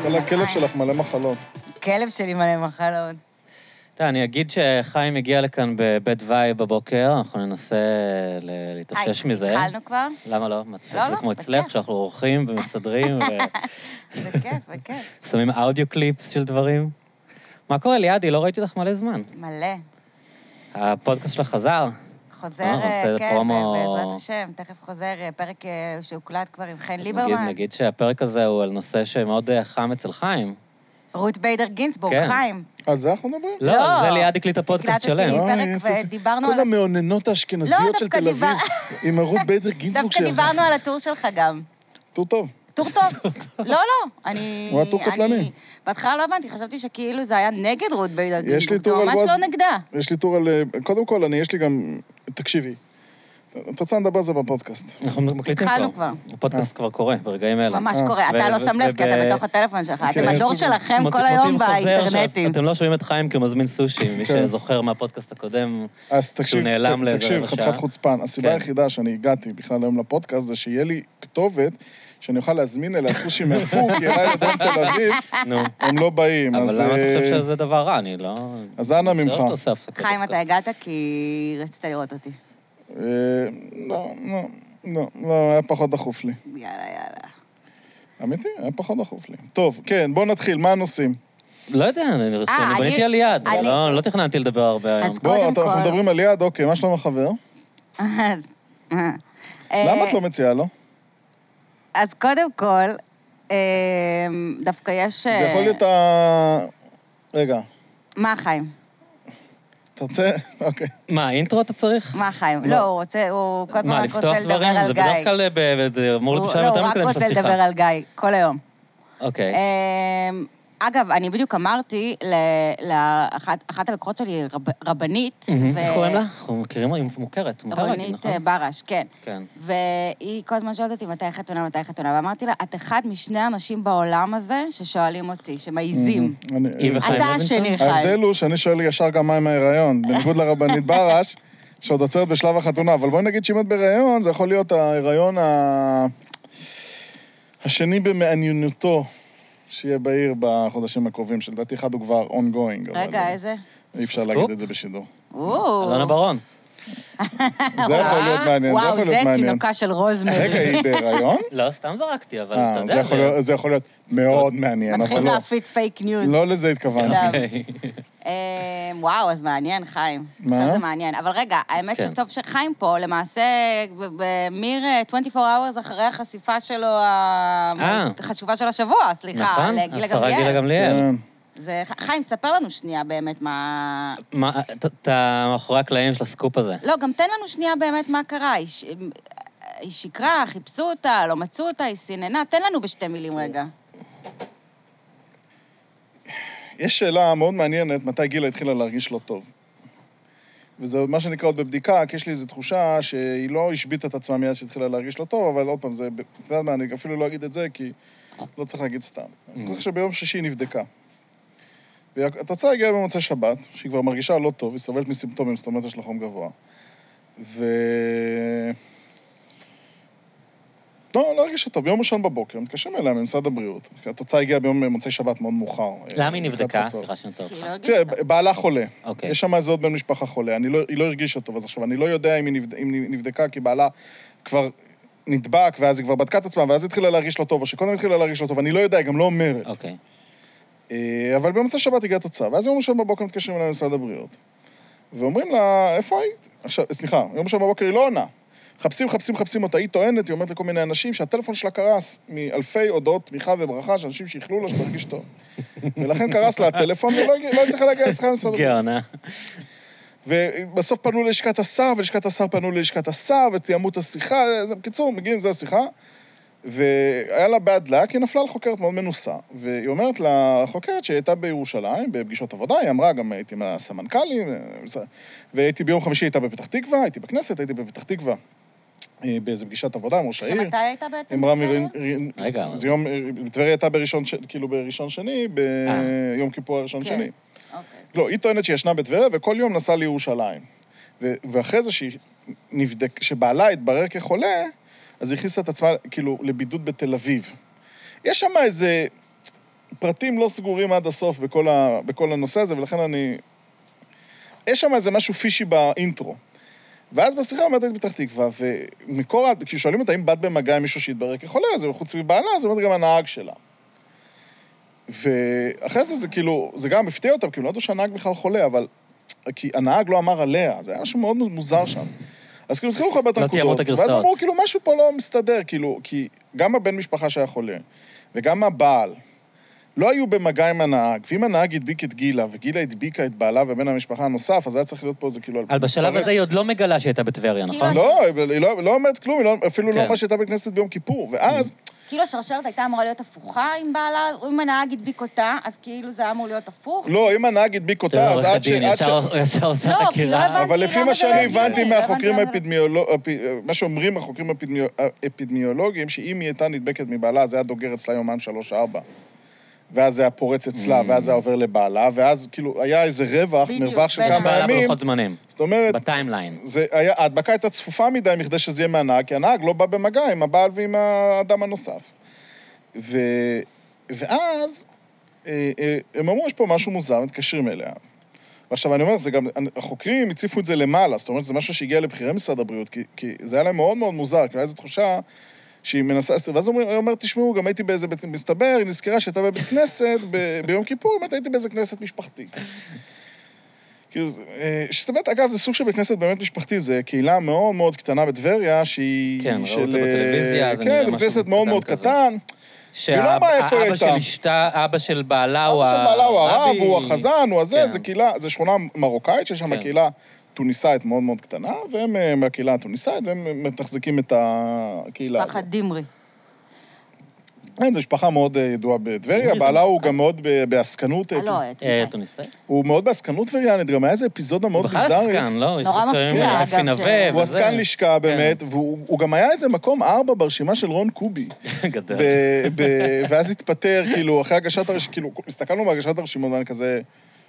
כל הכלב שלך מלא מחלות. כלב שלי מלא מחלות. אני אגיד שחיים הגיע לכאן בבית וואי בבוקר, אנחנו ננסה להתאושש מזה. התחלנו כבר? למה לא? לא, זה כמו אצלך, שאנחנו עורכים ומסדרים זה כיף, זה כיף. שמים אודיו קליפס של דברים. מה קורה, ליעדי? לא ראיתי אותך מלא זמן. מלא. הפודקאסט שלך חזר? חוזר, כן, בעזרת השם, תכף חוזר פרק שהוקלט כבר עם חן ליברמן. נגיד שהפרק הזה הוא על נושא שמאוד חם אצל חיים. רות ביידר גינסבורג, חיים. על זה אנחנו מדברים? לא, זה ליעד הקליט הפודקאסט שלהם. הקלטתי פרק ודיברנו על... כל המעוננות האשכנזיות של תל אביב, עם רות ביידר גינסבורג דווקא דיברנו על הטור שלך גם. טור טוב. טור טוב. לא, הוא היה טור קטלני. בהתחלה לא הבנתי, חשבתי שכאילו זה היה נגד רות ביידר גינסבורג, זה ממש לא נגדה. יש לי טור על... קודם כל, יש לי גם... תקשיבי. את רוצה לדבר על זה בפודקאסט. אנחנו מקליטים כבר. הפודקאסט כבר קורה, ברגעים אלה. ממש קורה. אתה לא שם לב, כי אתה בתוך הטלפון שלך. אתם הדור שלכם כל היום באינטרנטים. אתם לא שומעים את חיים כמזמין סושי, מי שזוכר מהפודקאסט הקודם, שהוא נעלם לרבע שעה. תקשיב, חתיכת חוצפן. הסיבה היחידה שאני הגעתי בכלל היום לפודקאט, זה שיהיה לי כתובת שאני אוכל להזמין אליה סושי מהפוק, כי אליי לדרום תל אביב, הם לא באים. אבל למה אתה חושב שזה דבר רע? אני לא... אז אנא ממך. חיים, אתה הגעת כי רצית לראות אותי. לא, היה פחות דחוף לי. יאללה. אמיתי, היה פחות דחוף לי. טוב, כן, בואו נתחיל, מה הנושאים? לא יודע, אני בניתי על יד, לא תכננתי לדבר הרבה היום. בואו, אנחנו מדברים על יד, אוקיי, מה שלום החבר? למה את לא מציעה לו? אז קודם כל, דווקא יש... זה יכול להיות רגע. מה, חיים? אתה רוצה? אוקיי. מה, אינטרו אתה צריך? מה, חיים? לא, הוא כל הזמן רק רוצה לדבר על גיא. זה בדרך כלל, זה אמור בשלב יותר לא, הוא רק רוצה לדבר על גיא, כל היום. אוקיי. אגב, אני בדיוק אמרתי לאחת הלקוחות שלי, רבנית. איך קוראים לה? אנחנו מכירים, היא מוכרת. רבנית ברש, כן. כן. והיא כל הזמן שואלת אותי מתי חתונה, ואמרתי לה, את אחד משני אנשים בעולם הזה ששואלים אותי, שמעיזים. אתה השני, חיים. ההבדל הוא שאני שואל ישר גם מה עם ההיריון, בניגוד לרבנית ברש, שעוד עוצרת בשלב החתונה, אבל בואי נגיד שאם את בהיריון, זה יכול להיות ההיריון השני במעניינותו. שיהיה בעיר בחודשים הקרובים, שלדעתי אחד הוא כבר ongoing. רגע, איזה? אי אפשר להגיד את זה בשידור. אלונה ברון. זה יכול להיות מעניין, זה יכול להיות מעניין. וואו, זה תינוקה של רוזמרי. רגע, היא בהיריון? לא, סתם זרקתי, אבל אתה יודע. זה יכול להיות מאוד מעניין, אבל לא. מתחילים להפיץ פייק ניוז. לא לזה התכוונתי. וואו, אז מעניין, חיים. מה? עכשיו זה מעניין. אבל רגע, האמת שטוב שחיים פה, למעשה, במיר 24 hours אחרי החשיפה שלו, החשובה של השבוע, סליחה, לגילה גמליאל. השרה גילה גמליאל. חיים, תספר לנו שנייה באמת מה... אתה מאחורי הקלעים של הסקופ הזה. לא, גם תן לנו שנייה באמת מה קרה. היא שקרה, חיפשו אותה, לא מצאו אותה, היא סיננה. תן לנו בשתי מילים רגע. יש שאלה מאוד מעניינת, מתי גילה התחילה להרגיש לא טוב. וזה מה שנקרא עוד בבדיקה, כי יש לי איזו תחושה שהיא לא השביטה את עצמה מיד שהתחילה להרגיש לא טוב, אבל עוד פעם, זה, אתה יודע מה, אני אפילו לא אגיד את זה, כי לא צריך להגיד סתם. אני חושב שביום שישי היא נבדקה. והתוצאה הגיעה במוצאי שבת, שהיא כבר מרגישה לא טוב, היא סובלת מסימפטומים, זאת אומרת, יש לה חום גבוה. לא הרגישה טוב, ביום ראשון בבוקר, מתקשרים אליה ממשרד הבריאות. התוצאה הגיעה ביום מוצאי שבת מאוד מאוחר. למה היא נבדקה? סליחה שנוצר אותך. תראה, בעלה חולה. יש שם איזה עוד בן משפחה חולה. היא לא הרגישה טוב, אז עכשיו, אני לא יודע אם היא נבדקה, כי בעלה כבר נדבק, ואז היא כבר בדקה את עצמה, ואז היא התחילה להרגיש לא טוב, או שקודם התחילה להרגיש לא טוב, אני לא יודע, היא גם לא אומרת. אבל במוצאי שבת הגיעה התוצאה, ואז יום ראשון בבוקר מתקשרים אליה ממשרד הבריאות. ואומרים לה, איפה היית? עכשיו, סליחה, יום ראשון בבוקר היא לא עונה. חפשים אותה, היא טוענת, היא אומרת לכל מיני אנשים שהטלפון שלה קרס מאלפי הודעות תמיכה וברכה, שאנשים שיכלו לה שתרגיש טוב. ולכן קרס לה הטלפון, ולא הצליחה להגיע לשיחה במשרד הבריאות. גאונה. ובסוף פנו ללשכת השר, ולשכת השר פנו ללשכת השר, ותיאמו את השיחה, בקיצור, מגיעים, זה השיחה, והיה לה bad luck, היא נפלה לחוקרת מאוד מנוסה, והיא אומרת לחוקרת שהיא הייתה בירושלים, בפגישות עבודה, היא אמרה, גם הייתי מהסמנכ"לים, והייתי ביום חמישי, הייתה בפתח תקווה, הייתי בכנסת, הייתי בפתח תקווה, באיזו פגישת עבודה, ראש העיר. שמתי הייתה בעצם? אמרה רגע. בטבריה הייתה בראשון שני, ביום כיפור הראשון שני. לא, היא טוענת שישנה בטבריה, וכל יום נסעה לירושלים. ואחרי זה שבעלה התברר כחולה, אז היא הכניסה את עצמה, כאילו, לבידוד בתל אביב. יש שם איזה פרטים לא סגורים עד הסוף בכל הנושא הזה, ולכן יש שם איזה משהו פישי באינטרו. ואז בשיחה אומרת את פתח תקווה, ומקור, כי שואלים אותה אם בת במגע עם מישהו שהתברר כחולה, אז חוץ מבעלה, זה אומרת גם הנהג שלה. ואחרי זה כאילו, זה גם הפתיע אותם, כי הם לא ידעו שהנהג בכלל חולה, אבל כי הנהג לא אמר עליה, זה היה משהו מאוד מוזר שם. אז כאילו התחילו לחבר את הנקודות, ואז אמרו, כאילו, משהו פה לא מסתדר, כאילו, כי גם הבן משפחה שהיה חולה, וגם הבעל, לא היו במגע עם הנהג, ואם הנהג הדביק את גילה, וגילה הדביקה את בעלה ובן המשפחה הנוסף, אז היה צריך להיות פה איזה כאילו... אבל בשלב הזה היא עוד לא מגלה שהייתה בטבריה, נכון? לא, היא לא אומרת כלום, אפילו לא מה שהייתה בכנסת ביום כיפור, ואז... כאילו השרשרת הייתה אמורה להיות הפוכה עם בעלה, או אם הנהג הדביק אותה, אז כאילו זה היה אמור להיות הפוך? לא, אם הנהג הדביק אותה, אז עד ש... ישר עושה חקירה. אבל לפי מה שאני הבנתי מהחוקרים האפידמיולוגיים, מה שאומרים החוקרים האפידמיולוגיים, שאם היא הייתה נדבקת מבעלה, זה היה דוגר אצלה יומיים 3-4. ואז זה היה פורץ אצלה, ואז זה היה עובר לבעלה, ואז כאילו היה איזה מרווח של כמה ימים. בלוחות זמנים. זאת אומרת... בטיימליין. ההדבקה הייתה צפופה מדי מכדי שזה יהיה מהנהג, כי הנהג לא בא במגע עם הבעל ועם האדם הנוסף. ואז הם אמרו, יש פה משהו מוזר, מתקשרים אליה. ועכשיו אני אומר, זה גם, החוקרים הציפו את זה למעלה, זאת אומרת, זה משהו שהגיע לבחירי משרד הבריאות, כי זה היה להם מאוד מאוד מוזר, כי היה איזו תחושה שהיא מנסה, ואז היא אומרת, תשמעו, גם הייתי באיזה בית, מסתבר, היא נזכרה שהייתה בבית כנסת, ביום כיפור, באמת הייתי באיזה כנסת משפחתי. כאילו, שבאמת, אגב, זה סוג של בית כנסת באמת משפחתי, זה קהילה מאוד מאוד קטנה בטבריה, שהיא... כן, ראו אותה בטלוויזיה, כן, זה בית כנסת מאוד מאוד קטן. אבא של בעלה הוא הרב. אבא של בעלה הוא הרב, הוא החזן, הוא הזה, זה קהילה, זה שכונה מרוקאית, שיש שם קהילה טוניסאית מאוד מאוד קטנה, והם מהקהילה הטוניסאית, והם מתחזקים את הקהילה. משפחת דימרי. כן, זו משפחה מאוד ידועה בטבריה, בעלה הוא גם מאוד בעסקנות. טוניסאית? הוא מאוד בעסקנות טבריאנית, גם היה איזה אפיזודה מאוד ביזארית. הוא בכלל עסקן, לא? נורא מפתיע, אגב. הוא עסקן לשכה באמת, והוא גם היה איזה מקום 4 ברשימה של רון קובי. גדל. ואז התפטר, כאילו, אחרי הגשת הרשימה, כאילו, הסתכלנו בהגשת הרשימות, ואני כזה,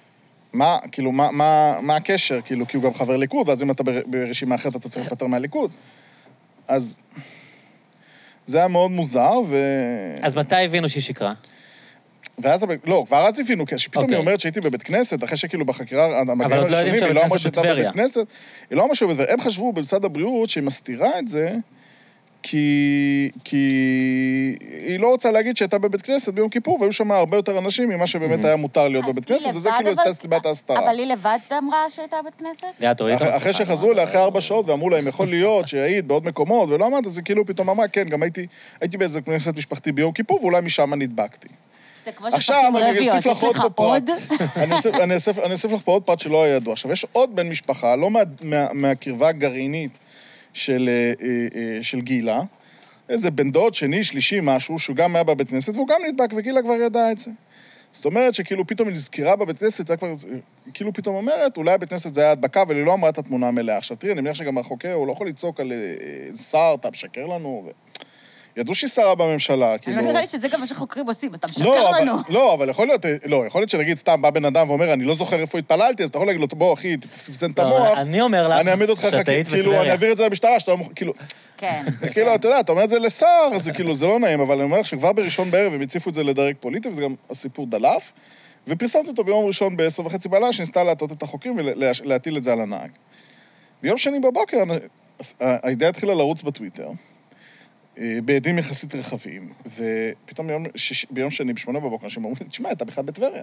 מה הקשר? כאילו, כי הוא גם חבר ליכוד, ואז אם אתה ברשימה אחרת, אתה צריך לפטר מהליכוד. אז... זה היה מאוד מוזר, אז מתי הבינו שהיא שקרה? ואז, לא, כבר אז הבינו, כי פתאום היא אומרת שהייתי בבית כנסת, אחרי שכאילו בחקירה, המגעים הראשונים, היא לא אמרה שהייתה בבית כנסת, היא לא אמרה שהיא בבית כנסת, הם חשבו במשרד הבריאות שהיא מסתירה את זה, כי היא לא רוצה להגיד שהייתה בבית כנסת ביום כיפור, והיו שם הרבה יותר אנשים ממה שבאמת היה מותר להיות בבית כנסת, וזה כאילו הייתה סיבת ההסתרה. אבל היא לבד אמרה שהייתה בבית כנסת? אחרי שחזרו אליה אחרי 4 שעות, ואמרו להם, יכול להיות שהיית בעוד מקומות, ולא אמרת, אז היא כאילו פתאום אמרה, כן, גם הייתי באיזה כנסת משפחתי ביום כיפור, ואולי משם נדבקתי. זה כמו שפקים רביות, יש לך עוד? אני אוסיף לך פה עוד פרט שלא היה ידוע. עכשיו, יש עוד בן משפחה, לא מהקרבה הגרעינית של גילה, איזה בן דוד, שני, שלישי, משהו, שהוא גם היה בבית כנסת, והוא גם נדבק, וגילה כבר ידעה את זה. זאת אומרת שכאילו פתאום היא נזכרה בבית כנסת, כאילו פתאום אומרת, אולי הבית כנסת זה היה הדבקה, אבל היא לא אמרה את התמונה המלאה. עכשיו, תראי, אני מניח שגם החוקר, הוא לא יכול לצעוק על שר, אתה משקר לנו, ידעו שהיא שרה בממשלה, כאילו... אני לא נראה לי שזה גם מה שחוקרים עושים, אתה משקר לנו. לא, אבל יכול להיות שנגיד סתם בא בן אדם ואומר, אני לא זוכר איפה התפללתי, אז אתה יכול להגיד לו, בוא, אחי, תפסיק לזיין את המוח. אני אומר לך, אני אעמיד אותך, כאילו, אני אעביר את זה למשטרה, שאתה לא... כאילו... כן. כאילו, אתה יודע, אתה אומר את זה לשר, אז כאילו, זה לא נעים, אבל אני אומר לך שכבר בראשון בערב הם הציפו את זה לדרג פוליטי, וזה גם הסיפור דלף, ופרסמתי אותו ביום ראשון ב10:30 בלילה, שניסתה להטות את החוקרים ולהטיל את זה על הנהג. ביום שני בבוקר, הידיעה התחילה לרוץ בטוויטר, בעדים יחסית רחבים, ופתאום ביום שני, ב8 בבוקר, אנשים אמרו לי, תשמע, אתה בכלל בטבריה.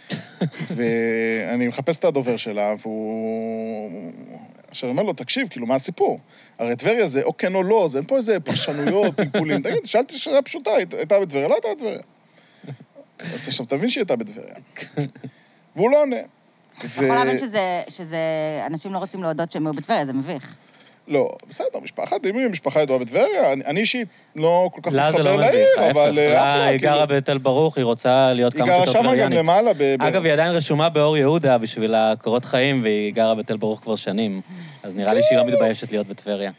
ואני מחפש את הדובר שלה, והוא... עכשיו, אני אומר לו, תקשיב, כאילו, מה הסיפור? הרי טבריה זה או כן או לא, זה אין פה איזה פרשנויות, פלפולים. תגיד, שאלתי שאלה פשוטה, הייתה בטבריה? לא הייתה בטבריה. אז עכשיו, תבין שהיא הייתה בטבריה. והוא לא עונה. אתה יכול להבין שזה... אנשים לא רוצים להודות שהם היו בטבריה, זה מביך. לא, בסדר, משפחת, אם היא משפחה ידועה בטבריה, אני אישית לא כל כך מתחבר לעיר, אבל אחלה, היא גרה בתל ברוך, היא רוצה להיות כמה שיותר טבריאנית. היא גרה שם גם למעלה. אגב, היא עדיין רשומה באור יהודה בשביל הקורות חיים, והיא גרה בתל ברוך כבר שנים, אז נראה לי שהיא לא מתביישת להיות בטבריה.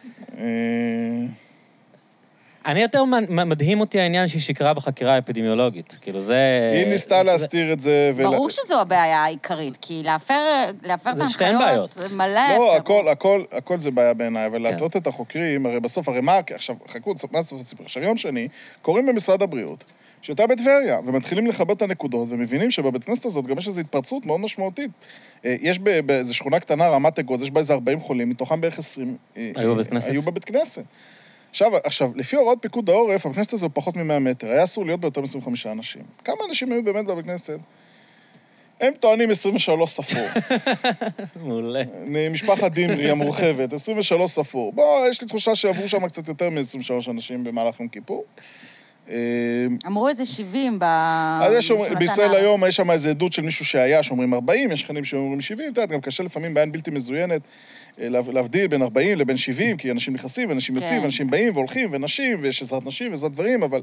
אני יותר מדהים אותי העניין שהיא שקרה בחקירה האפידמיולוגית, כאילו זה... היא ניסתה להסתיר את זה ברור שזו הבעיה העיקרית, כי להפר את ההנחיות, זה מלא... לא, הכל זה בעיה בעיניי, אבל להטעות את החוקרים, הרי בסוף, הרי מה, עכשיו, חכו, מה סוף הסיפור? עכשיו, יום שני, קוראים במשרד הבריאות, שאתה בטבריה, ומתחילים לחבר את הנקודות, ומבינים שבבית כנסת הזאת גם יש איזו התפרצות מאוד משמעותית. יש באיזו שכונה קטנה, רמת אגוז, יש בה איזה 40 חולים, מתוכם בערך 20 היו בבית כנסת. עכשיו, לפי הוראות פיקוד העורף, הבית כנסת הזה הוא פחות מ-100 מטר, היה אסור להיות ביותר מ-25 אנשים. כמה אנשים היו באמת בבית כנסת? הם טוענים 23 ספור. מעולה. משפחת דימרי המורחבת, 23 ספור. בוא, יש לי תחושה שעברו שם קצת יותר מ-23 אנשים במהלך יום כיפור. אמרו איזה 70 בישראל היום יש שם איזו עדות של מישהו שהיה, שאומרים 40, יש שכנים שאומרים 70, אתה יודע, גם קשה לפעמים בעין בלתי מזוינת להבדיל בין 40 לבין 70, כי אנשים נכנסים ואנשים יוצאים, ואנשים באים והולכים, ונשים, ויש עזרת נשים ועזרת דברים, אבל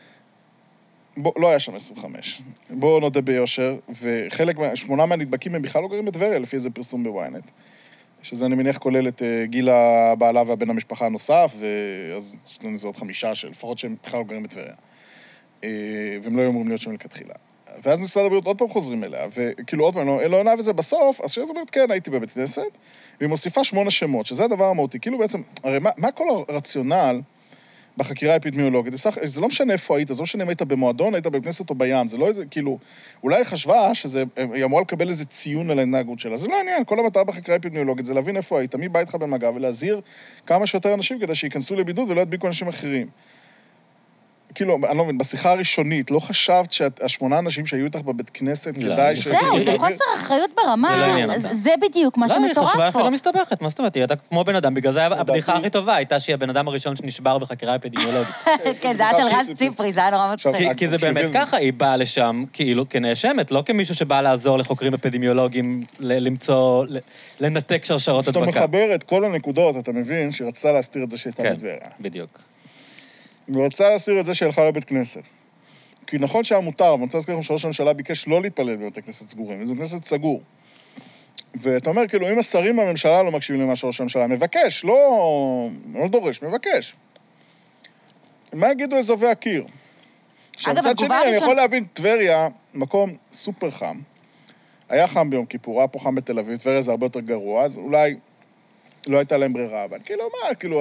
לא היה שם 25. בואו נודה ביושר, וחלק, 8 מהנדבקים הם בכלל לא גרים בטבריה, לפי איזה פרסום בוויינט. שזה אני מניח כולל את גיל הבעלה והבן המשפחה הנוסף, ואז יש לנו איזה עוד 5 שלפחות שהם בכלל לא גרים בטבריה. והם לא אמורים להיות שם לכתחילה. ואז משרד הבריאות עוד פעם חוזרים אליה, וכאילו עוד פעם לא עונה וזה בסוף, אז שאז אומרת, כן, הייתי בבית כנסת, והיא מוסיפה 8 שמות, שזה הדבר המהותי. כאילו בעצם, הרי מה כל הרציונל בחקירה האפידמיולוגית? זה לא משנה איפה היית, זה לא משנה אם היית במועדון, היית בבית כנסת או בים, זה לא איזה, כאילו, אולי חשבה שהיא אמורה לקבל איזה ציון על ההתנהגות שלה. זה לא עניין, כל המטרה בחקירה האפידמיולוגית זה להבין איפה היית, מי בא איתך במגע, ולהזהיר כמה שיותר אנשים כדי שייכנסו לבידוד ולא ידביקו אנשים אחרים. כאילו, אני לא מבין, בשיחה הראשונית, לא חשבת ש8 אנשים שהיו איתך בבית כנסת כדאי ש... זהו, זה חוסר אחריות ברמה, זה בדיוק מה שמטורף פה. לא, היא חשבה אפילו לא מסתבכת, מה זאת אומרת? היא הייתה כמו בן אדם, בגלל זה הבדיחה הכי טובה הייתה שהיא הבן אדם הראשון שנשבר בחקירה אפידמיולוגית. כן, זה היה של רז ציפרי, זה היה נורא מצחיק. כי זה באמת ככה, היא באה לשם כאילו כנאשמת, לא כמישהו שבא לעזור לחוקרים אפידמיולוגיים למצוא, לנתק שרשרות הדבקה. כשאתה מחבר את כל הנקודות, אתה מבין שרצתה להסתיר את זה שהייתה בטבריה. בדיוק. היא רוצה להסתיר את זה שהלכה לבית כנסת. כי נכון שהיה מותר, אבל אני רוצה להזכיר לכם שראש הממשלה ביקש לא להתפלל בבית כנסת סגורים, וזה כנסת סגור. ואתה אומר, כאילו, אם השרים בממשלה לא מקשיבים למה שראש הממשלה מבקש, לא דורש, מבקש. מה יגידו אזובי הקיר? עכשיו, מצד שני, אני יכול להבין, טבריה, מקום סופר חם. היה חם ביום כיפור, היה פה חם בתל אביב, טבריה זה הרבה יותר גרוע, אז אולי לא הייתה להם ברירה, אבל כאילו, מה, כאילו...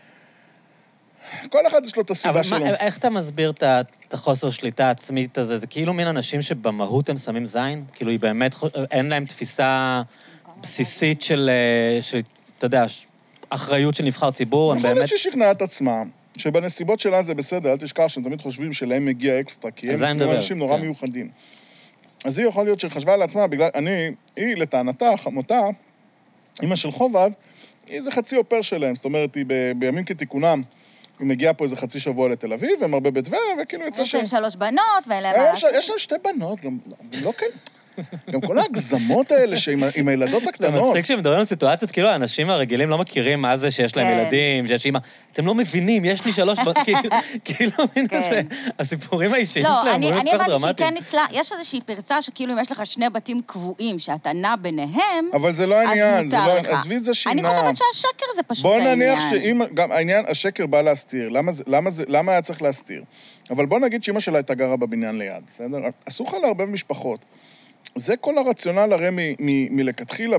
כל אחד יש לו את הסיבה שלו. אבל איך אתה מסביר את החוסר שליטה העצמית הזה? זה כאילו מין אנשים שבמהות הם שמים זין? כאילו היא באמת, אין להם תפיסה בסיסית של, אתה יודע, אחריות של נבחר ציבור, הם באמת... יכול להיות ששכנעה את עצמם, שבנסיבות שלה זה בסדר, אל תשכח שהם תמיד חושבים שלהם מגיע אקסטרה, כי הם אנשים נורא מיוחדים. אז היא יכול להיות שחשבה לעצמה, בגלל, היא לטענתה, חמותה, אמא של חובב, היא זה חצי אופר שלהם, זאת אומרת, היא בימים כתיקונם, היא מגיעה פה איזה חצי שבוע לתל אביב, הם הרבה בטבריה, וכאילו יצא יש להם 3 בנות, ואין להם... יש להם 2 בנות, גם לא כן... גם כל ההגזמות האלה עם הילדות הקטנות. זה מצחיק שמדברים על סיטואציות, כאילו האנשים הרגילים לא מכירים מה זה שיש להם ילדים, שיש אימא, אתם לא מבינים, יש לי 3 בנות, כאילו, מין כזה, הסיפורים האישיים שלהם, אני הבנתי שהיא כן ניצלה, יש איזושהי פרצה שכאילו אם יש לך 2 בתים קבועים, שאתה נע ביניהם, אבל זה לא העניין, עזבי זה שינה. אני חושבת שהשקר זה פשוט העניין. בוא נניח שאם, גם העניין, השקר בא להסתיר, למה היה צריך להסתיר? אבל בוא נגיד שאמא שלה הייתה גרה בבניין ליד, בסדר? אסור לך להרבה משפחות. זה כל הרציונל הרי מלכתחילה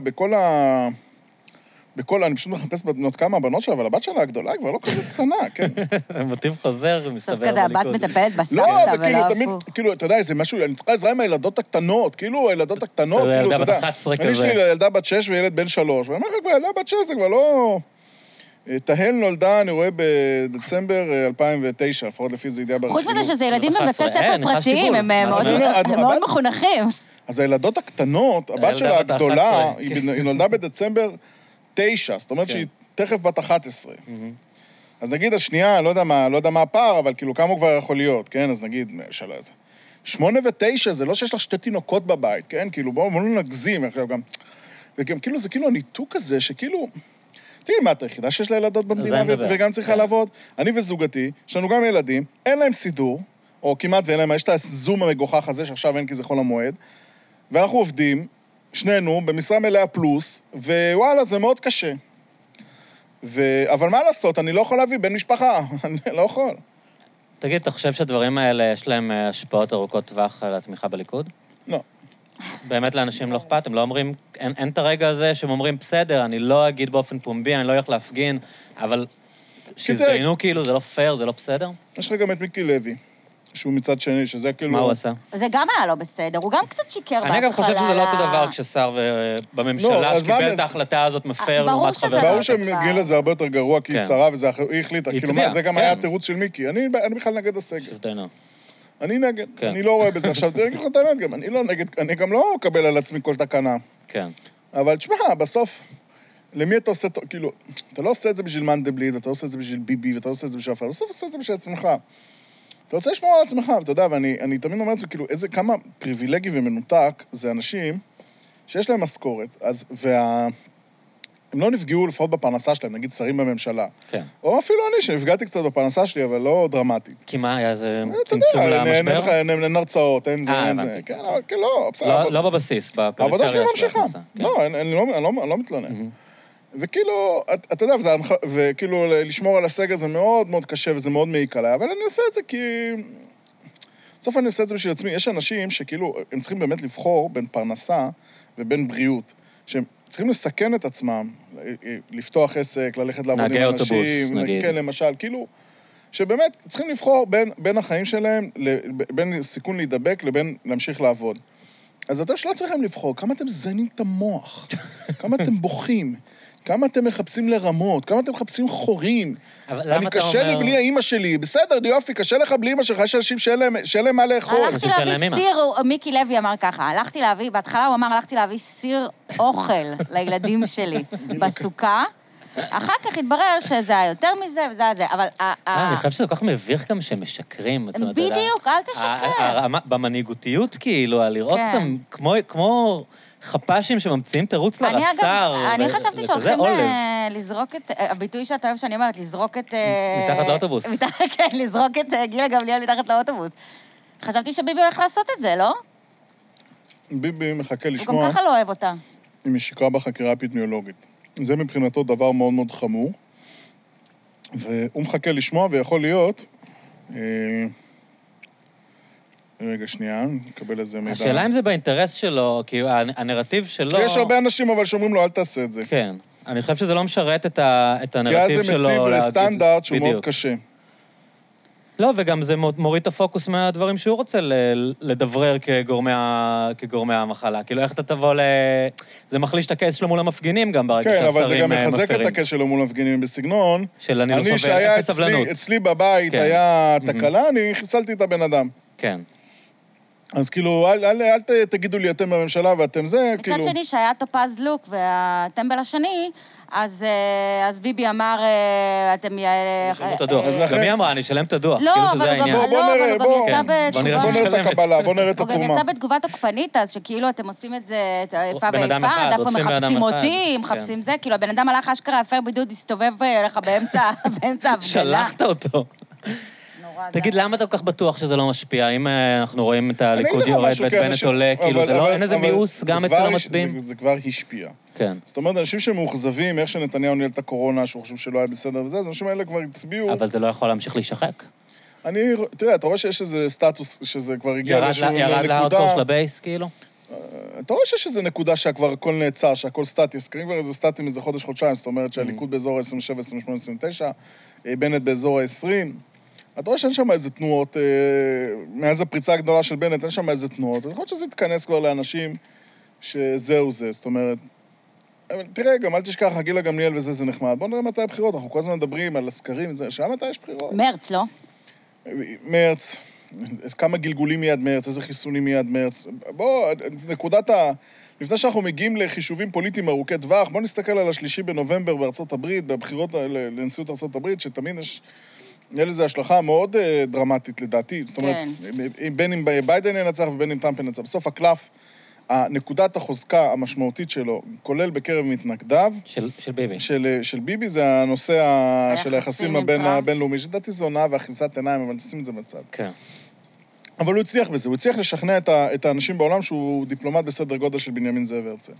אני פשוט מחפש בנות כמה הבנות שלה, אבל הבת שלה הגדולה היא כבר לא כזאת קטנה, כן. מוטיב חוזר, מסתבר. טוב כזה, הבת מטפלת בסבתא, ולא הפוך. כאילו, אתה יודע, זה משהו, אני צריכה עזרה עם הילדות הקטנות, כאילו, הילדות הקטנות, כאילו, אתה יודע. אני יש לי ילדה בת 6 וילד בן 3, ואני אומר לך, ילדה בת 6 זה כבר לא... תהל נולדה, אני רואה בדצמבר 2009, לפחות לפי זה ידיעה חוץ מזה שזה ילדים בבתי ספר פרטיים, הם מאוד מחונכים. אז הילדות הקטנות, הבת שלה הגדולה, היא נולדה בדצמבר 9, זאת אומרת שהיא תכף בת 11. אז נגיד השנייה, לא יודע מה הפער, אבל כאילו כמה הוא כבר יכול להיות, כן? אז נגיד, 8 ו-9 זה לא שיש לך 2 תינוקות בבית, כן? כאילו בואו לא נגזים, עכשיו גם... וגם כאילו זה כאילו הניתוק הזה, שכאילו... תראי, מה, את היחידה שיש לה ילדות במדינה וגם צריכה לעבוד? אני וזוגתי, יש לנו גם ילדים, אין להם סידור, או כמעט ואין להם, יש את הזום המגוחך הזה שעכשיו אין כי זה חול המועד, ואנחנו עובדים, שנינו, במשרה מלאה פלוס, ווואלה, זה מאוד קשה. אבל מה לעשות, אני לא יכול להביא בן משפחה, אני לא יכול. תגיד, אתה חושב שהדברים האלה יש להם השפעות ארוכות טווח על התמיכה בליכוד? לא. באמת לאנשים לא אכפת, הם לא אומרים, אין את הרגע הזה שהם אומרים, בסדר, אני לא אגיד באופן פומבי, אני לא הולך להפגין, אבל שיזדיינו כאילו, זה לא פייר, זה לא בסדר? יש לך גם את מיקי לוי, שהוא מצד שני, שזה כאילו... מה הוא עשה? זה גם היה לא בסדר, הוא גם קצת שיקר בהתחלה. אני גם חושב שזה לא אותו דבר כששר בממשלה שקיבל את ההחלטה הזאת מפר לעומת חברה. ברור שגילה זה הרבה יותר גרוע, כי היא שרה וזה היא החליטה. כאילו, זה גם היה התירוץ של מיקי. אני בכלל נגד הסגר. אני נגד, אני לא רואה בזה. עכשיו, תראה לך את האמת גם, אני לא נגד, אני גם לא אקבל על עצמי כל תקנה. כן. אבל תשמע, בסוף, למי אתה עושה, כאילו, אתה לא עושה את זה בשביל מנדלבליט, אתה עושה את זה בשביל ביבי, ואתה עושה את זה בשביל אף אחד, בסוף עושה את זה בשביל עצמך. אתה רוצה לשמור על עצמך, ואתה יודע, ואני תמיד אומר לעצמי, כאילו, כמה פריבילגי ומנותק זה אנשים שיש להם משכורת, הם לא נפגעו לפחות בפרנסה שלהם, נגיד שרים בממשלה. כן. או אפילו אני, שנפגעתי קצת בפרנסה שלי, אבל לא דרמטית. כי מה, היה איזה צמצום למשבר? אתה יודע, אין הרצאות, אין זה, אין זה. כן, אבל לא, בסדר. לא בבסיס, בפריפריה. העבודה שלי ממשיכה. לא, אני לא מתלונן. וכאילו, אתה יודע, וכאילו, לשמור על הסגר זה מאוד מאוד קשה, וזה מאוד מעיק עליי, אבל אני עושה את זה כי... בסוף אני עושה את זה בשביל עצמי. יש אנשים שכאילו, הם צריכים באמת לבחור בין פרנסה ובין בריאות, שהם צריכים לסכן את עצמם, לפתוח עסק, ללכת לעבוד עם אנשים, כן, למשל, כאילו, שבאמת צריכים לבחור בין החיים שלהם, בין סיכון להידבק לבין להמשיך לעבוד. אז אתם שלא צריכים לבחור, כמה אתם זנים את המוח, כמה אתם בוכים, כמה אתם מחפשים לרמות, כמה אתם מחפשים חורים. אני קשה לי בלי האמא שלי, בסדר, יופי, קשה לך בלי אמא שלך, יש אנשים שאין להם מה לאכול. הלכתי להביא סיר, מיקי לוי אמר ככה, הלכתי להביא, בהתחלה הוא אמר, הלכתי להביא סיר אוכל לילדים שלי בסוכה, אחר כך התברר שזה היה יותר מזה וזה היה זה, אבל... אני חושב שזה כל כך מביך גם שהם משקרים. בדיוק, אל תשקר. במנהיגותיות כאילו, לראות אותם כמו... חפשים שממציאים תירוץ לרס"ר. אני חשבתי שהולכים לזרוק את... הביטוי שאתה אוהב שאני אומרת, לזרוק את... מתחת לאוטובוס. כן, לזרוק את גילה גמליאל מתחת לאוטובוס. חשבתי שביבי הולך לעשות את זה, לא? ביבי מחכה לשמוע... הוא גם ככה לא אוהב אותה. אם היא שיקרה בחקירה האפידמיולוגית. זה מבחינתו דבר מאוד מאוד חמור, והוא מחכה לשמוע, ויכול להיות... רגע, שנייה, נקבל איזה מידע. השאלה אם זה באינטרס שלו, כי הנרטיב שלו... יש הרבה אנשים אבל שאומרים לו, אל תעשה את זה. כן. אני חושב שזה לא משרת את הנרטיב שלו. כי אז זה מציב לסטנדרט שהוא מאוד קשה. לא, וגם זה מוריד את הפוקוס מהדברים שהוא רוצה לדברר כגורמי המחלה. כאילו, איך אתה תבוא זה מחליש את הכס שלו מול המפגינים גם ברגע שהשרים מפרים. כן, אבל זה גם מחזק את הכס שלו מול המפגינים בסגנון. של אני לא סובל, אפס סבלנות. אצלי בבית היה תקלה, אני חיסלתי את הבן אדם. כן. אז כאילו, אל תגידו לי אתם בממשלה ואתם זה, כאילו... מצד שני, שהיה טופז לוק והטמבל השני, אז ביבי אמר, אתם... נשלמו את הדוח. גם היא אמרה, נשלם את הדוח. לא, אבל הוא בוא נראה את הקבלה, בוא נראה את התרומה. הוא גם יצא בתגובה תוקפנית, אז שכאילו אתם עושים את זה איפה ואיפה, דווקא מחפשים אותי, מחפשים זה, כאילו הבן אדם הלך אשכרה, הפר בידוד, הסתובב לך באמצע הפגנה. שלחת אותו. תגיד, למה אתה כל כך בטוח שזה לא משפיע? אם אנחנו רואים את הליכוד יורד ואת בנט עולה, כאילו, אין איזה מיאוס גם אצל המצביעים? זה כבר השפיע. כן. זאת אומרת, אנשים שמאוכזבים, איך שנתניהו ניהל את הקורונה, שהוא חושב שלא היה בסדר וזה, אז אנשים האלה כבר הצביעו. אבל זה לא יכול להמשיך להישחק. תראה, אתה רואה שיש איזה סטטוס, שזה כבר הגיע לאיזשהו נקודה... ירד להארדקור של הבייס, כאילו? אתה רואה שיש איזו נקודה שהכבר הכל נעצר, שהכל סטטי, סקרים כבר איזה סטטים איזה חודש-חודשיים, זאת אומרת שהליכוד באזור ה-27, 28, 29, בנט באזור ה-20. אתה רואה שאין שם איזה תנועות, מאז הפריצה הגדולה של בנט, אין שם איזה תנועות, אז יכול להיות שזה יתכנס כבר לאנשים שזהו זה, זאת אומרת, אבל תראה, גם אל תשכח, גילה גמליאל וזה, זה נחמד. בוא נראה מתי הבחירות, אנחנו כל הזמן מדברים על הסקרים, שם מתי יש בחירות? מרץ, לא? מרץ, אז כמה גלגולים מיד מרץ, איזה חיסונים מיד מרץ. בוא, נקודת לפני שאנחנו מגיעים לחישובים פוליטיים ארוכי טווח, בוא נסתכל על השלישי בנובמבר בארצות הברית, בבחירות לנשיאות ארצות הברית, שתמיד יהיה לזה השלכה מאוד דרמטית לדעתי, זאת אומרת, בין אם ביידן ינצח ובין אם טראמפ ינצח. בסוף הקלף, נקודת החוזקה המשמעותית שלו, כולל בקרב מתנגדיו. של ביבי. של ביבי, זה הנושא של היחסים הבינלאומי, שדעתי זה עונה ואחיזת עיניים, אבל תשים את זה בצד. כן. אבל הוא הצליח בזה, הוא הצליח לשכנע את האנשים בעולם שהוא דיפלומט בסדר גודל של בנימין זאב הרצל.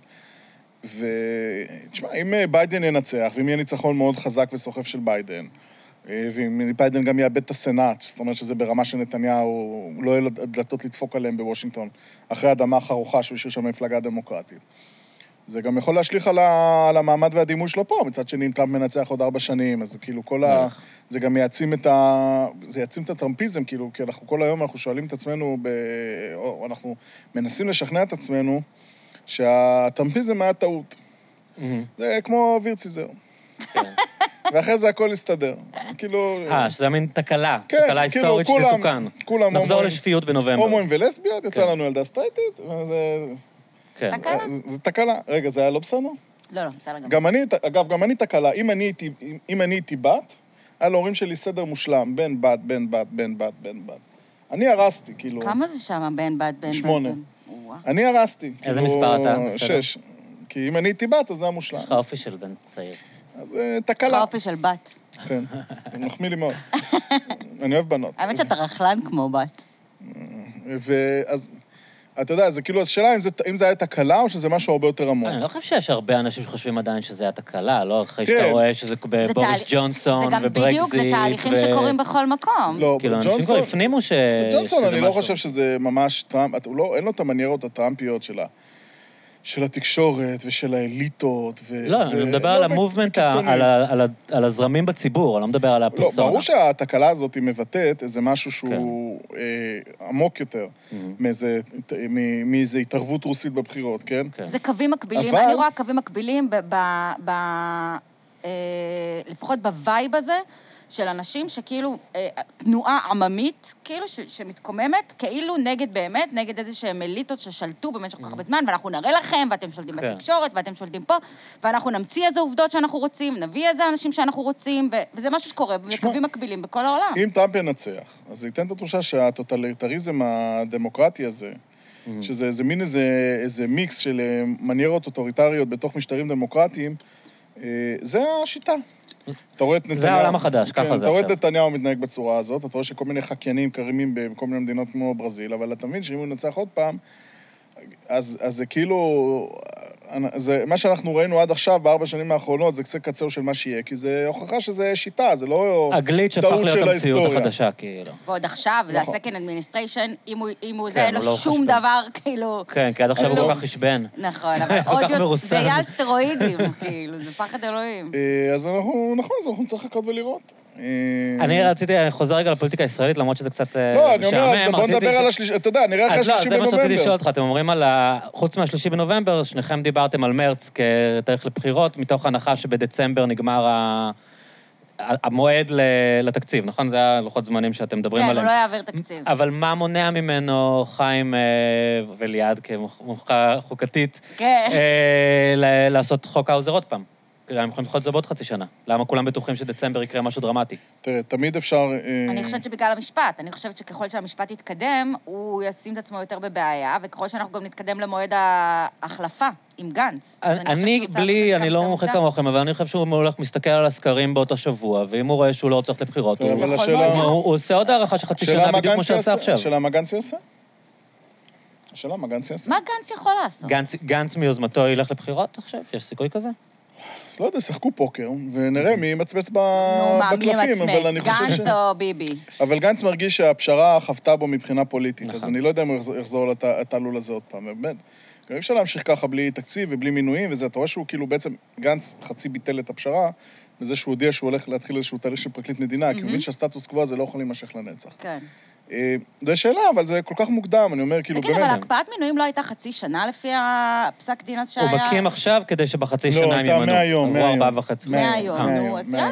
ותשמע, אם ביידן ינצח, ואם יהיה ניצחון מאוד חזק וסוחף של ביידן, ואם ביידן גם יאבד את הסנאט, זאת אומרת שזה ברמה של נתניהו, לא יהיה דלתות לדפוק עליהם בוושינגטון, אחרי האדמה החרוכה שהוא השאיר שם מפלגה דמוקרטית. זה גם יכול להשליך על המעמד והדימוי שלו פה, מצד שני, אם טראמפ מנצח עוד 4 שנים, אז כאילו זה גם יעצים זה יעצים את הטראמפיזם, כאילו, כי אנחנו כל היום, אנחנו שואלים את עצמנו, או אנחנו מנסים לשכנע את עצמנו, שהטראמפיזם היה טעות. זה כמו וירציזר. ואחרי זה הכל יסתדר. כאילו... שזה מין תקלה. תקלה היסטורית שתוקן. נחזור לשפיות בנובמבר. הומואים ולסביות, יצא לנו ילדה סטרייטית, תקלה? זה תקלה. רגע, זה היה לא בסדר? לא, בסדר גם. אגב, גם אני תקלה. אם אני הייתי בת, היה להורים שלי סדר מושלם, בן בת, בן בת, בן בת, בן בת. אני הרסתי, כאילו... כמה זה שם, בן בת, בן בת? 8. אני הרסתי. איזה מספר אתה? 6. כי אם אני הייתי בת, אז זה היה מושלם. יש לך אופי של בן צעיר. אז תקלה. יש לך אופי של בת. כן, מחמיא לי מאוד. אני אוהב בנות. האמת שאתה רכלן כמו בת. ואז, אתה יודע, זה כאילו, השאלה אם זה היה תקלה או שזה משהו הרבה יותר עמוק. אני לא חושב שיש הרבה אנשים שחושבים עדיין שזה היה תקלה, לא? אחרי שאתה רואה שזה בבוריס ג'ונסון וברקזיט. זה גם בדיוק, זה תהליכים שקורים בכל מקום. לא, כאילו, אנשים כבר הפנימו שזה משהו. ג'ונסון, אני לא חושב שזה ממש טראמפ, אין לו את המניירות הטראמפיות של התקשורת ושל האליטות. לא, אני מדבר על המובמנט, על הזרמים בציבור, אני לא מדבר על הפרסונה. לא, ברור שהתקלה הזאת היא מבטאת איזה משהו שהוא עמוק יותר, מאיזו התערבות רוסית בבחירות, כן? זה קווים מקבילים, אני רואה קווים מקבילים לפחות בווייב הזה, של אנשים שכאילו, תנועה עממית, כאילו שמתקוממת, כאילו נגד באמת, נגד איזה שהם אליטות ששלטו במשך כל כך הרבה זמן, ואנחנו נראה לכם, ואתם שולטים בתקשורת, ואתם שולטים פה, ואנחנו נמציא איזה עובדות שאנחנו רוצים, נביא איזה אנשים שאנחנו רוצים, וזה משהו שקורה, בקווים מקבילים בכל העולם. אם טראמפ ינצח, אז זה ייתן את התחושה שהטוטליטריזם הדמוקרטי הזה, שזה מין איזה מיקס של מניירות אוטוריטריות בתוך משטרים דמוקרטיים, זה השיטה. זה העולם החדש, ככה זה עכשיו. אתה רואה את נתניהו מתנהג בצורה הזאת, אתה רואה שכל מיני חקיינים קרימים בכל מיני מדינות כמו ברזיל, אבל אתה מבין שאם הוא ינצח עוד פעם, אז זה כאילו, מה שאנחנו ראינו עד עכשיו, ב4 שנים האחרונות, זה קצה קצהו של מה שיהיה, כי זה הוכחה שזה שיטה, זה לא טעות של ההיסטוריה. הגליץ' הפך להיות המציאות החדשה, כאילו. ועוד עכשיו, זה ה-second administration, אם הוא זה, אין לו שום דבר, כאילו... כן, כי עד עכשיו הוא כל כך חשבן. נכון, אבל עוד יותר, זה יד סטרואידים, כאילו, זה פחד אלוהים. אז אנחנו נצטרך לחכות ולראות. אני חוזר רגע לפוליטיקה הישראלית, למרות שזה קצת לא, אני אומר, אז בוא נדבר על השלישי, אתה יודע, נראה אחרי השלישי בנובמבר. אז לא, זה מה שרציתי לשאול אותך, אתם אומרים על חוץ מה3 בנובמבר, שניכם דיברתם על מרץ כתאריך לבחירות, מתוך הנחה שבדצמבר נגמר המועד לתקציב, נכון? זה הלוחות זמנים שאתם מדברים עליהם. כן, הוא לא יעביר תקציב. אבל מה מונע ממנו, חיים וליעד כמומחה חוקתית, לעשות חוק האוזר עוד פעם? הם יכולים לדחות את זה בעוד חצי שנה. למה כולם בטוחים שדצמבר יקרה משהו דרמטי? תראה, תמיד אפשר... אני חושבת שבגלל המשפט. אני חושבת שככל שהמשפט יתקדם, הוא ישים את עצמו יותר בבעיה, וככל שאנחנו גם נתקדם למועד ההחלפה עם גנץ. אני לא מומחה כמוכם, אבל אני חושב שהוא הולך מסתכל על הסקרים באותו שבוע, ואם הוא רואה שהוא לא רוצה ללכת לבחירות, הוא עושה עוד הערכה של חצי שנה בדיוק כמו שעשה עכשיו. השאלה מה גנץ יעשה? השאלה מה גנץ יעשה? מה גנץ יכול לעשות? גנץ מיוזמתו ילך לבחירות עכשיו? יש סיכוי כזה? לא יודע, שחקו פוקר, ונראה מי ימצמץ בקלפים, אבל אני חושב גנץ או ביבי. אבל גנץ מרגיש שהפשרה חפתה בו מבחינה פוליטית, אז אני לא יודע אם הוא יחזור לתעלול הזה עוד פעם, באמת. אי אפשר להמשיך ככה בלי תקציב ובלי מינויים, וזה, אתה רואה שהוא כאילו בעצם, גנץ חצי ביטל את הפשרה, וזה שהוא הודיע שהוא הולך להתחיל איזשהו תהליך של פרקליט מדינה, כי הוא מבין שהסטטוס קוו הזה לא יכול להימשך לנצח. כן. זו שאלה, אבל זה כל כך מוקדם, אני אומר, כאילו, באמת... תגיד, אבל הקפאת מינויים לא הייתה חצי שנה לפי הפסק דין אז שהיה... הוא מקים עכשיו כדי שבחצי שנה הם ימנו. לא, הייתה 100 יום. עברו 4.5. נו, אז יאללה.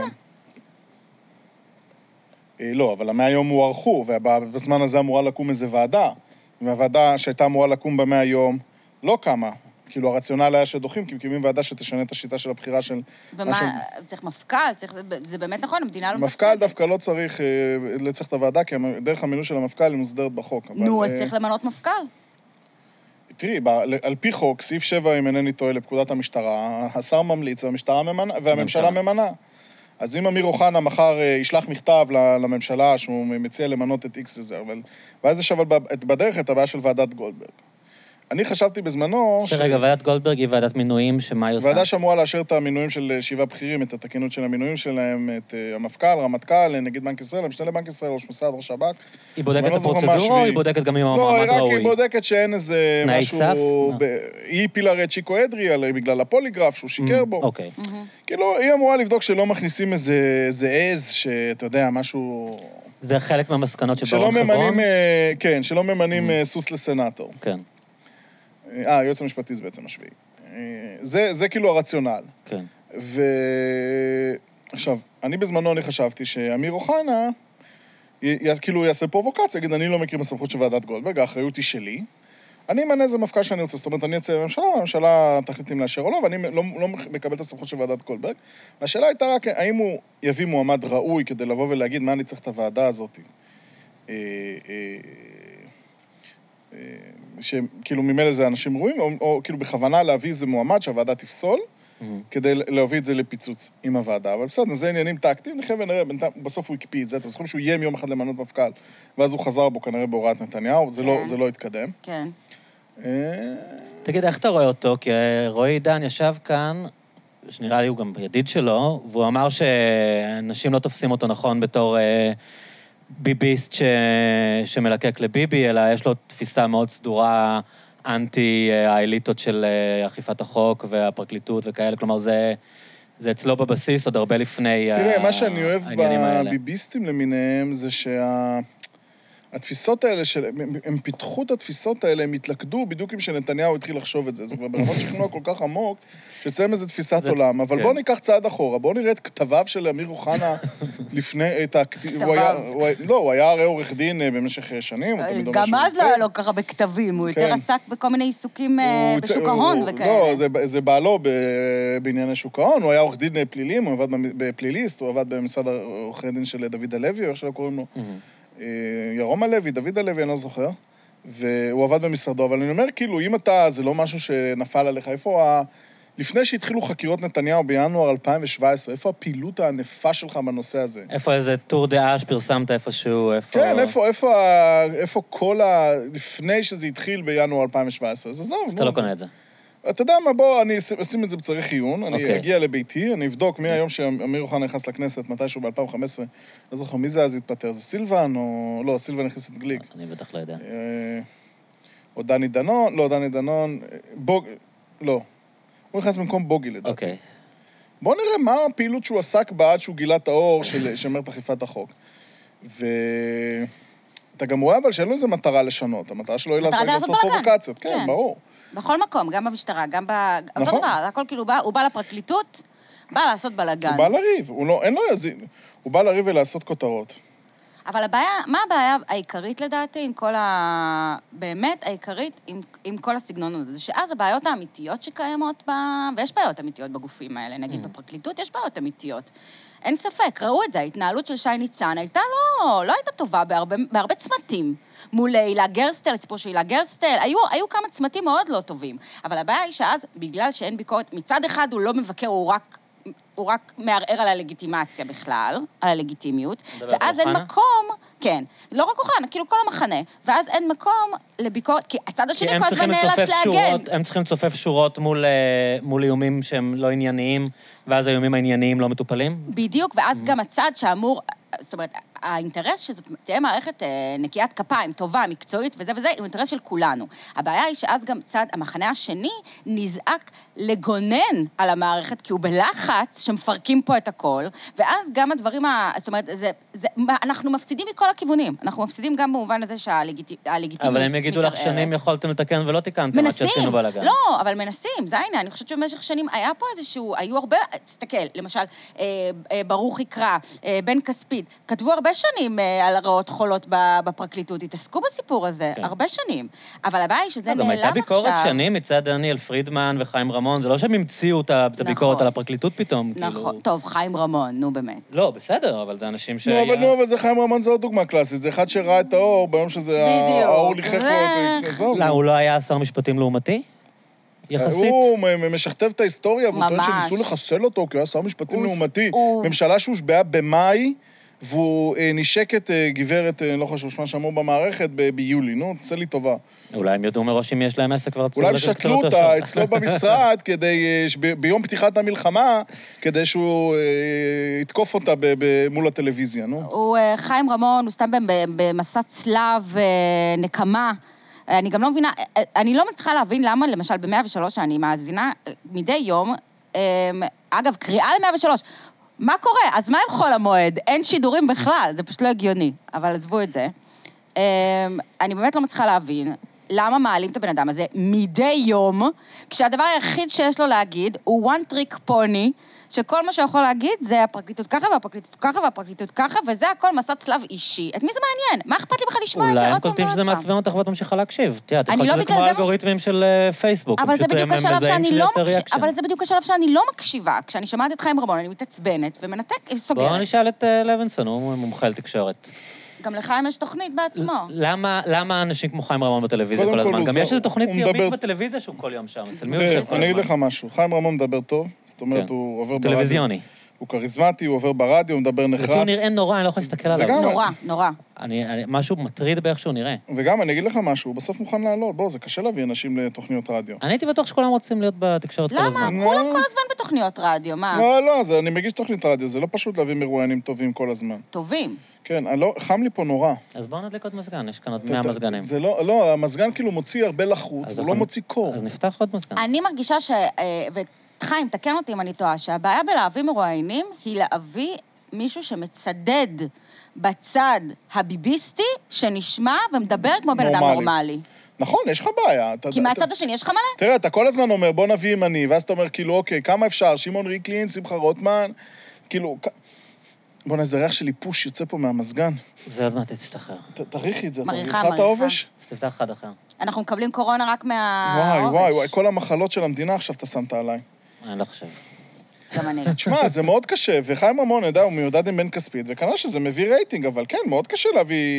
לא, אבל 100 יום הוארכו, ובזמן הזה אמורה לקום איזו ועדה, והוועדה שהייתה אמורה לקום ב100 יום, לא קמה. כאילו, הרציונל היה שדוחים, כי מקימים ועדה שתשנה את השיטה של הבחירה של... ומה, צריך מפכ"ל? זה באמת נכון, המדינה לא... מפכ"ל דווקא לא צריך את הוועדה, כי דרך המינוי של המפכ"ל היא מוסדרת בחוק. נו, אז צריך למנות מפכ"ל. תראי, על פי חוק, סעיף 7, אם אינני טועה, לפקודת המשטרה, השר ממליץ והממשלה ממנה. אז אם אמיר אוחנה מחר ישלח מכתב לממשלה שהוא מציע למנות את איקס הזה, ואז יש אבל בדרך את הבעיה של ועדת גולדברג. אני חשבתי בזמנו... רגע, ועדת גולדברג היא ועדת מינויים, שמה היא עושה? ועדה שאמורה לאשר את המינויים של 7 בכירים, את התקינות של המינויים שלהם, את המפכ"ל, רמטכ"ל, נגיד בנק ישראל, המשנה לבנק ישראל, ראש מוסד, ראש שב"כ. היא בודקת את הפרוצדורה או היא בודקת גם עם המעמד ראוי? לא, רק היא בודקת שאין איזה משהו... היא הפילה הרי את צ'יקו אדרי בגלל הפוליגרף שהוא שיקר בו. אוקיי. כאילו, היא אמורה לבדוק שלא מכניסים איזה עז, שאתה יודע, משהו... זה חלק מהמסקנות שברון חברון? כן, שלא ממנים סוס לסנאטור. כן. היועץ המשפטי זה בעצם השביעי. זה כאילו הרציונל. כן. עכשיו, בזמנו אני חשבתי שאמיר אוחנה, כאילו יעשה פרובוקציה, יגיד, אני לא מכיר בסמכות של ועדת גולדברג, האחריות היא שלי. אני אמנה איזה מפכ"ל שאני רוצה, זאת אומרת, אני אצא לממשלה, והממשלה תחליט אם לאשר או לא, ואני לא מקבל את הסמכות של ועדת גולדברג. והשאלה הייתה רק, האם הוא יביא מועמד ראוי כדי לבוא ולהגיד מה אני צריך את הוועדה הזאת? שכאילו ממילא זה אנשים ראויים, או כאילו בכוונה להביא איזה מועמד שהוועדה תפסול, כדי להביא את זה לפיצוץ עם הוועדה. אבל בסדר, זה עניינים טקטיים, נחיה ונראה, בסוף הוא הקפיא את זה, אתם זוכרים שהוא איים יום אחד למנות מפכ"ל, ואז הוא חזר בו כנראה בהוראת נתניהו, זה לא התקדם. כן. תגיד, איך אתה רואה אותו? כי רועי עידן ישב כאן, שנראה לי הוא גם ידיד שלו, והוא אמר שאנשים לא תופסים אותו נכון בתור ביביסט שמלקק לביבי, אלא יש לו תפיסה מאוד סדורה אנטי האליטות של אכיפת החוק והפרקליטות וכאלה, כלומר זה אצלו בבסיס עוד הרבה לפני העניינים האלה. תראה, מה שאני אוהב בביביסטים למיניהם זה התפיסות האלה, הם פיתחו את התפיסות האלה, הם התלכדו בדיוק עם שנתניהו התחיל לחשוב את זה. זה כבר ברמות שכנוע כל כך עמוק, שיוצא מזה תפיסת עולם. אבל בואו ניקח צעד אחורה, בואו נראה את כתביו של אמיר אוחנה לפני את הוא היה הרי עורך דין במשך שנים. גם אז לא היה לו ככה בכתבים, הוא יותר עסק בכל מיני עיסוקים בשוק ההון וכאלה. לא, זה בעלו בענייני שוק ההון, הוא היה עורך דין פלילים, הוא עבד בפליליסט, הוא עבד במשרד עורכי דין של דוד הלוי, או איך שלא קוראים לו. ירום הלוי, דוד הלוי, אני לא זוכר, והוא עבד במשרדו, אבל אני אומר, כאילו, אם זה לא משהו שנפל עליך, איפה לפני שהתחילו חקירות נתניהו בינואר 2017, איפה הפעילות הענפה שלך בנושא הזה? איפה איזה טור דעה שפרסמת איפשהו, איפה... כן, איפה כל לפני שזה התחיל בינואר 2017, אז זהו. אתה לא קונה את זה. אתה יודע מה, בוא, אני אשים את זה בצריך עיון, אני אגיע לביתי, אני אבדוק מהיום שאמיר אוחנה נכנס לכנסת, מתישהו ב-2015, לא זוכר, מי זה אז התפטר? זה סילבן או... לא, סילבן נכנס את גליק. אני בטח לא יודע. או דני דנון, לא, דני דנון, לא. הוא נכנס במקום בוגי, לדעתי. אוקיי. בוא נראה מה הפעילות שהוא עסק בה עד שהוא גילה את האור של שמרת אכיפת החוק. אתה גם רואה אבל שאין לו איזה מטרה לשנות, המטרה שלו היא לעשות פרובוקציות. כן, ברור. בכל מקום, גם במשטרה, גם נכון. הכל כאילו הוא בא לפרקליטות, בא לעשות בלגן. הוא בא לריב, הוא בא לריב ולעשות כותרות. אבל מה הבעיה העיקרית לדעתי עם כל באמת העיקרית עם כל הסגנון הזה? זה שאז הבעיות האמיתיות שקיימות ויש בעיות אמיתיות בגופים האלה, נגיד בפרקליטות יש בעיות אמיתיות. אין ספק, ראו את זה, ההתנהלות של שי ניצן הייתה לא הייתה טובה בהרבה צמתים. מול הילה גרסטל, הסיפור של הילה גרסטל, היו כמה צמתים מאוד לא טובים. אבל הבעיה היא שאז, בגלל שאין ביקורת, מצד אחד הוא לא מבקר, הוא רק מערער על הלגיטימציה בכלל, על הלגיטימיות, ואז אין מקום, כן, לא רק אוחנה, כאילו כל המחנה, ואז אין מקום לביקורת, כי הצד השני כל הזמן נאלץ להגן. הם צריכים לצופף שורות מול איומים שהם לא ענייניים, ואז האיומים הענייניים לא מטופלים? בדיוק, ואז גם הצד שאמור, זאת אומרת, האינטרס שזאת תהיה מערכת נקיית כפיים, טובה, מקצועית וזה וזה, הוא אינטרס של כולנו. הבעיה היא שאז גם צד, המחנה השני נזעק לגונן על המערכת, כי הוא בלחץ שמפרקים פה את הכל, ואז גם הדברים, זאת אומרת, אנחנו מפסידים מכל הכיוונים. אנחנו מפסידים גם במובן הזה שהלגיטימיות... אבל הם יגידו לך שנים יכולתם לתקן ולא תיקנתם, עד שעשינו בלגן. לא, אבל מנסים, זה העניין. אני חושבת שבמשך שנים היה פה איזשהו, היו הרבה, תסתכל, למשל, ברוך יקרא, בן כספית, כתבו הרבה שנים על הרעות חולות בפרקליטות, התעסקו בסיפור הזה, הרבה שנים. אבל הבעיה היא שזה נעלם עכשיו... גם הייתה ביקורת שנים מצד דניאל פרידמן וחיים רמון, זה לא שהם המציאו את הביקורת על הפרקליטות פתאום. נכון, טוב, חיים רמון, נו באמת. לא, בסדר, אבל זה אנשים ש... נו, אבל זה חיים רמון, זו עוד דוגמה קלאסית, זה אחד שראה את האור, ביום שזה האור ליחך לו את... הוא לא היה שר משפטים לעומתי? יחסית? הוא משכתב את ההיסטוריה, והוא טוען שניסו לחסל אותו, כי הוא היה שר משפטים לעומתי. ממשלה שהושבעה במאי והוא נשק את גברת, לא חשוב שמה שאמרו במערכת, ביולי, נו, תעשה לי טובה. אולי הם ידעו מראש אם יש להם עסק כבר... אולי הם שתלו אותה אצלו במשרד, ביום פתיחת המלחמה, כדי שהוא יתקוף אותה מול הטלוויזיה, נו. הוא חיים רמון, הוא סתם במסע צלב נקמה. אני גם לא מבינה, אני לא מצליחה להבין למה, למשל, ב-103 שאני מאזינה מדי יום, אגב, קריאה ל-103, מה קורה? אז מה עם חול המועד? אין שידורים בכלל, זה פשוט לא הגיוני, אבל עזבו את זה. אני באמת לא מצליחה להבין למה מעלים את הבן אדם הזה מדי יום, כשהדבר היחיד שיש לו להגיד הוא one trick pony, שכל מה שהוא יכול להגיד זה הפרקליטות ככה והפרקליטות ככה והפרקליטות ככה, וזה הכל מסע צלב אישי. את מי זה מעניין? מה אכפת לי בכלל לשמוע את זה? אולי הם קולטים שזה מעצבן אותך ואת ממשיכה להקשיב. תראה, אתה יכול שזה כמו האלגוריתמים של פייסבוק. אבל זה בדיוק השלב שאני לא מקשיבה. כשאני שומעת את חיים רמון, אני מתעצבנת וסוגרת. בואו נשאל את לוינסון, הוא מומחה לתקשורת. גם לחיים יש תוכנית בעצמו. למה אנשים כמו חיים רמון בטלוויזיה כל הזמן? גם יש איזו תוכנית יומית בטלוויזיה שהוא כל יום שם. אני אגיד לך משהו, חיים רמון מדבר טוב, זאת אומרת, הוא עובר ברדיו. טלוויזיוני. הוא כריזמטי, הוא עובר ברדיו, הוא מדבר נחרץ. הוא נראה נורא, אני לא יכול להסתכל עליו. נורא. משהו מטריד באיך שהוא נראה. וגם, אני אגיד לך משהו, הוא בסוף מוכן לעלות. בוא, זה קשה להביא אנשים לתוכניות רדיו. אני הייתי בטוח שכולם רוצים להיות בתקשורת כל הזמן. למה? כולם כל הזמן בתוכניות רדיו, מה? לא, אני מגיש תוכנית רדיו, זה לא פשוט להביא מרואיינים טובים כל הזמן. טובים. כן, חם לי פה נורא. אז בואו נדליק עוד מזגן, יש כאן עוד 100 מזגנים. זה לא, המזגן כאילו מוציא הרבה לחות, הוא לא מוציא קור. אז נפתח עוד מזגן. אני מרגישה חיים, תקן אותי אם אני טועה, שהבעיה בלהביא מרואיינים היא להביא מישהו שמצדד בצד הביביסטי, שנשמע ומדבר כמו בן אדם נורמלי. נכון, יש לך בעיה. כי מהצד השני יש לך מלא. תראה, אתה כל הזמן אומר, בוא נביא ימני, ואז אתה אומר, כאילו, אוקיי, כמה אפשר? שמעון ריקלין, שמחה רוטמן, כאילו, בוא נעשה ריח של איפוש יוצא פה מהמזגן. זה עוד מעט תשתחרר. תריחי את זה, תריחה את העובש? תפתח אחד אחר. אנחנו מקבלים קורונה רק מהעובש. וואי, כל המחלות של המדינה עכשיו אתה שמת עליי. אני לא חושב. גם אני לא. תשמע, זה מאוד קשה, וחיים רמון, יודע, הוא מיודד עם בן כספית, וכנראה שזה מביא רייטינג, אבל כן, מאוד קשה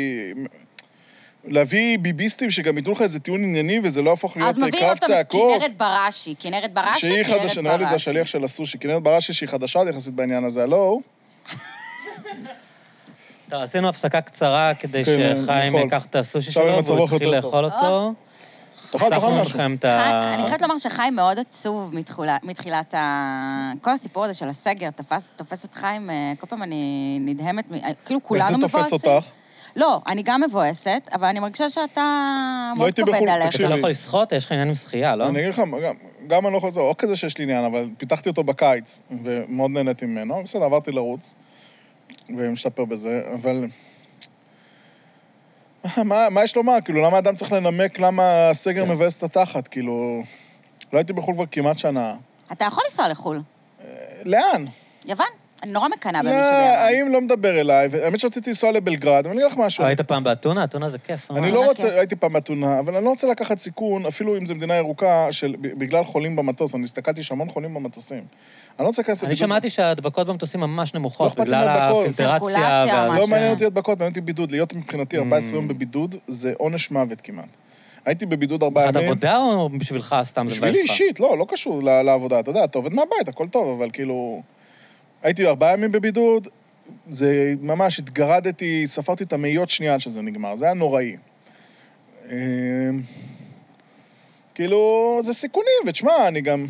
להביא ביביסטים שגם ייתנו לך איזה טיעון ענייני, וזה לא הפוך להיות קרב צעקות. כנרת בראשי. נראה לי זה השליח של הסושי. כנרת בראשי שהיא חדשה יחסית בעניין הזה, הלו? טוב, עשינו הפסקה קצרה כדי שחיים ייקח את הסושי שלו, והוא התחיל לאכול אותו. תאכל משהו. אני חייבת לומר שחיים מאוד עצוב מתחילת כל הסיפור הזה של הסגר, תופס את חיים, כל פעם אני נדהמת, כאילו כולנו מבואסים. איך זה תופס אותך? לא, אני גם מבואסת, אבל אני מרגישה שאתה מאוד כובד עליך. אתה לא יכול לשחות, יש לך עניין עם שחייה, לא? אני אגיד לך, גם אני לא יכול לזה, או כזה שיש לי עניין, אבל פיתחתי אותו בקיץ, ומאוד נהניתי ממנו, בסדר, עברתי לרוץ, ומשתפר בזה, אבל... מה יש לומר? כאילו, למה האדם צריך לנמק למה הסגר מבאס את התחת? כאילו, לא הייתי בחול כבר כמעט שנה. אתה יכול לנסוע לחול. לאן? יוון. אני נורא מקנה במישהו ביוון. האם לא מדבר אליי, האמת שרציתי לנסוע לבלגרד, אבל אני אגיד לך משהו. היית פעם באתונה? אתונה זה כיף. אני לא רוצה, הייתי פעם באתונה, אבל אני לא רוצה לקחת סיכון, אפילו אם זו מדינה ירוקה, בגלל חולים במטוס, אני הסתכלתי שהמון חולים במטוסים. אני לא רוצה להיכנס אני שמעתי שההדבקות במטוסים ממש נמוכות, בגלל הפילטרציה. לא מעניין אותי הדבקות, מעניין אותי בידוד. להיות מבחינתי 14 יום בבידוד, זה עונש מוות כמעט. הייתי בבידוד 4 ימים. עד עבודה או בשבילך סתם? בשבילי אישית, לא קשור לעבודה. אתה יודע, אתה עובד מהבית, הכל טוב, אבל כאילו... הייתי 4 ימים בבידוד, זה ממש התגרדתי, ספרתי את המאיות שנייה עד שזה נגמר, זה היה נוראי. כאילו, זה סיכונים, ותשמע, אני גם...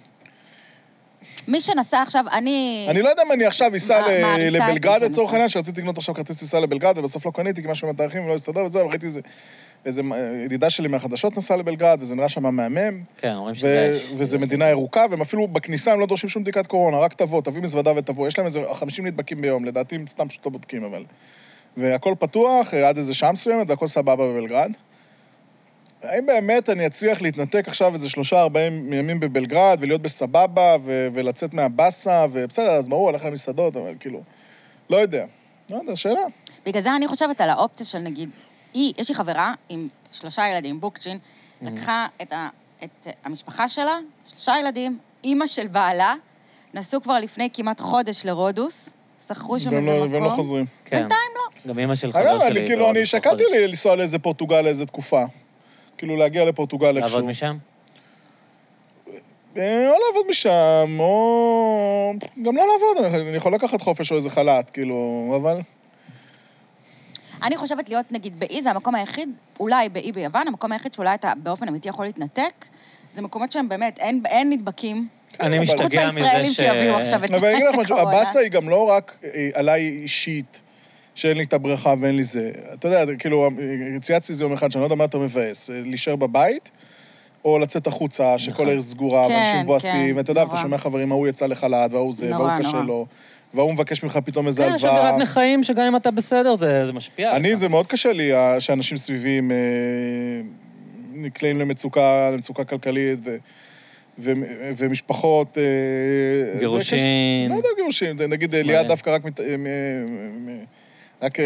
מי שנסע עכשיו, אני לא יודע אם אני עכשיו אסע לבלגרד לצורך העניין, שרציתי לקנות עכשיו כרטיס טיסה לבלגרד, ובסוף לא קניתי, כי משהו מתארחים ולא הסתדר וזה, אבל ראיתי איזה ידידה שלי מהחדשות נסעה לבלגרד, וזה נראה שם מהמם. כן, אומרים שזה... וזה מדינה ירוקה, והם אפילו בכניסה הם לא דורשים שום בדיקת קורונה, רק תביא מזוודה ותבוא. יש להם איזה 50 נדבקים ביום, לדעתי הם סתם פשוט לא בודקים, אבל... והכל פתוח, עד איזה שעה מסוימת, והכל סבבה בבלגרד. האם באמת אני אצליח להתנתק עכשיו איזה 3-4 ימים בבלגרד, ולהיות בסבבה, ולצאת מהבאסה, ובסדר, אז ברור, הלך למסעדות, אבל כאילו... לא יודע, שאלה. בגלל זה אני חושבת על האופציה של נגיד... יש לי חברה עם 3 ילדים, בוקצ'ין, לקחה את המשפחה שלה, 3 ילדים, אמא של בעלה, נסעו כבר לפני כמעט חודש לרודוס, שכרו שם איזה מקום. והם לא חוזרים. בינתיים לא. גם אמא של חבר שלי. כאילו, אני שקלתי לנסוע לאיזה פורטוגל לאיזה תקופה. כאילו, להגיע לפורטוגל איכשהו. לעבוד משם? או לעבוד משם, או גם לא לעבוד, אני יכול לקחת חופש או איזה חל"ת, כאילו, אבל... אני חושבת להיות, נגיד, באי, זה המקום היחיד, אולי באי ביוון, המקום היחיד שאולי אתה באופן אמיתי יכול להתנתק, זה מקומות שהם באמת, אין נדבקים. אני משתגע מזה מהישראלים שיביאו עכשיו את אבל אני אגיד לך משהו, הקורונה. הבאסה היא גם לא רק עליי אישית, שאין לי את הבריכה ואין לי זה. אתה יודע, כאילו, צייצתי זה יום אחד, שאני לא יודע מה יותר מבאס, להישאר בבית, או לצאת החוצה, שכל העיר סגורה, ואנשים מבואסים, ואתה יודע, אתה שומע חברים, ההוא יצא לחל"ת, והוא זה, והוא קשה לו, והוא מבקש ממך פתאום איזה הלוואה. כן, יש אווירת נחיים שגם אם אתה בסדר, זה משפיע. זה מאוד קשה לי, שאנשים סביבים נקלעים למצוקה כלכלית, ומשפחות... גירושין. לא יודע, גירושין. נגיד, ליד דווקא רק...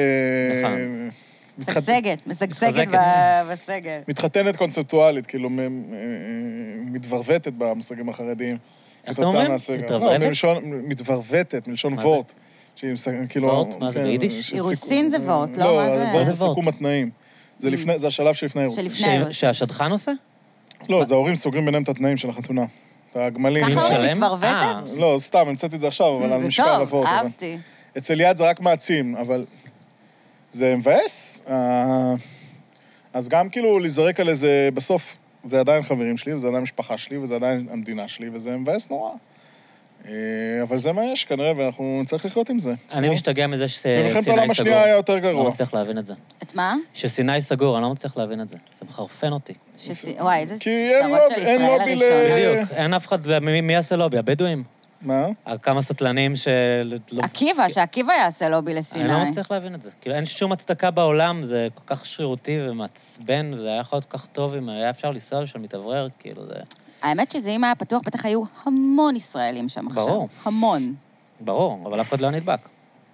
משגשגת בסגת. מתחתנת קונספטואלית, כאילו, מתברבטת במושגים החרדיים. איך אתם אומרים? מתברבטת? מתברבטת, מלשון וורט. וורט? מה זה ביידיש? אירוסין זה וורט, לא? לא, וורט זה סיכום התנאים. זה השלב שלפני אירוסין. שהשדכן עושה? לא, זה ההורים סוגרים ביניהם את התנאים של החתונה. את הגמלים. ככה אומרים מתברבטת? לא, סתם, המצאתי את זה עכשיו, אבל על משקל טוב, אבות. אהבתי. אצל יד זה רק מעצים, אבל זה מבאס. אז גם כאילו להיזרק על איזה, בסוף זה עדיין חברים שלי, וזה עדיין משפחה שלי, וזה עדיין המדינה שלי, וזה מבאס נורא. אבל זה מה יש, כנראה, ואנחנו נצטרך לחיות עם זה. אני משתגע מזה שסיני סגור. במלחמת העולם השנייה היה יותר גרוע. לא מצליח להבין את זה. את מה? שסיני סגור, אני לא מצליח להבין את זה. זה מחרפן אותי. וואי, איזה כי צרות של ישראל לובי הראשונה. בדיוק, אין אף אחד, מי יעשה לובי? הבדואים? מה? כמה סטלנים עקיבא, שעקיבא יעשה לובי לסיני. אני לא מצליח להבין את זה. כאילו, אין שום הצדקה בעולם, זה כל כך שרירותי ומעצבן, וזה היה יכול להיות כל כך טוב אם היה אפשר לנסוע לשם, מתאוורר, כאילו זה... האמת שזה אם היה פתוח, בטח היו המון ישראלים שם עכשיו. ברור. המון. ברור, אבל אף אחד לא נדבק.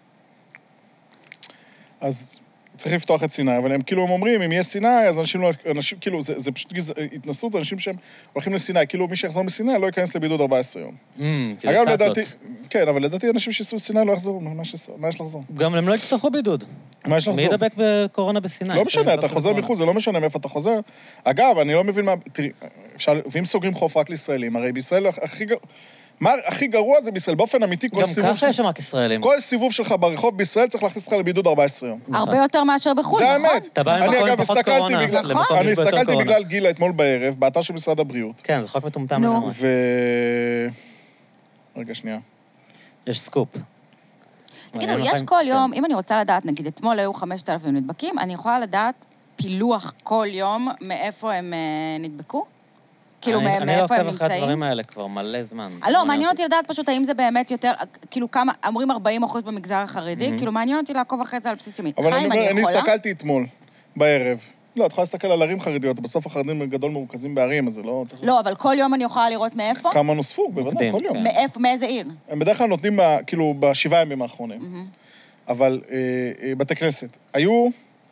אז צריך לפתוח את סיני, אבל הם כאילו הם אומרים, אם יהיה סיני, אז אנשים כאילו, זה פשוט התנסות, אנשים שהם הולכים לסיני, כאילו מי שיחזור מסיני לא ייכנס לבידוד 14 יום. אגב, לדעתי, כן, אבל לדעתי אנשים שיסעו לסיני לא יחזרו, מה יש לחזור? גם הם לא יצטרכו בידוד. מה יש לחזור? מי ידבק בקורונה בסיני? לא משנה, אתה חוזר מחוץ, זה לא משנה מאיפה אתה חוזר. אגב, אני לא מבין מה, תראי, ואם סוגרים חוף רק לישראלים, הרי בישראל מה הכי גרוע זה בישראל, באופן אמיתי, כל סיבוב... גם ככה יש שם רק ישראלים. כל סיבוב שלך ברחוב בישראל צריך להכניס לך לבידוד 14 יום. הרבה יותר מאשר בחו"ל, נכון? זה האמת. אתה בא ממקום עם פחות קורונה. אני הסתכלתי בגלל גילה אתמול בערב, באתר של משרד הבריאות. כן, זה חוק מטומטם לגמרי. רגע, שנייה. יש סקופ. תגידו, יש כל יום, אם אני רוצה לדעת, נגיד, אתמול היו 5,000 נדבקים, אני יכולה לדעת פילוח כל יום מאיפה הם נדבקו? כאילו, מאיפה הם נמצאים? אני לא עוקב אחרי הדברים האלה כבר מלא זמן. לא, מעניין אותי לדעת פשוט האם זה באמת יותר, כאילו כמה, אמורים 40% במגזר החרדי, כאילו מעניין אותי לעקוב אחרי זה על בסיס יומי. אבל אני הסתכלתי אתמול, בערב. לא, את יכולה להסתכל על ערים חרדיות, בסוף החרדים גדול מרוכזים בערים, אז זה לא צריך... לא, אבל כל יום אני יכולה לראות מאיפה? כמה נוספו, בוודאי, כל יום. מאיפה, מאיזה עיר? הם בדרך כלל נותנים, כאילו, ב7 ימים האחרונים. אבל בתי כנסת. היו...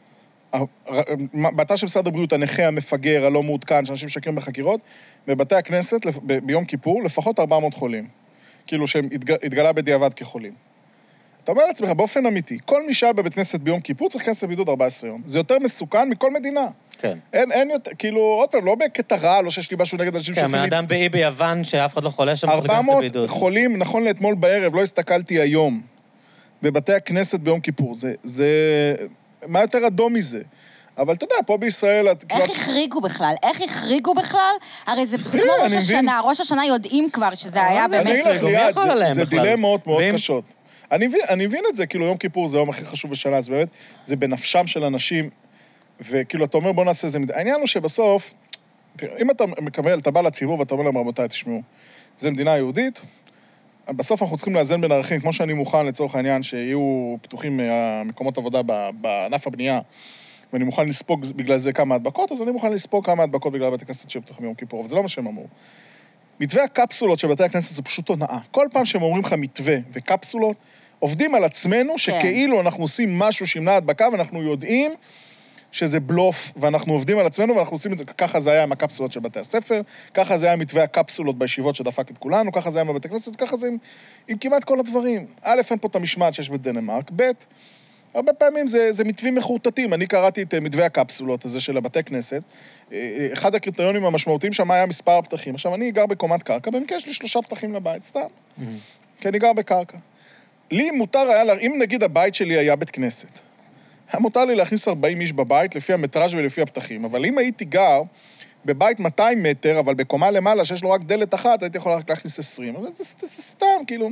באתר של משרד הבריאות, הנכה, המפגר, הלא מעודכן, שאנשים משקרים בחקירות, בבתי הכנסת, ביום כיפור, לפחות 400 חולים. כאילו שהם התגלה בדיעבד כחולים. אתה אומר לעצמך, באופן אמיתי, כל מי שהיה בבית כנסת ביום כיפור צריך להיכנס לבידוד 14 יום. זה יותר מסוכן מכל מדינה. כן. אין יותר, כאילו, עוד פעם, לא בקטע רע, לא שיש לי משהו נגד אנשים כן, מהאדם באי ביוון, שאף אחד לא חולה שם, 400 חולים, נכון לאתמול בערב, לא הסתכלתי היום, בבתי הכנסת ביום כיפור. זה... מה יותר אדום מזה? אבל אתה יודע, פה בישראל... איך החריגו בכלל? איך החריגו בכלל? הרי זה כמו ראש השנה. ראש השנה יודעים כבר שזה היה באמת... אני אלך ליד, זה דילמות מאוד קשות. אני מבין את זה, כאילו יום כיפור זה היום הכי חשוב בשנה, אז באמת, זה בנפשם של אנשים, וכאילו אתה אומר בוא נעשה זה... העניין הוא שבסוף, אם אתה מקבל, אתה בא לציבור ואתה אומר להם רבותיי, תשמעו, זה מדינה יהודית, בסוף אנחנו צריכים לאזן בין ערכים, כמו שאני מוכן לצורך העניין שיהיו פתוחים מקומות עבודה בענף הבנייה, ואני מוכן לספוג בגלל זה כמה הדבקות, אז אני מוכן לספוג כמה הדבקות בגלל בתי הכנסת שהם פתוחים ביום כיפור, אבל זה לא מה שהם אמרו. מתווה הקפסולות של בתי הכנסת זה פשוט הונאה. כל פעם שהם אומרים לך מתווה וקפסולות, עובדים על עצמנו שכאילו אנחנו עושים משהו שימנע הדבקה, ואנחנו יודעים שזה בלוף, ואנחנו עובדים על עצמנו, ואנחנו עושים את זה, ככה זה היה עם הקפסולות של בתי הספר, ככה זה היה מתווה הקפסולות בישיבות שדפק את כולנו, ככה זה היה בבתי כנסת, ככה זה עם כמעט כל הדברים. א', אין פה את המשמעת שיש בדנמרק, ב', הרבה פעמים זה מתווים מחורטטים. אני קראתי את מתווה הקפסולות הזה של הבתי כנסת. אחד הקריטריונים המשמעותיים שם היה מספר הפתחים. עכשיו, אני גר בקומת קרקע, במקרה יש לי 3 פתחים לבית, סתם. כי אני גר בקרקע. לי מותר היה, אם נגיד הבית שלי היה בית כנסת, היה מותר לי להכניס 40 איש בבית, לפי המטראז' ולפי הפתחים. אבל אם הייתי גר בבית 200 מטר, אבל בקומה למעלה, שיש לו רק דלת אחת, הייתי יכול רק להכניס 20. אבל זה סתם, כאילו,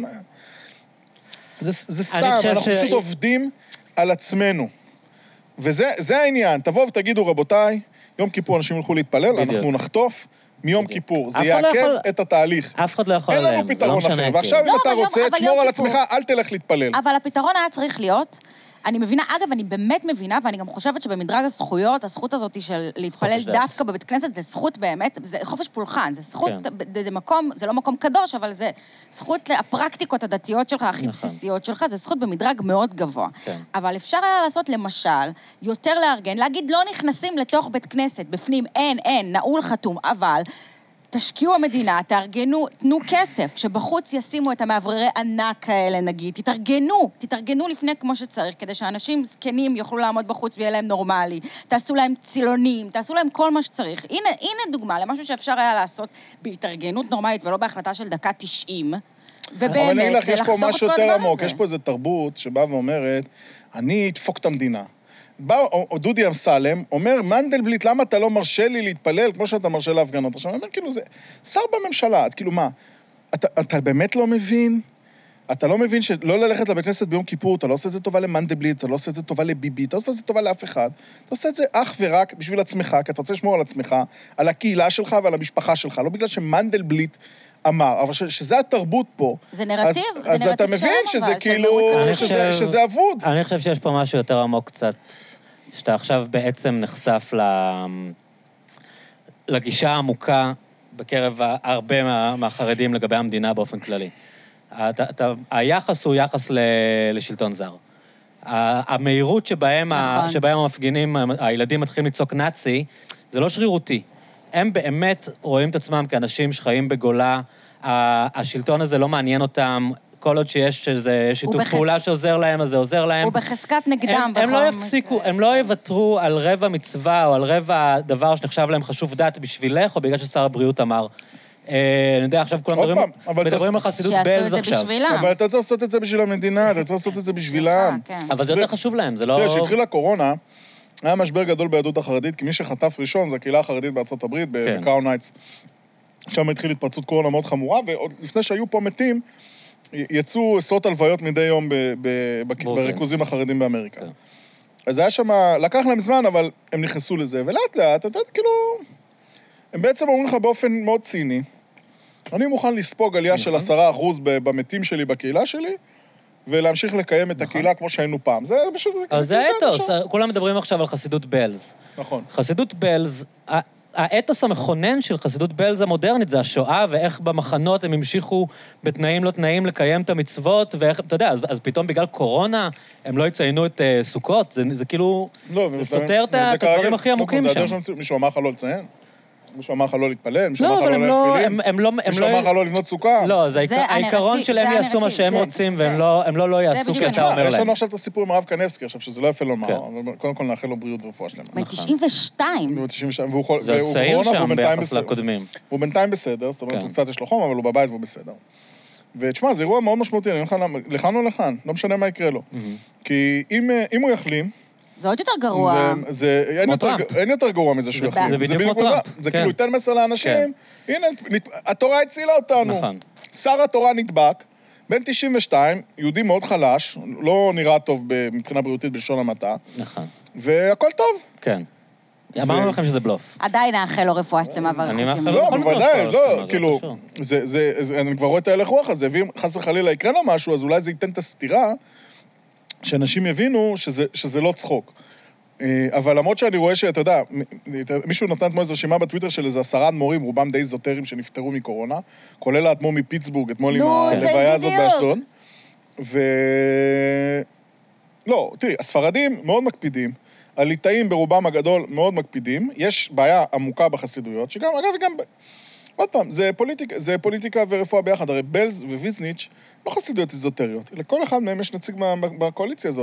זה סתם, אנחנו פשוט עובדים על עצמנו. וזה העניין. תבואו ותגידו, רבותיי, יום כיפור אנשים ילכו להתפלל, אנחנו נחטוף מיום כיפור. זה יעכב את התהליך. אף אחד לא יכול עליהם. אין לנו פתרון אחר. ועכשיו אם אתה רוצה, תשמור על עצמך, אל תלך להתפלל. אבל הפתרון היה צריך להיות... אני מבינה, אגב, אני באמת מבינה, ואני גם חושבת שבמדרג הזכויות, הזכות הזאת של להתפלל דווקא בבית כנסת, זה זכות באמת, זה חופש פולחן, זה זכות, זה מקום, זה לא מקום קדוש, אבל זה זכות לפרקטיקות הדתיות שלך, הכי בסיסיות שלך, זה זכות במדרג מאוד גבוה. אבל אפשר היה לעשות, למשל, יותר לארגן, להגיד, לא נכנסים לתוך בית כנסת, בפנים, אין, נעול חתום, אבל... תשקיעו המדינה, תארגנו, תנו כסף, שבחוץ ישימו את המעבררי ענק האלה, נגיד, תתארגנו לפני כמו שצריך, כדי שאנשים זקנים יוכלו לעמוד בחוץ ויהיה להם נורמלי, תעשו להם צילונים, תעשו להם כל מה שצריך. הנה דוגמה למשהו שאפשר היה לעשות בהתארגנות נורמלית ולא בהחלטה של דקה 90, ובאמת, אבל אני לך, יש פה משהו יותר עמוק, יש פה איזו תרבות שבאה ואומרת, אני אדפוק את המדינה. בא דודי אמסלם, אומר, מנדלבליט, למה אתה לא מרשה לי להתפלל כמו שאתה מרשה להפגנות? עכשיו, אני אומר, כאילו, זה שר בממשלה, כאילו, מה? אתה באמת לא מבין? אתה לא מבין שלא ללכת לבית כנסת ביום כיפור, אתה לא עושה את זה טובה למנדלבליט, אתה לא עושה את זה טובה לביבי, אתה לא עושה את זה טובה לאף אחד, אתה עושה את זה אך ורק בשביל עצמך, כי אתה רוצה לשמור על עצמך, על הקהילה שלך ועל המשפחה שלך, לא בגלל שמנדלבליט אמר, אבל שזה התרבות פה. זה נרטיב, אז אתה מבין שזה כאילו, שזה אבוד. אני חושב שיש פה משהו יותר עמוק קצת, שאתה עכשיו בעצם נחשף לגישה העמוקה בקרב הרבה מהחרדים לגבי המדינה באופן כללי. היחס הוא יחס לשלטון זר. המהירות שבהם המפגינים, הילדים מתחילים לצעוק נאצי, זה לא שרירותי. הם באמת רואים את עצמם כאנשים שחיים בגולה, השלטון הזה לא מעניין אותם, כל עוד שיש איזה שיתוף פעולה שעוזר להם, אז זה עוזר להם. הוא בחזקת נגדם. הם לא יפסיקו, הם לא יוותרו על רבע מצווה, או על רבע דבר שנחשב להם חשוב דת בשבילך, או בגלל ששר הבריאות אמר. אני יודע, עכשיו כולם מדברים על חסידות בלז עכשיו. אבל אתה צריך לעשות את זה בשביל המדינה, אתה צריך לעשות את זה בשבילם. אבל זה יותר חשוב להם, זה לא... תראה, שהתחילה הקורונה, היה משבר גדול ביהדות החרדית, כי מי שחטף ראשון זה הקהילה החרדית בארצות הברית, בקראון הייטס. שם התחיל התפרצות קורונה מאוד חמורה, ועוד לפני שהיו פה מתים, יצאו עשרות הלוויות מדי יום בריכוזים החרדים באמריקה. אז היה שם, לקח להם זמן, אבל הם נכנסו לזה, ולאט לאט, אתה יודע, כאילו, הם בעצם אומרים לך באופן מאוד ציני, אני מוכן לספוג עלייה של 10% במתים שלי בקהילה שלי, ולהמשיך לקיים את הקהילה כמו שהיינו פעם. זה פשוט... אז זה האתוס, כולם מדברים עכשיו על חסידות בלז. נכון. חסידות בלז, האתוס המכונן של חסידות בלז המודרנית זה השואה, ואיך במחנות הם המשיכו בתנאים לא תנאים לקיים את המצוות, ואיך, אתה יודע, אז פתאום בגלל קורונה הם לא יציינו את סוכות, זה כאילו, זה סותר את הדברים הכי עמוקים שם. מישהו אמר לך לא לציין? מישהו אמר לך לא להתפלל? מישהו אמר לך לא להפעילים? מישהו אמר לך לא לבנות סוכה? לא, זה העיקרון שלהם יעשו מה שהם רוצים, והם לא יעשו כי אתה אומר להם. יש לנו עכשיו את הסיפור עם הרב קניבסקי, עכשיו שזה לא יפה לומר, קודם כל נאחל לו בריאות ורפואה שלמה. ב-92. זה עוד צעיר שם ביחס לקודמים. והוא בינתיים בסדר, זאת אומרת, הוא קצת יש לו חום, אבל הוא בבית והוא בסדר. ותשמע, זה אירוע מאוד משמעותי, אני אומר לך, לכאן או לכאן, לא משנה מה יקרה לו. כי אם הוא יחלים, זה עוד יותר גרוע. אין יותר גרוע מזה שהוא יחלים. זה בדיוק כמו טראמפ. זה כאילו ייתן מסר לאנשים, הנה, התורה הצילה אותנו. שר התורה נדבק, בן 92, יהודי מאוד חלש, לא נראה טוב מבחינה בריאותית בלשון המעטה. נכון. והכל טוב. כן. אמרנו לכם שזה בלוף. עדיין נאחל לו רפואה שאתם אני מאחל לו. לא, בוודאי, לא, כאילו, אני כבר רואה את ההלך רוח הזה, ואם חס וחלילה יקרה לו משהו, אז אולי זה ייתן את הסתירה, שאנשים יבינו שזה לא צחוק. אבל למרות שאני רואה שאתה יודע, מישהו נתן אתמול איזו רשימה בטוויטר של איזה 10 אדמו"רים, רובם די איזוטריים שנפטרו מקורונה, כולל האדמו"ר מפיטסבורג, אתמול עם הלוויה הזאת באשדוד. לא, תראי, הספרדים מאוד מקפידים, הליטאים ברובם הגדול מאוד מקפידים, יש בעיה עמוקה בחסידויות, שגם, אגב, גם... עוד פעם, זה פוליטיקה ורפואה ביחד, הרי בלז וויזניץ' לא חסידויות איזוטריות, לכל אחד מהם יש נציג בקואליציה הזאת.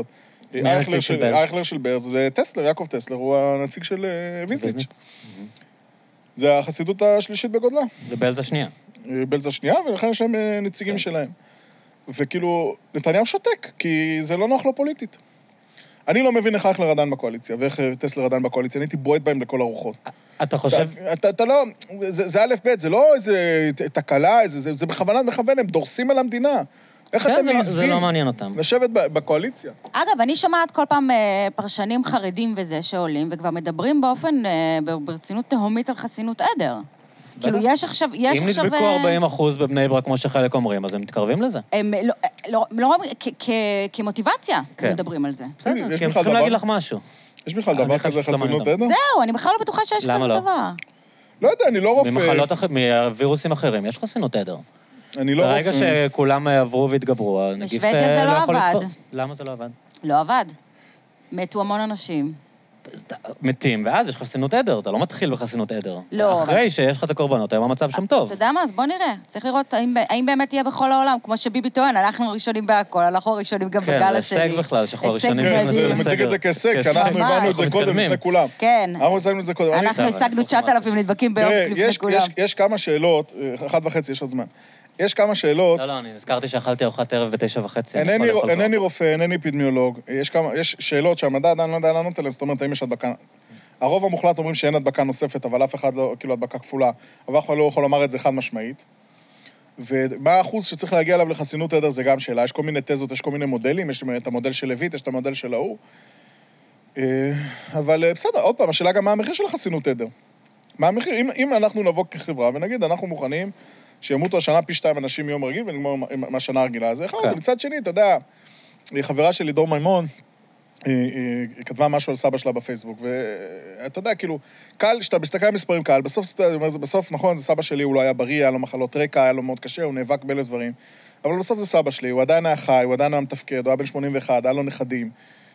אייכלר של ברז, וטסלר, יעקב טסלר, הוא הנציג של ויזניץ'. זה החסידות השלישית בגודלה. זה בלז השנייה. בלז השנייה, ולכן יש להם נציגים שלהם. וכאילו, נתניהו שותק, כי זה לא נוח לו פוליטית. אני לא מבין איך אייכלר עדיין בקואליציה, ואיך טסלר עדיין בקואליציה, אני הייתי בועט בהם לכל הרוחות. אתה חושב... אתה לא... זה א' ב', זה לא איזה תקלה, זה בכוונת מכוון, הם דורסים על המדינה. איך אתם מעיזים? זה לא מעניין אותם. לשבת בקואליציה. אגב, אני שומעת כל פעם פרשנים חרדים וזה שעולים, וכבר מדברים באופן, ברצינות תהומית על חסינות עדר. כאילו, יש עכשיו... אם נדבקו 40% בבני ברק, כמו שחלק אומרים, אז הם מתקרבים לזה. הם לא כמוטיבציה מדברים על זה. בסדר, כי הם צריכים להגיד לך משהו. יש בכלל דבר כזה חסינות עדר? זהו, אני בכלל לא בטוחה שיש כזה דבר. לא יודע, אני לא רופא. מווירוסים אחרים, יש חסינות עדר. אני לא רופא. ברגע שכולם עברו והתגברו, הנגיף... בשוודיה זה לא עבד. למה זה לא עבד? לא עבד. מתו המון אנשים. מתים, ואז יש חסינות עדר, אתה לא מתחיל בחסינות עדר. לא. אחרי שיש לך את הקורבנות, היום המצב שם טוב. אתה יודע מה? אז בוא נראה. צריך לראות האם באמת יהיה בכל העולם, כמו שביבי טוען, אנחנו הראשונים בהכל, אנחנו הראשונים גם בגל השני. כן, הישג בכלל, שאנחנו הראשונים. כן, הוא מציג את זה כהישג, כי אנחנו הבנו את זה קודם לפני כולם. כן. אנחנו השגנו את זה קודם. אנחנו השגנו 9,000 נדבקים ביום לפני כולם. יש כמה שאלות, 1:30, יש עוד זמן. יש כמה שאלות... לא, אני נזכרתי שאכלתי ארוחת ערב ב9:30. אינני רופא, אינני אפידמיולוג. יש שאלות שהמדע עדיין לא יודע לענות עליהן, זאת אומרת, האם יש הדבקה... הרוב המוחלט אומרים שאין הדבקה נוספת, אבל אף אחד לא, כאילו, הדבקה כפולה. אבל אף אחד לא יכול לומר את זה חד משמעית. ומה האחוז שצריך להגיע אליו לחסינות עדר זה גם שאלה. יש כל מיני תזות, יש כל מיני מודלים, יש את המודל של לויט, יש את המודל של ההוא. אבל בסדר, עוד פעם, השאלה גם מה המחיר של החסינות עדר. מה המחיר? אם אנחנו נבוא כחברה ונגיד, אנחנו מוכנים שימותו השנה פי 2 אנשים מיום רגיל ונגמור מהשנה הרגילה. זה אחד, זה מצד שני, אתה יודע, חברה שלי, דור מימון, היא כתבה משהו על סבא שלה בפייסבוק, ואתה יודע, כאילו, קל, שאתה מסתכל על מספרים קל, בסוף, נכון, זה סבא שלי, הוא לא היה בריא, היה לו מחלות רקע, היה לו מאוד קשה, הוא נאבק באלף דברים, אבל בסוף זה סבא שלי, הוא עדיין היה חי, הוא עדיין היה מתפקד, הוא היה בן 81, היה לו נכדים,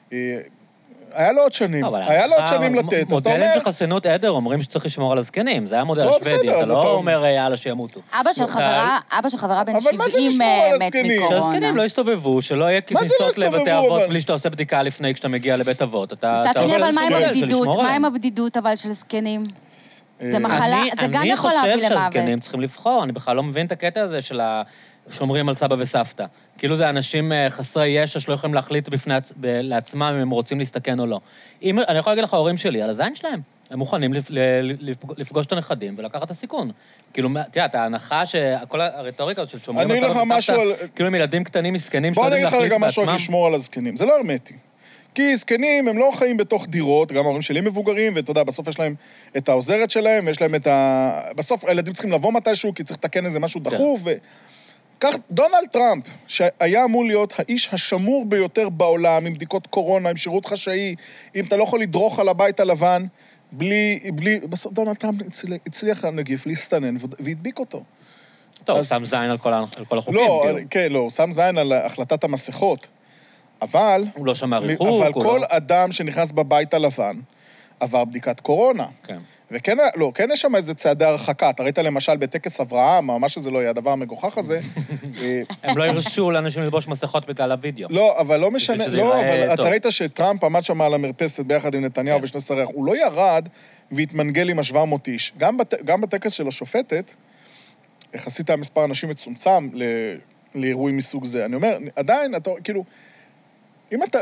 היה לו עוד שנים, לתת, אז אתה אומר... מודלים של חסינות עדר אומרים שצריך לשמור על הזקנים, זה היה מודל השוודי, אתה לא אומר יאללה שימותו. אבא של חברה בן 70 מת מקורונה. שהזקנים לא יסתובבו, שלא יהיה כניסות לבתי אבות בלי שאתה עושה בדיקה לפני כשאתה מגיע לבית אבות. מצד שני, אבל מה עם הבדידות אבל של זקנים? זה מחלה, זה גם יכול להביא למוות. אני חושב שהזקנים צריכים לבחור, אני בכלל לא מבין את הקטע הזה של שומרים על סבא וסבתא. כאילו זה אנשים חסרי ישע שלא יכולים להחליט לעצמם אם הם רוצים להסתכן או לא. אני יכול להגיד לך, ההורים שלי, על הזין שלהם, הם מוכנים לפגוש את הנכדים ולקחת את הסיכון. כאילו, תראה, את ההנחה שכל הרטוריקה של שומרים על סבא וסבתא, כאילו הם ילדים קטנים מסכנים שלא יודעים להחליט בעצמם. בוא אני אגיד לך רגע משהו על לשמור על הזקנים. זה לא הרמטי. כי זקנים הם לא חיים בתוך דירות, גם ההורים שלי מבוגרים, ואתה יודע, בסוף יש להם את העוזרת שלהם, ויש להם את בסוף הילדים צריכים לבוא מתישהו, כי צריך לתקן איזה משהו דחוף, כך, דונלד טראמפ, שהיה אמור להיות האיש השמור ביותר בעולם, עם בדיקות קורונה, עם שירות חשאי, אם אתה לא יכול לדרוך על הבית הלבן, בסוף דונלד טראמפ הצליח הנגיף להסתנן והדביק אותו. טוב, הוא שם זין על כל החוקים. לא, כן, לא, הוא שם זין על החלטת המסכות, אבל... הוא לא שמע ריחוק. אבל כל אדם שנכנס בבית הלבן עבר בדיקת קורונה. כן. וכן, לא, כן יש שם איזה צעדי הרחקה. אתה ראית למשל בטקס אברהם, או מה שזה לא יהיה, הדבר המגוחך הזה. הם לא הרשו לאנשים ללבוש מסכות בגלל הוידאו. לא, אבל לא משנה, לא, אבל אתה ראית שטראמפ עמד שם על המרפסת ביחד עם נתניהו ושני שרי, הוא לא ירד והתמנגל עם 700 איש. גם בטקס של השופטת, יחסית היה מספר אנשים מצומצם לאירועים מסוג זה. אני אומר, עדיין, אתה, כאילו, אם אתה...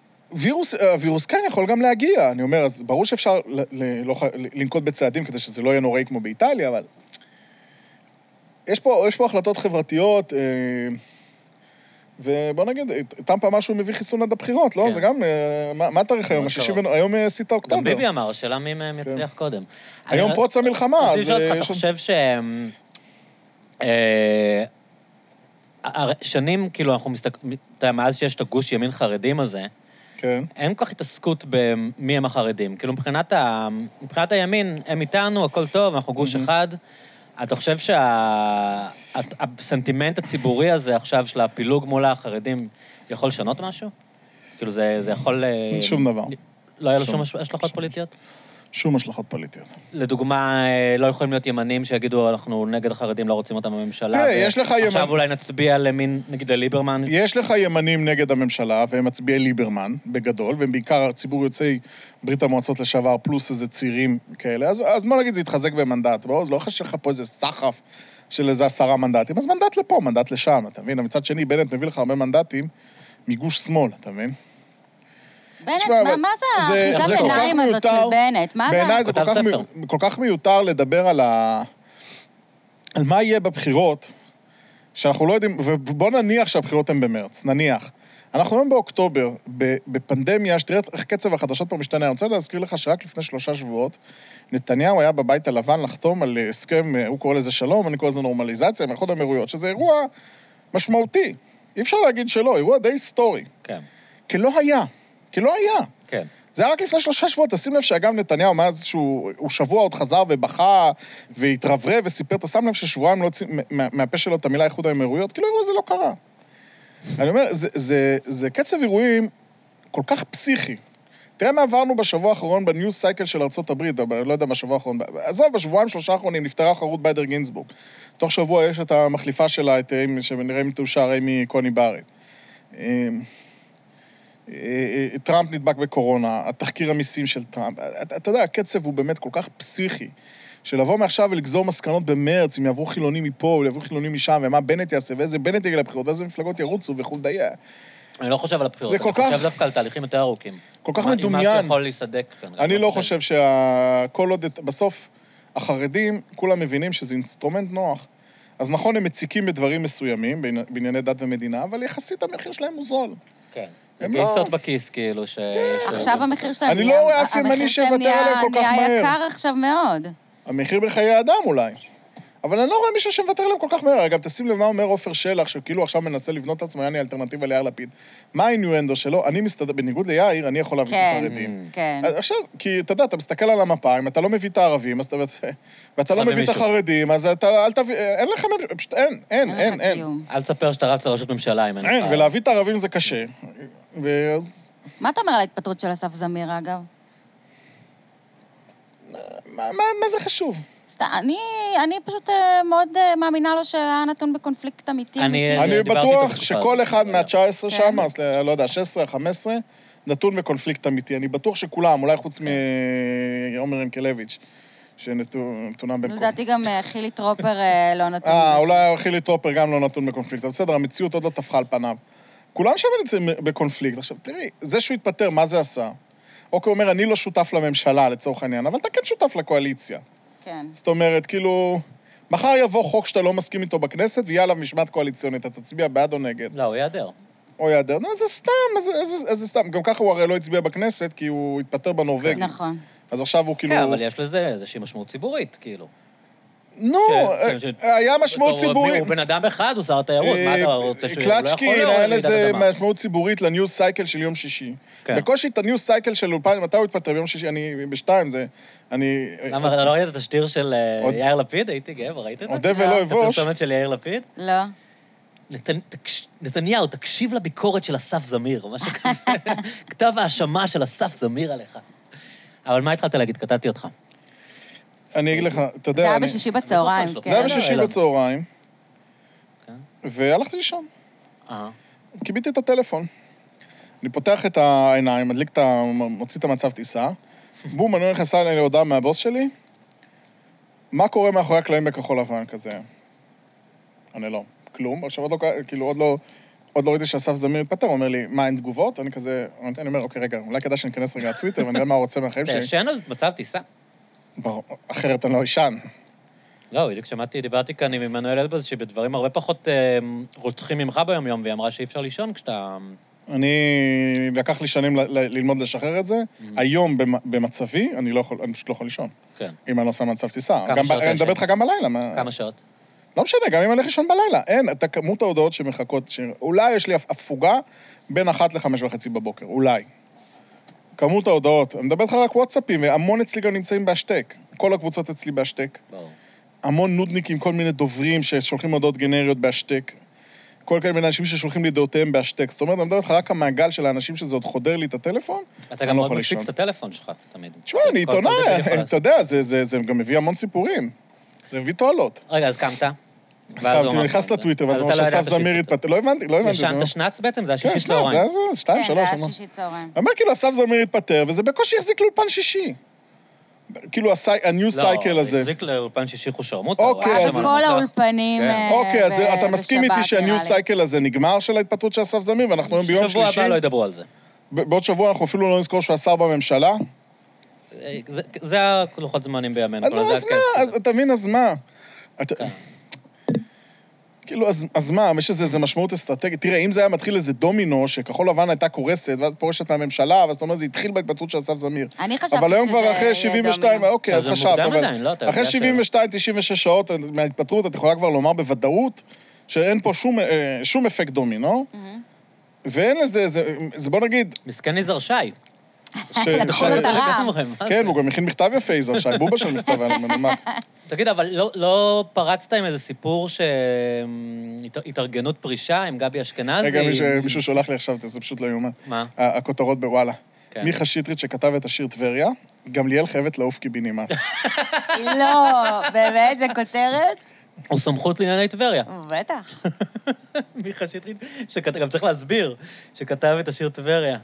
וירוס כאן יכול גם להגיע, אני אומר, אז ברור שאפשר לנקוט בצעדים כדי שזה לא יהיה נוראי כמו באיטליה, אבל יש פה החלטות חברתיות, ובוא נגיד, טראמפ אמר שהוא מביא חיסון עד הבחירות, לא? זה גם, מה התאריך היום? היום 6 אוקטובר. גם ביבי אמר, השאלה מי יצליח קודם. היום פרוץ המלחמה, אז... אתה חושב שנים, כאילו, אנחנו מסתכלים, מאז שיש את הגוש ימין חרדים הזה, אין כל כך התעסקות במי הם החרדים. כאילו, מבחינת הימין, הם איתנו, הכל טוב, אנחנו גוש אחד. אתה חושב שהסנטימנט הציבורי הזה עכשיו של הפילוג מול החרדים יכול לשנות משהו? כאילו, זה יכול... שום דבר. לא היה לו שום השלכות פוליטיות? שום השלכות פוליטיות. לדוגמה, לא יכולים להיות ימנים שיגידו, אנחנו נגד החרדים, לא רוצים אותם בממשלה. תראה, יש לך ימנים... עכשיו אולי נצביע למין, נגיד לליברמן. יש לך ימנים נגד הממשלה, והם מצביעי ליברמן, בגדול, והם בעיקר ציבור יוצאי ברית המועצות לשעבר, פלוס איזה צעירים כאלה. אז בוא נגיד, זה יתחזק במנדט. בוא, לא חשב לך פה איזה סחף של איזה 10 מנדטים, אז מנדט לפה, מנדט לשם, אתה מבין? מצד שני, בנט מביא לך הרבה מנדטים מגוש שמאל, אתה מבין? בנט, מה זה האחיזת עיניים הזאת של בנט? בעיניי זה כל כך מיותר לדבר על מה יהיה בבחירות, שאנחנו לא יודעים, ובוא נניח שהבחירות הן במרץ, נניח. אנחנו היום באוקטובר, בפנדמיה, שתראה איך קצב החדשות פה משתנה. אני רוצה להזכיר לך שרק לפני 3 שבועות, נתניהו היה בבית הלבן לחתום על הסכם, הוא קורא לזה שלום, אני קורא לזה נורמליזציה, מאיחוד האמירויות, שזה אירוע משמעותי. אי אפשר להגיד שלא, אירוע די היסטורי. כן. כי לא היה. כן. זה היה רק לפני 3 שבועות, תשים לב שאגם נתניהו, מאז שהוא שבוע עוד חזר ובכה, והתרברב וסיפר, תשים לב ששבועיים לא הוציא מהפה שלו את המילה איחוד האמירויות, כאילו אירוע זה לא קרה. אני אומר, זה קצב אירועים כל כך פסיכי. תראה מה עברנו בשבוע האחרון בניוז סייקל של ארצות הברית, לא יודע בשבוע האחרון, עזוב, בשבועיים 3 האחרונים נפטרה רות ביידר גינסבורג. תוך שבוע יש את המחליפה שלה, שנראה אם תאושר, קוני בארט. טראמפ נדבק בקורונה, התחקיר המיסים של טראמפ, אתה יודע, הקצב הוא באמת כל כך פסיכי, שלבוא מעכשיו ולגזור מסקנות במרץ, אם יעברו חילונים מפה, או יעברו חילונים משם, ומה בנט יעשה, ואיזה בנט יגיע לבחירות, ואיזה מפלגות ירוצו וכו' דייה. אני לא חושב על הבחירות, אני חושב דווקא על תהליכים יותר ארוכים. כל כך מדומיין. מה שיכול להיסדק כאן. אני לא חושב שכל עוד, בסוף, החרדים, כולם מבינים שזה אינסטרומנט נוח. אז נכון, הם מציקים בדברים מסוימים, בענייני דת ומדינה, אבל יחסית המחיר שלהם הוא זול. כן. גייסות בכיס, כאילו, עכשיו המחיר שלהם אני לא רואה אף ימני שיוותר עליהם כל כך מהר. נהיה יקר עכשיו מאוד. המחיר בחיי האדם אולי. אבל אני לא רואה מישהו שמוותר עליהם כל כך מהר. גם תשים לב מה אומר עופר שלח, שכאילו עכשיו מנסה לבנות את עצמו, יעני אלטרנטיבה ליאיר לפיד. מה האינואנדו שלו? אני מסתדר, בניגוד ליאיר, אני יכול להביא את החרדים. כן. עכשיו, כי אתה יודע, אתה מסתכל על המפה, אם אתה לא מביא את הערבים, ואתה לא מביא את החרדים, אז אתה, אל תביא, אין לך, פשוט אין. אל תספר שאתה רץ לראשות ממשלה, אם אין. אין, ולהביא את הערבים זה קשה. ואז... מה אתה אומר על ההתפטרות של אסף זמיר, אגב? מה זה חשוב? אני פשוט מאוד מאמינה לו שהיה נתון בקונפליקט אמיתי. אני בטוח שכל אחד מה-19 שם, אז לא יודע, 16, 15, נתון בקונפליקט אמיתי. אני בטוח שכולם, אולי חוץ מעומר ינקלביץ', שנתונה בין... לדעתי גם חילי טרופר לא נתון. אולי חילי טרופר גם לא נתון בקונפליקט. בסדר, המציאות עוד לא תפחה על פניו. כולם שם נמצאים בקונפליקט. עכשיו, תראי, זה שהוא התפטר, מה זה עשה? אוקיי, אומר, אני לא שותף לממשלה, לצורך העניין, אבל אתה כן שותף לקואליציה. כן. זאת אומרת, כאילו, מחר יבוא חוק שאתה לא מסכים איתו בכנסת, ויהיה עליו משמעת קואליציונית, אתה תצביע בעד או נגד. לא, הוא יעדר. או יעדר. לא, זה סתם, זה סתם. גם ככה הוא הרי לא הצביע בכנסת, כי הוא התפטר בנורווגי. נכון. אז עכשיו הוא כאילו... כן, אבל יש לזה איזושהי משמעות ציבורית, כאילו. נו, היה משמעות ציבורית. הוא בן אדם אחד, הוא שר התיירות, מה אתה רוצה שהוא לא יכול קלצ'קין, היה לזה משמעות ציבורית לניוז סייקל של יום שישי. בקושי את הניוז סייקל של אולפן, מתי הוא התפטר ביום שישי, אני ב-2, זה... למה, אתה לא ראית את השטיר של יאיר לפיד? הייתי גאה, ראית את זה? עודה ולא אבוש. את הפרסומת של יאיר לפיד? לא. נתניהו, תקשיב לביקורת של אסף זמיר, משהו כזה. כתב האשמה של אסף זמיר עליך. אבל מה התחלת להגיד? קטעתי אותך. אני אגיד לך, אתה יודע... זה היה בשישי בצהריים. זה היה בשישי בצהריים, והלכתי לישון. קיביתי את הטלפון. אני פותח את העיניים, מוציא את המצב טיסה, בום, אני נכנסה לי להודעה מהבוס שלי, מה קורה מאחורי הקלעים בכחול לבן כזה? אני לא, כלום. עכשיו עוד לא ראיתי שאסף זמיר מתפטר, הוא אומר לי, מה, אין תגובות? אני כזה, אני אומר, אוקיי, רגע, אולי כדאי שניכנס רגע לטוויטר, ואני רואה מה הוא רוצה מהחיים שלי. ישן אז מצב טיסה? אחרת אני לא ישן. לא, בדיוק דיברתי כאן עם עמנואל אלבז, שבדברים הרבה פחות רותחים ממך ביום יום, והיא אמרה שאי אפשר לישון כשאתה... אני לקח לי שנים ללמוד לשחרר את זה. היום במצבי, אני פשוט לא יכול לישון. כן. אם אני לא שם מצב טיסה. אני מדבר איתך גם בלילה. כמה שעות? לא משנה, גם אם אני הולך לישון בלילה. אין, את כמות ההודעות שמחכות, אולי יש לי הפוגה בין 1 ל-5:30 בבוקר, אולי. כמות ההודעות, אני מדבר איתך רק וואטסאפים, והמון אצלי גם נמצאים בהשתק. כל הקבוצות אצלי בהשתק. המון נודניקים, כל מיני דוברים ששולחים הודעות גנריות בהשתק. כל מיני אנשים ששולחים לי דעותיהם בהשטק. זאת אומרת, אני מדבר איתך רק המעגל של האנשים שזה עוד חודר לי את הטלפון, אתה גם מאוד מפיקס את הטלפון שלך, תמיד. תשמע, אני עיתונאי, אתה יודע, זה גם מביא המון סיפורים. זה מביא תועלות. רגע, אז קמת? הסכמתי, אני נכנס לטוויטר, ואז אומר שאסף זמיר התפטר, לא הבנתי. ישנת שנץ בעצם? זה היה שישי צהריים. כן, זה 2, 3. כן, זה היה שישי צהריים. אומר כאילו, אסף זמיר התפטר, וזה בקושי החזיק לאולפן שישי. כאילו, ה-new cycle הזה. לא, החזיק לאולפן שישי חושרמוט. אוקיי, אז... כל האולפנים... אוקיי, אז אתה מסכים איתי שה-new cycle הזה נגמר של ההתפטרות של אסף זמיר, ואנחנו היום ביום שלישי. שבוע הבא לא ידברו על זה. בעוד שבוע אנחנו אפילו לא נזכור שהוא השר בממשלה. זה הלוחות זמנים בימינו. אז מה? אתה מבין, אז מה? כאילו, אז מה? יש איזה משמעות אסטרטגית. תראה, אם זה היה מתחיל איזה דומינו, שכחול לבן הייתה קורסת, ואז פורשת מהממשלה, ואז אתה אומר, זה התחיל בהתפטרות של אסף זמיר. אני חשבתי שזה אבל היום כבר אחרי 72, אוקיי, אז חשבת, אבל אחרי 72, 96 שעות מההתפטרות, את יכולה כבר לומר בוודאות, שאין פה שום אפקט דומינו, ואין לזה, זה בוא נגיד... מסכן יזהר שי. לקחו לו את הרם. כן, הוא גם הכין מכתב יפה, יזהר שי, בובה של מכתב, היה מנומק. תגיד, אבל לא פרצת עם איזה סיפור התארגנות פרישה עם גבי אשכנזי? רגע, מישהו שולח לי עכשיו, זה פשוט לא יאומן. מה? הכותרות בוואלה. מיכה שטרית שכתב את השיר טבריה, גמליאל חייבת לעוף קיבינימה. לא, באמת, זה כותרת? הוא סמכות לענייני טבריה. בטח. מיכה שטרית, גם צריך להסביר, שכתב את השיר טבריה.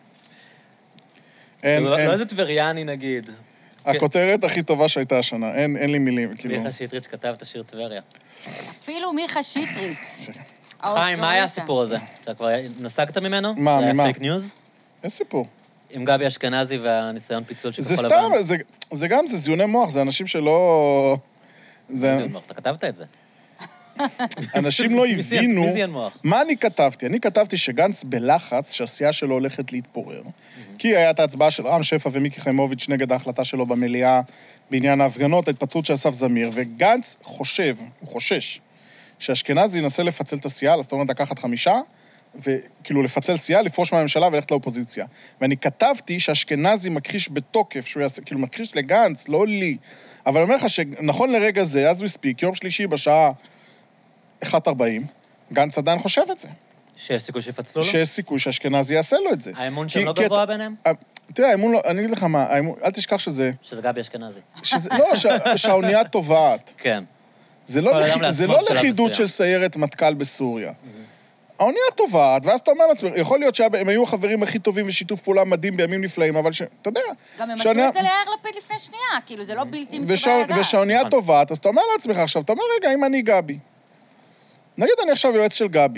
לא איזה טבריאני, נגיד. הכותרת הכי טובה שהייתה השנה, אין לי מילים. מיכה שטרית שכתב את השיר טבריה. אפילו מיכה שטרית. חיים, מה היה הסיפור הזה? אתה כבר נסגת ממנו? מה, ממה? זה היה פייק ניוז? איזה סיפור? עם גבי אשכנזי והניסיון פיצול של כחול לבן. זה סתם, זה גם, זה זיוני מוח, זה אנשים שלא... אתה כתבת את זה. אנשים לא הבינו... מי זיין מוח? מה אני כתבתי? אני כתבתי שגנץ בלחץ שהסיעה שלו הולכת להתפורר, כי היה את ההצבעה של רם שפע ומיקי חיימוביץ' נגד ההחלטה שלו במליאה בעניין ההפגנות, ההתפטרות של אסף זמיר, וגנץ חושש, שאשכנזי ינסה לפצל את הסיעה, זאת אומרת לקחת 5, וכאילו לפצל סיעה, לפרוש מהממשלה וללכת לאופוזיציה. ואני כתבתי שאשכנזי מכחיש בתוקף, שהוא יעשה, כאילו מכחיש לגנץ, לא לי. אבל אני אומר לך שנכון לרגע זה, אז הוא הספיק, יום שלישי בשעה 1:40, גנץ עדיין חושב את זה. שיש סיכוי שיפצלו לו? שיש סיכוי שאשכנזי יעשה לו את זה. האמון שם לא גבוה ביניהם? תראה, האמון לא, אני אגיד לך מה, אל תשכח שזה... שזה גבי אשכנזי. לא, שהאונייה טובעת. כן. זה לא לכידות של סיירת מטכ"ל בסוריה. האונייה טובעת, ואז אתה אומר לעצמך, יכול להיות שהם היו החברים הכי טובים ושיתוף פעולה מדהים בימים נפלאים, אבל אתה יודע... גם הם עשו את זה ליאיר לפיד לפני שנייה, כאילו, זה לא בלתי מתקבל לדעת. ושהאונייה טובעת, אז אתה אומר לעצמך עכשיו, אתה אומר, רגע, אם אני גבי. נגיד אני עכשיו יועץ של גבי.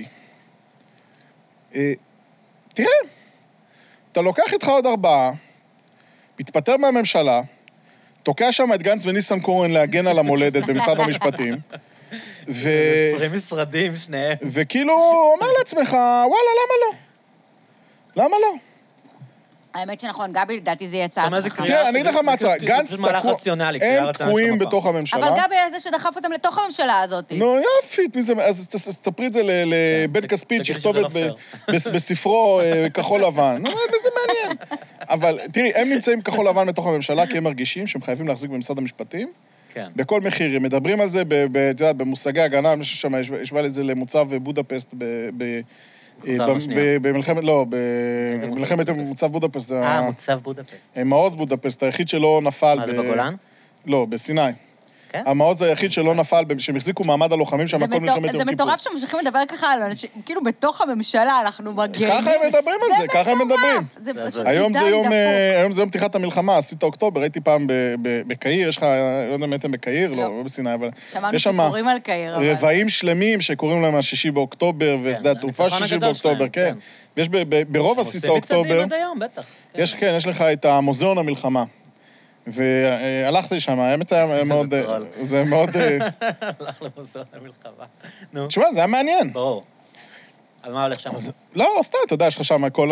תראה, אתה לוקח איתך עוד 4, מתפטר מהממשלה, תוקע שם את גנץ וניסן קורן להגן על המולדת במשרד המשפטים, 20 משרדים, שניהם. וכאילו אומר לעצמך, וואלה, למה לא? למה לא? האמת שנכון, גבי, לדעתי זה יצא עד חכם. תראה, אני אגיד לך מה הצעה, גנץ תקוע, הם תקועים בתוך הממשלה. אבל גבי היה זה שדחף אותם לתוך הממשלה הזאת. נו, יופי, אז תספרי את זה לבן כספית, שיכתוב בספרו כחול לבן. נו, זה מעניין. אבל תראי, הם נמצאים כחול לבן בתוך הממשלה, כי הם מרגישים שהם חייבים להחזיק במשרד המשפטים. בכל מחיר, הם מדברים על זה, במושגי הגנה, מישהו שם השווה לזה למוצב בודפסט במלחמת, לא, במלחמת מוצב בודפסט. מוצב בודפסט. מעוז בודפסט, היחיד שלא נפל... מה, זה בגולן? לא, בסיני. המעוז היחיד שלא נפל, שהם החזיקו מעמד הלוחמים שם, הכל מלחמת יום כיפור. זה מטורף שממשיכים לדבר ככה על אנשים, כאילו בתוך הממשלה אנחנו מגיעים. ככה הם מדברים על זה, ככה הם מדברים. היום זה יום פתיחת המלחמה, עשית אוקטובר, הייתי פעם בקהיר, יש לך, לא יודע אם הייתם בקהיר, לא בסיני, אבל יש שם רבעים שלמים שקוראים להם ה-6 באוקטובר, ושדה התעופה 6 באוקטובר, כן. ויש ברוב עשית אוקטובר, יש לך את המוזיאון המלחמה. והלכתי שם, האמת היה מאוד... זה מאוד... הלך למוזיאון המלחמה. תשמע, זה היה מעניין. ברור. על מה הולך שם? לא, סתם, אתה יודע, יש לך שם כל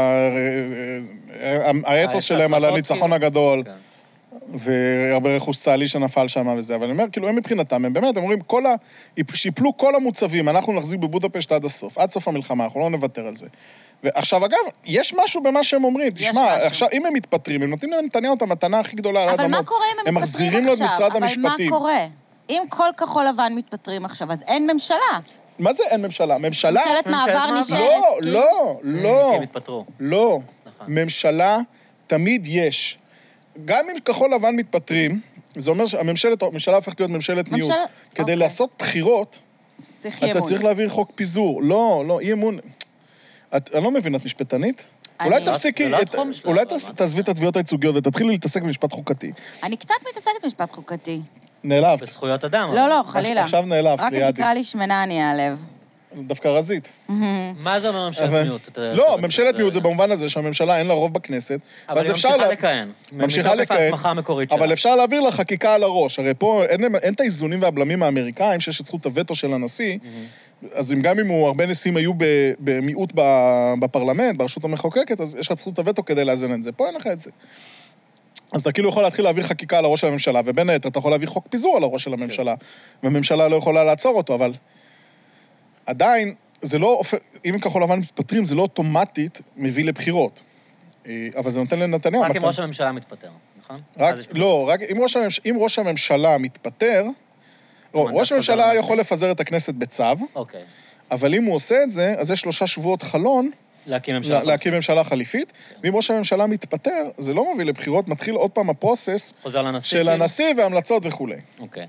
האתוס שלהם על הניצחון הגדול, והרבה רכוש צה"לי שנפל שם וזה, אבל אני אומר, כאילו, הם מבחינתם, הם באמת, הם אומרים, שיפלו כל המוצבים, אנחנו נחזיק בבודפשט עד הסוף, עד סוף המלחמה, אנחנו לא נוותר על זה. ועכשיו, אגב, יש משהו במה שהם אומרים, תשמע, עכשיו, אם הם מתפטרים, הם נותנים לנתניהו את המתנה הכי גדולה על האדמות. אבל מה קורה אם הם מתפטרים עכשיו? מחזירים לו את משרד המשפטים. אבל מה קורה? אם כל כחול לבן מתפטרים עכשיו, אז אין ממשלה. מה זה אין ממשלה? ממשלה... ממשלת מעבר נשארת. לא. כי הם התפטרו. לא. ממשלה תמיד יש. גם אם כחול לבן מתפטרים, זה אומר שהממשלה הופכת להיות ממשלת מיעוט. כדי לעשות בחירות, אתה צריך להעביר חוק פיזור. לא, אי אמון. אני לא מבין, את משפטנית? אולי תפסיקי, אולי תעזבי את התביעות הייצוגיות ותתחילי להתעסק במשפט חוקתי. אני קצת מתעסקת במשפט חוקתי. נעלבת. בזכויות אדם. לא, חלילה. עכשיו נעלבת, רק אם תקרא לי שמנה, אני אעלב. דווקא רזית. מה זה אומר ממשלת מיעוט? לא, ממשלת מיעוט זה במובן הזה שהממשלה אין לה רוב בכנסת, אבל היא ממשיכה לכהן. ממשיכה לכהן. ההסמכה המקורית שלה. אבל אפשר להעביר לה חקיקה על הראש. הרי פה אין את האיזונים והבלמים האמריקאים, שיש את זכות הווטו של הנשיא, אז גם אם הרבה נשיאים היו במיעוט בפרלמנט, ברשות המחוקקת, אז יש לך את זכות הווטו כדי לאזן את זה. פה אין לך את זה. אז אתה כאילו יכול להתחיל להעביר חקיקה על הראש של הממשלה, ובין היתר אתה יכול להעביר חוק פיזור על הראש של הממשלה, והממשלה לא יכולה לעצור אותו, אבל עדיין, זה לא, אם כחול לבן מתפטרים, זה לא אוטומטית מביא לבחירות. אבל זה נותן לנתניהו. רק אם ראש הממשלה מתפטר, נכון? רק אם ראש הממשלה מתפטר, ראש הממשלה יכול לפזר את הכנסת בצו, אבל אם הוא עושה את זה, אז יש 3 שבועות חלון, להקים ממשלה חליפית, ואם ראש הממשלה מתפטר, זה לא מביא לבחירות, מתחיל עוד פעם הפרוסס של הנשיא והמלצות וכו'. אוקיי.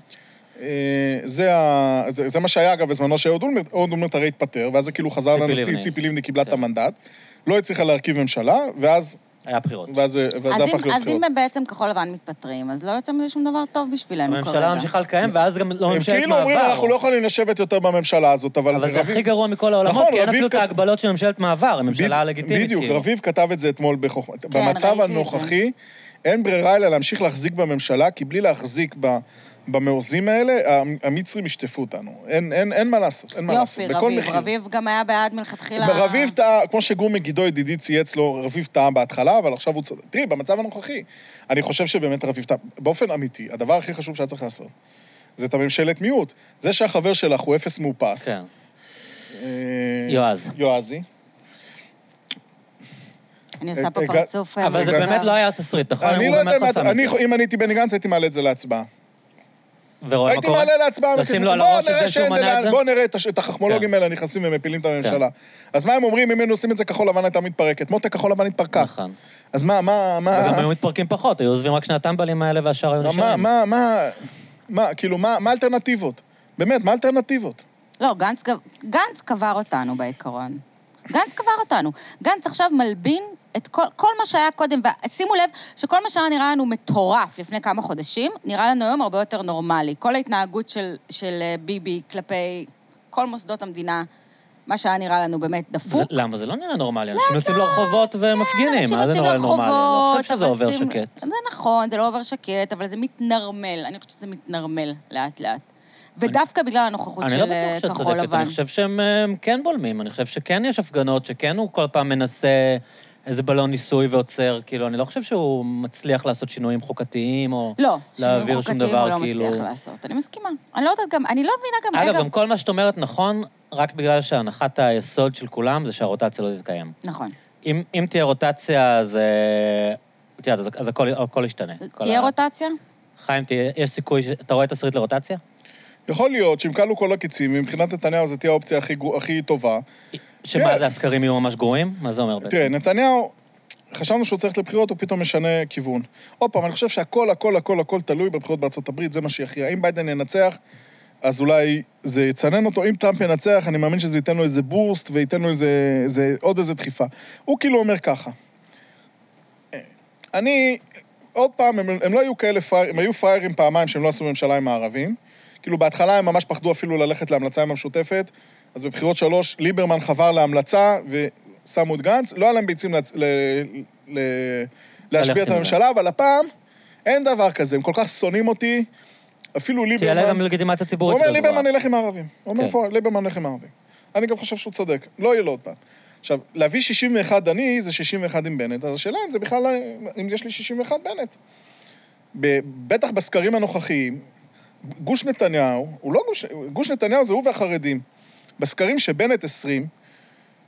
זה מה שהיה, אגב, בזמנו שאהוד אולמרט הרי התפטר, ואז זה כאילו חזר לנשיא, ציפי לבני קיבלה את המנדט, לא הצליחה להרכיב ממשלה, ואז... היה בחירות. ואז זה הפך להיות בחירות. אז אם בעצם כחול לבן מתפטרים, אז לא יוצא מזה שום דבר טוב בשבילנו כרגע. הממשלה ממשיכה לקיים, ואז גם לא ממשלת מעבר. הם כאילו אומרים, אנחנו לא יכולים לשבת יותר בממשלה הזאת, אבל זה הכי גרוע מכל העולמות, כי אין אפילו את ההגבלות של ממשלת מעבר, הממשלה הלגיטימית. בדיוק, רביב כתב את זה אתמול בחוכמה. במצב הנוכחי, אין ברירה אלא להמשיך להחזיק בממשלה, כי בלי להחזיק במעוזים האלה, המצרים ישטפו אותנו. אין מה לעשות, אין מה לעשות. יופי, רביב גם היה בעד מלכתחילה... רביב טעה, כמו שגור מגידו ידידי צייץ לו, רביב טעה בהתחלה, אבל עכשיו הוא צודק. תראי, במצב הנוכחי, אני חושב שבאמת רביב טעה, באופן אמיתי, הדבר הכי חשוב שהיה צריך לעשות, זה את הממשלת מיעוט. זה שהחבר שלך הוא אפס מאופס. כן. יועזי. אני עושה פה פרצוף... אבל זה באמת לא היה תסריט, נכון? אני לא יודע, אם אני הייתי בני גנץ, הייתי מעלה את זה להצבעה. הייתי מעלה להצבעה. לשים לו על הראש את זה שהוא מנע את זה? בוא נראה את החכמולוגים האלה נכנסים ומפילים את הממשלה. אז מה הם אומרים, אם הם עושים את זה, כחול לבן הייתה מתפרקת. מוטה כחול לבן התפרקה. נכון. אז מה... וגם היו מתפרקים פחות, היו עוזבים רק שני הטמבלים האלה והשאר היו נשארים. כאילו, מה האלטרנטיבות? באמת, מה האלטרנטיבות? לא, גנץ קבר אותנו בעיקרון. גנץ קבר אותנו. גנץ עכשיו מלבין את כל מה שהיה קודם, ושימו לב שכל מה שהיה נראה לנו מטורף לפני כמה חודשים, נראה לנו היום הרבה יותר נורמלי. כל ההתנהגות של ביבי כלפי כל מוסדות המדינה, מה שהיה נראה לנו באמת דפוק. למה? זה לא נראה נורמלי. אנשים יוצאים לרחובות ומפגינים. מה זה נורא נורמלי? אני חושב שזה עובר שקט. זה נכון, זה לא עובר שקט, אבל זה מתנרמל. אני חושבת שזה מתנרמל לאט לאט. ודווקא בגלל הנוכחות של כחול לבן. אני לא בטוח שאת צודקת, אני חושב שהם כן בולמים. אני חושב שכן יש הפגנות, שכן הוא כל פעם מנסה איזה בלון ניסוי ועוצר. כאילו, אני לא חושב שהוא מצליח לעשות שינויים חוקתיים, או להעביר שום דבר, כאילו... לא, שינויים חוקתיים הוא לא מצליח לעשות. אני מסכימה. אני לא יודעת גם, אני לא מבינה גם... אגב, גם כל מה שאת אומרת נכון, רק בגלל שהנחת היסוד של כולם זה שהרוטציה לא תתקיים. נכון. אם תהיה רוטציה, אז הכל ישתנה. תהיה רוטציה? חיים, יש סיכוי, אתה רואה תסריט לרוטציה? יכול להיות שאם קלו כל הקיצים, ומבחינת נתניהו זו תהיה האופציה הכי טובה. שמה זה, הסקרים יהיו ממש גרועים? מה זה אומר בעצם? תראה, נתניהו, חשבנו שהוא צריך לבחירות, הוא פתאום משנה כיוון. עוד פעם, אני חושב שהכל תלוי בבחירות בארצות הברית, זה מה שיכריע. אם ביידן ינצח, אז אולי זה יצנן אותו. אם טראמפ ינצח, אני מאמין שזה ייתן לו איזה בוסט, וייתן לו עוד איזה דחיפה. הוא כאילו אומר ככה. עוד פעם, הם לא היו כאלה הם היו פריירים פעמיים שהם לא עשו ממשלה עם הערבים. כאילו בהתחלה הם ממש פחדו אפילו ללכת להמלצה עם המשותפת, אז בבחירות 3 ליברמן חבר להמלצה ושמו את גנץ, לא היה להם ביצים להשביע את הממשלה, אבל הפעם אין דבר כזה, הם כל כך שונאים אותי, אפילו ליברמן... תהיה גם לגיטימציה ציבורית. הוא אומר ליברמן ילך עם הערבים, הוא אומר ליברמן ילך עם הערבים. אני גם חושב שהוא צודק, לא יהיה לו עוד פעם. עכשיו, להביא 61 אני זה 61 עם בנט, אז השאלה אם זה בכלל, אם יש לי 61 בנט. בטח בסקרים הנוכחיים, גוש נתניהו, גוש נתניהו זה הוא והחרדים. בסקרים שבנט 20,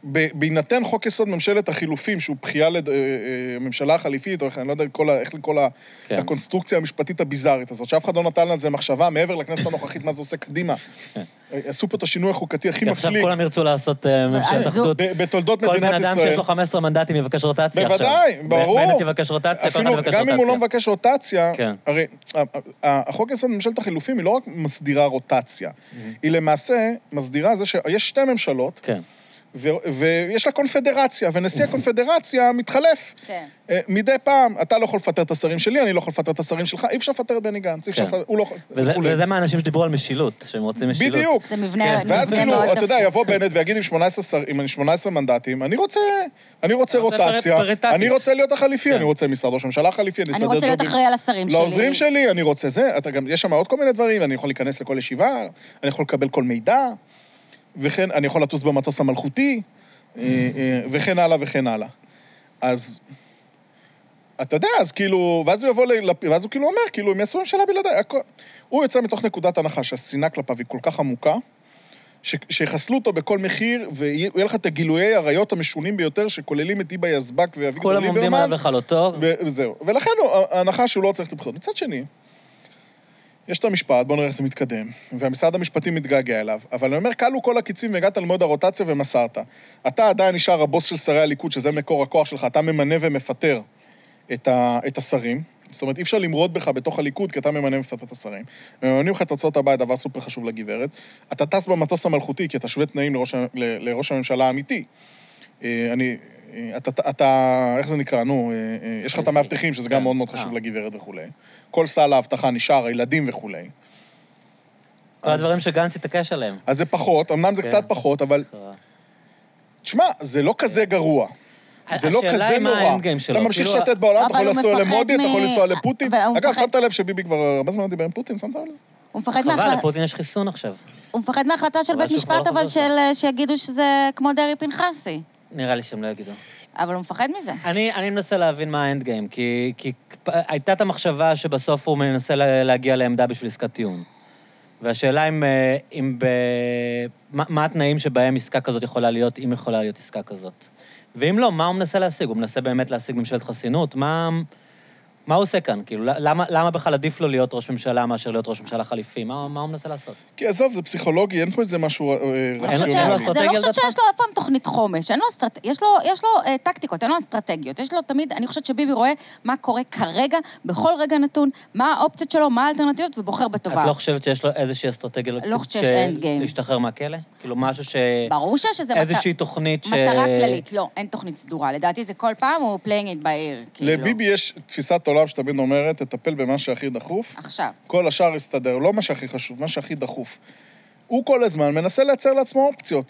בהינתן חוק יסוד ממשלת החילופים, שהוא בחייה לממשלה החליפית, או אני לא יודע איך לקרוא לקונסטרוקציה המשפטית הביזארית הזאת, שאף אחד לא נתן לזה מחשבה, מעבר לכנסת הנוכחית, מה זה עושה קדימה. עשו פה את השינוי החוקתי הכי מפליג. עכשיו כולם ירצו לעשות ממשלת אחדות. בתולדות מדינת ישראל. כל בן אדם שיש לו 15 מנדטים יבקש רוטציה עכשיו. בוודאי, ברור. בנט יבקש רוטציה, כל אחד יבקש רוטציה. גם אם הוא לא מבקש רוטציה, הרי החוק יסוד ממשלת החילופים היא לא רק מסדירה רוטציה, היא למעשה מסדירה זה שיש שתי ממשלות, ויש לה קונפדרציה, ונשיא הקונפדרציה מתחלף. מדי פעם, אתה לא יכול לפטר את השרים שלי, אני לא יכול לפטר את השרים שלך, אי אפשר לפטר את בני גנץ, הוא לא... וזה מהאנשים שדיברו על משילות, שהם רוצים משילות. בדיוק. זה מבנה ואז כאילו, אתה יודע, יבוא בנט ויגיד עם 18 מנדטים, אני רוצה רוטציה, אני רוצה להיות החליפי, אני רוצה משרד ראש הממשלה החליפי, אני רוצה להיות אחראי על השרים שלי. לעוזרים שלי, אני רוצה זה, יש שם עוד כל מיני דברים, אני יכול להיכנס לכל ישיבה, אני יכול לקבל כל מידע, וכן, אני יכול לטוס במטוס המלכותי, וכן הלאה וכן הלאה. אז, אתה יודע, אז כאילו, ואז הוא יבוא, ואז הוא כאילו אומר, כאילו, הם יעשו ממשלה בלעדיי, הוא יוצא מתוך נקודת הנחה שהשנאה כלפיו היא כל כך עמוקה, שיחסלו אותו בכל מחיר, ויהיה לך את הגילויי עריות המשונים ביותר, שכוללים את איבא יזבק ואביגדור ליברמן. כולם עומדים עליו וחלותו. וזהו. ולכן ההנחה שהוא לא צריך את הבחירות. מצד שני, יש את המשפט, בוא נראה איך זה מתקדם, והמשרד המשפטים מתגעגע אליו, אבל אני אומר, קלו כל הקיצים והגעת למועד הרוטציה ומסרת. אתה עדיין נשאר הבוס של שרי הליכוד, שזה מקור הכוח שלך, אתה ממנה ומפטר את השרים, זאת אומרת, אי אפשר למרוד בך בתוך הליכוד, כי אתה ממנה ומפטר את השרים. וממנים לך את תוצאות הבית, דבר סופר חשוב לגברת. אתה טס במטוס המלכותי, כי אתה שווה תנאים לראש הממשלה האמיתי. אתה, איך זה נקרא, יש לך את המאבטחים, שזה גם מאוד מאוד חשוב לגברת וכו'. כל סל ההבטחה נשאר, הילדים וכו'. כל הדברים שגנץ התעקש עליהם. אז זה פחות, אמנם זה קצת פחות, אבל... תשמע, זה לא כזה גרוע. זה לא כזה נורא. אתה ממשיך שתת בעולם, אתה יכול לנסוע למודי, אתה יכול לנסוע לפוטין. אגב, שמת לב שביבי כבר הרבה זמן דיבר עם פוטין, שמת לב לזה? חבל, לפוטין יש חיסון עכשיו. הוא מפחד מההחלטה של בית משפט, אבל שיגידו שזה כמו דרעי פנחסי. נראה לי שהם לא יגידו. אבל הוא מפחד מזה. אני מנסה להבין מה האנד גיים, כי הייתה את המחשבה שבסוף הוא מנסה להגיע לעמדה בשביל עסקת טיעון. והשאלה מה התנאים שבהם עסקה כזאת יכולה להיות, אם יכולה להיות עסקה כזאת. ואם לא, מה הוא מנסה להשיג? הוא מנסה באמת להשיג ממשלת חסינות? מה הוא עושה כאן? כאילו, למה בכלל עדיף לו להיות ראש ממשלה מאשר להיות ראש ממשלה חליפי? מה הוא מנסה לעשות? כי עזוב, זה פסיכולוגי, אין פה איזה משהו רציונלי. זה לא חושבת שיש לו אף פעם תוכנית חומש, יש לו טקטיקות, אין לו אסטרטגיות, יש לו תמיד, אני חושבת שביבי רואה מה קורה כרגע, בכל רגע נתון, מה האופציות שלו, מה האלטרנטיבות, ובוחר בטובה. את לא חושבת שיש לו איזושהי אסטרטגיה להשתחרר מהכלא? כאילו משהו ברור שזה איזושהי תוכנית מטרה כללית, לא, אין תוכנית סדורה. לדעתי זה כל פעם הוא playing it by ear. לביבי יש תפיסת עולם שתמיד אומרת, תטפל במה שהכי דחוף. עכשיו. כל השאר יסתדר, לא מה שהכי חשוב, מה שהכי דחוף. הוא כל הזמן מנסה לייצר לעצמו אופציות.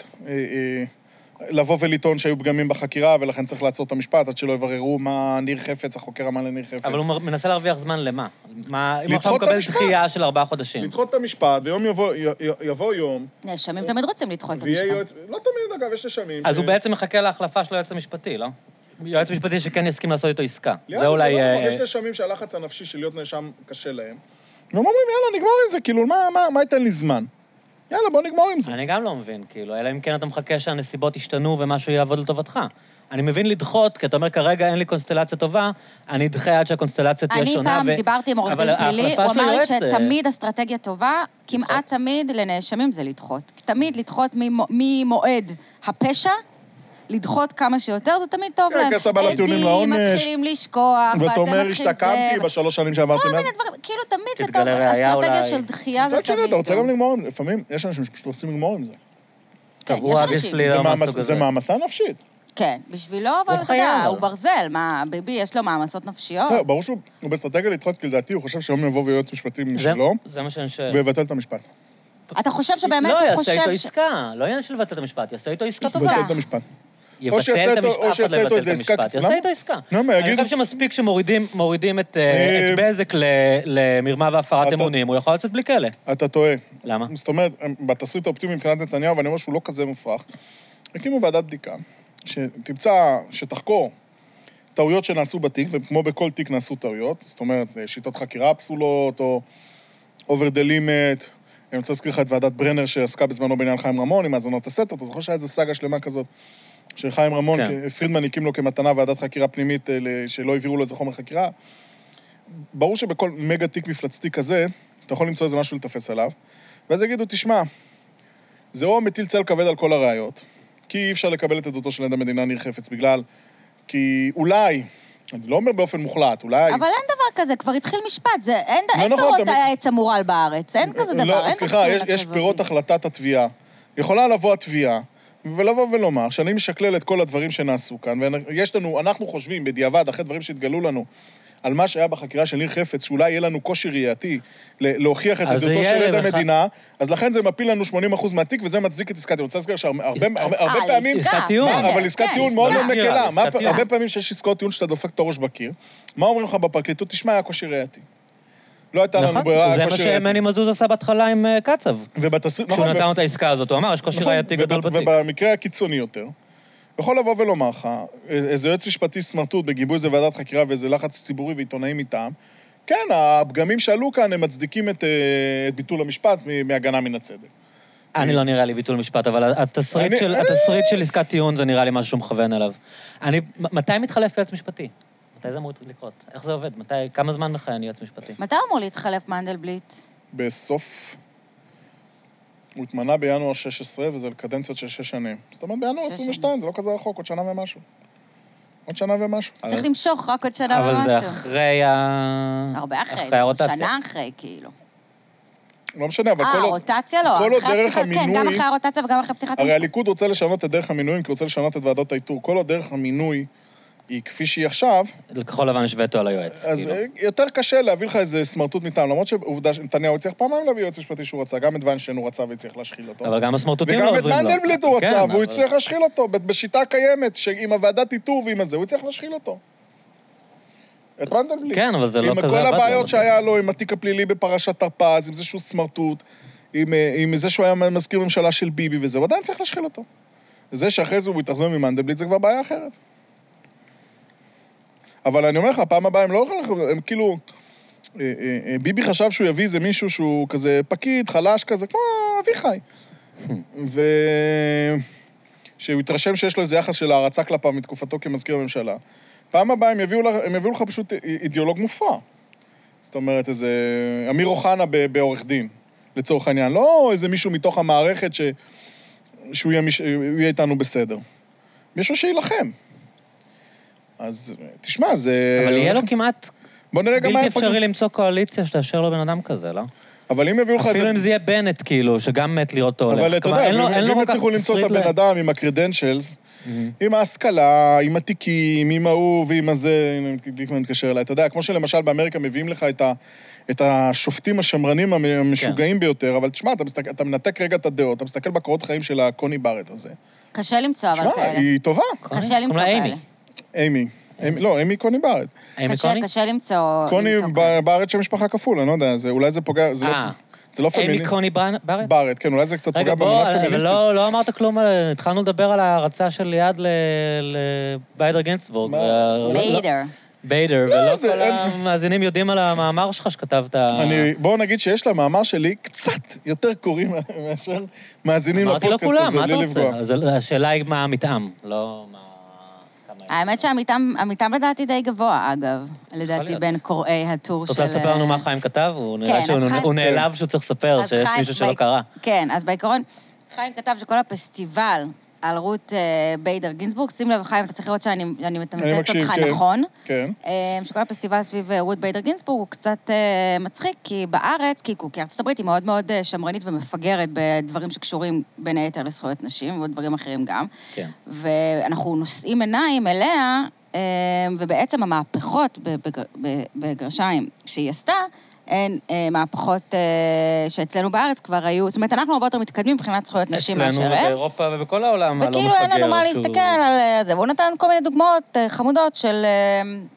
לבוא ולטעון שהיו פגמים בחקירה, ולכן צריך לעצור את המשפט, עד שלא יבררו מה ניר חפץ, החוקר אמר לניר חפץ. אבל הוא מנסה להרוויח זמן למה? אם הוא עכשיו מקבל דחייה של 4 חודשים. לדחות את המשפט, ויום יבוא יום. נאשמים תמיד רוצים לדחות את המשפט. לא תמיד, אגב, יש נאשמים. אז הוא בעצם מחכה להחלפה של היועץ המשפטי, לא? יועץ משפטי שכן יסכים לעשות איתו עסקה. זה אולי... יש נאשמים שהלחץ הנפשי של להיות נאשם קשה להם. והם אומרים, יאללה, נגמור עם זה, כאילו, מה ייתן לי זמן? יאללה, בוא נגמור עם זה. אני גם לא מבין, כאילו, אלא אם כן אתה מחכה שהנסיבות ישתנו ומשהו יעבוד לטובתך. אני מבין לדחות, כי אתה אומר, כרגע אין לי קונסטלציה טובה, אני אדחה עד שהקונסטלציה תהיה שונה. אני פעם דיברתי עם עורך דין פלילי, הוא אמר לי שתמיד אסטרטגיה טובה, כמעט תמיד לנאשמים זה לדחות. תמיד לדחות ממועד הפשע, לדחות כמה שיותר, זה תמיד טוב להם. כן, כסת בא לטיעונים לעונש. מתחילים לשכוח, ואתה אומר, השתקמתי ב3 שנים שעברתי מאז. כאילו, תמיד זה טוב, אסטרטגיה של דחייה זה תמיד טוב. מצד שני, אתה רוצה גם לגמור עם זה. לפעמים יש אנשים שפשוט רוצים לגמור עם זה. כן, יש אנשים. זה מעמסה נפשית. כן, בשבילו, אבל אתה יודע, הוא ברזל, מה, ביבי, יש לו מעמסות נפשיות. ברור שהוא באסטרטגיה לדחות, כי לדעתי הוא חושב שהיום יבוא ויועץ משפטי משלו, ויבטל את המשפט. אתה חושב שבאמת הוא חושב... לא, יעשה איתו עסקה, לא עניין של לבטל את המשפט, יעשה איתו עסקה טובה. יבטל את המשפט. או שיעשה איתו איזה עסקה. יעשה איתו עסקה. אני חושב שמספיק שמורידים את בזק למרמה והפרת אמונים, הוא יכול לצאת בלי כאלה. אתה טועה. למה? זאת אומרת, בתסריט האופטימי מבחינת נתניהו, ואני אומר שהוא לא כזה מופרך, הקימו ועדת בדיקה, שתמצא, שתחקור טעויות שנעשו בתיק, וכמו בכל תיק נעשו טעויות, זאת אומרת, שיטות חקירה פסולות, או over the limit, אני רוצה להזכיר לך את ועדת ברנר שעסקה בזמנו בעניין חיים רמון, עם האזנות הסתר, אתה זוכר שהיה איזו סאגה שלמה כזאת. של חיים רמון, פרידמן הקים לו כמתנה ועדת חקירה פנימית שלא העבירו לו איזה חומר חקירה. ברור שבכל מגה תיק מפלצתי כזה, אתה יכול למצוא איזה משהו לתפס עליו, ואז יגידו, תשמע, זה או מטיל צל כבד על כל הראיות, כי אי אפשר לקבל את עדותו של עד המדינה ניר חפץ, כי אולי, אני לא אומר באופן מוחלט, אולי... אבל אין דבר כזה, כבר התחיל משפט, אין פירות העץ המורל בארץ, אין כזה דבר, סליחה, יש פירות החלטת התביעה. יכולה לבוא התביעה, ולבוא ולומר, שאני משקלל את כל הדברים שנעשו כאן, אנחנו חושבים בדיעבד, אחרי דברים שהתגלו לנו, על מה שהיה בחקירה של ניר חפץ, שאולי יהיה לנו קושי ראייתי להוכיח את עדותו של עד המדינה, אז לכן זה מפיל לנו 80% מהתיק, וזה מצדיק את עסקת טיעון. אני רוצה להזכיר שהרבה פעמים... אבל עסקת טיעון מאוד מאוד מקלה. הרבה פעמים שיש עסקאות טיעון שאתה דופק את הראש בקיר, מה אומרים לך בפרקליטות? תשמע, היה קושי ראייתי. לא הייתה לנו ברירה, זה מה שמני מזוז עשה בהתחלה עם קצב. כשהוא נתן את העסקה הזאת, הוא אמר, יש קושי ראייתי גדול בתיק. ובמקרה הקיצוני יותר, יכול לבוא ולומר לך, איזה יועץ משפטי סמרטוט בגיבוי איזה ועדת חקירה ואיזה לחץ ציבורי ועיתונאים מטעם, כן, הפגמים שעלו כאן, הם מצדיקים את ביטול המשפט מהגנה מן הצדק. אני לא נראה לי ביטול משפט, אבל התסריט של עסקת טיעון זה נראה לי משהו שהוא מכוון אליו. מתי מתחלף יועץ משפטי? מתי זה אמור לקרות? איך זה עובד? כמה זמן מכהן יועץ משפטי? מתי אמור להתחלף מנדלבליט? בסוף... הוא התמנה בינואר 16, וזה לקדנציות של 6 שנים. זאת אומרת, בינואר 22, זה לא כזה רחוק, עוד שנה ומשהו. עוד שנה ומשהו. צריך למשוך רק עוד שנה ומשהו. אבל זה אחרי הרבה אחרי, שנה אחרי, כאילו. לא משנה, אבל הרוטציה לא. כל עוד דרך המינוי... כן, גם אחרי הרוטציה וגם אחרי פתיחת... הרי הליכוד רוצה לשנות את דרך המינויים, כי הוא רוצה לשנות את ועדות האיתור. כל עוד דרך המינוי היא כפי שהיא עכשיו... לכחול לבן יש וטו על היועץ. אז יותר קשה להביא לך איזה סמרטוט מטעם, למרות שעובדה שנתניהו הצליח פעמיים להביא יועץ משפטי שהוא רצה, גם את ויינשטיין הוא רצה והצליח להשחיל אותו. אבל גם הסמרטוטים לא עוזרים לו. וגם את מנדלבליט הוא רצה, והוא הצליח להשחיל אותו, בשיטה הקיימת, שעם הוועדת איתור ועם הזה, הוא הצליח להשחיל אותו. את מנדלבליט. כן, אבל זה לא כזה... עם כל הבעיות שהיה לו, עם התיק הפלילי בפרשת תרפ"ז, עם זה שהוא סמרטוט, עם זה שהוא היה מזכיר ממשלה של ביבי וזה, הוא עדיין צריך להשחיל אותו. זה שאחרי זה הוא יתחזור ממנדלבליט, זה כבר בעיה אחרת. אבל אני אומר לך, הפעם הבאה הם לא יכולים, הם כאילו, ביבי חשב שהוא יביא איזה מישהו שהוא כזה פקיד, חלש כזה, כמו אביחי. שהוא יתרשם שיש לו איזה יחס של הערצה כלפיו מתקופתו כמזכיר הממשלה. פעם הבאה הם יביאו לך פשוט אידיאולוג מופרע. זאת אומרת, איזה אמיר אוחנה בעורך דין, לצורך העניין. לא איזה מישהו מתוך המערכת שהוא יהיה איתנו בסדר. מישהו שילחם. אז תשמע, זה... אבל יהיה לו כמעט... בוא נראה גם מה... בלתי אפשרי למצוא קואליציה שתאשר לו בן אדם כזה, לא? אבל אם יביאו לך... אפילו אם זה יהיה בנט, כאילו, שגם מת לראות אותו הולך. אבל אתה יודע, אם יצליחו למצוא את הבן אדם עם הקרדנשלס, עם ההשכלה, עם התיקים, עם ההוא ועם הזה, אני מתקשר אליי. אתה יודע, כמו שלמשל באמריקה מביאים לך את השופטים השמרנים המשוגעים ביותר, אבל תשמע, אתה מנתק רגע את הדעות, אתה מסתכל בקורות חיים של הקוני בארט הזה. קשה למצוא, אבל כאלה. תשמע, היא טובה. קשה למצוא כאלה. אימי. לא, אימי קוני בארט. קשה למצוא... קוני בארט של משפחה כפול, אני לא יודע, אולי זה פוגע... זה לא פמיניסטי. אימי קוני בארט? בארט, כן, אולי זה קצת פוגע במונה פמיניסטית. רגע, לא אמרת כלום, התחלנו לדבר על ההרצה של ליד לביידר גינצבורג. ביידר, ולא כל המאזינים יודעים על המאמר שלך שכתבת... בואו נגיד שיש למאמר שלי קצת יותר קוראים מאשר מאזינים לפודקאסט הזה, אמרתי לו כולם, מה אתה רוצה? השאלה היא מה המתאם, לא מה... האמת שהמתאם לדעתי די גבוה, אגב. לדעתי בין קוראי הטור של... אתה רוצה לספר לנו מה חיים כתב? הוא נראה שהוא נעלב שהוא צריך לספר שיש מישהו שלא קרא. כן, אז בעיקרון, חיים כתב שכל הפסטיבל על רות ביידר גינצבורג, שים לב, חיים, אתה צריך לראות שאני מתמצאת אותך נכון. כן. שכל הפסטיבל סביב רות ביידר גינצבורג הוא קצת מצחיק, כי בארץ, כי ארצות הברית היא מאוד מאוד שמרנית ומפגרת בדברים שקשורים בין היתר לזכויות נשים, ודברים אחרים גם. כן. ואנחנו נושאים עיניים אליה, ובעצם המהפכות בגרשיים שהיא עשתה, הן מהפכות שאצלנו בארץ כבר היו, זאת אומרת, אנחנו הרבה יותר מתקדמים מבחינת זכויות נשים מאשר אצלנו ובאירופה ובכל העולם הלא מפגר. וכאילו אין לנו מה להסתכל על זה, והוא נתן כל מיני דוגמאות חמודות של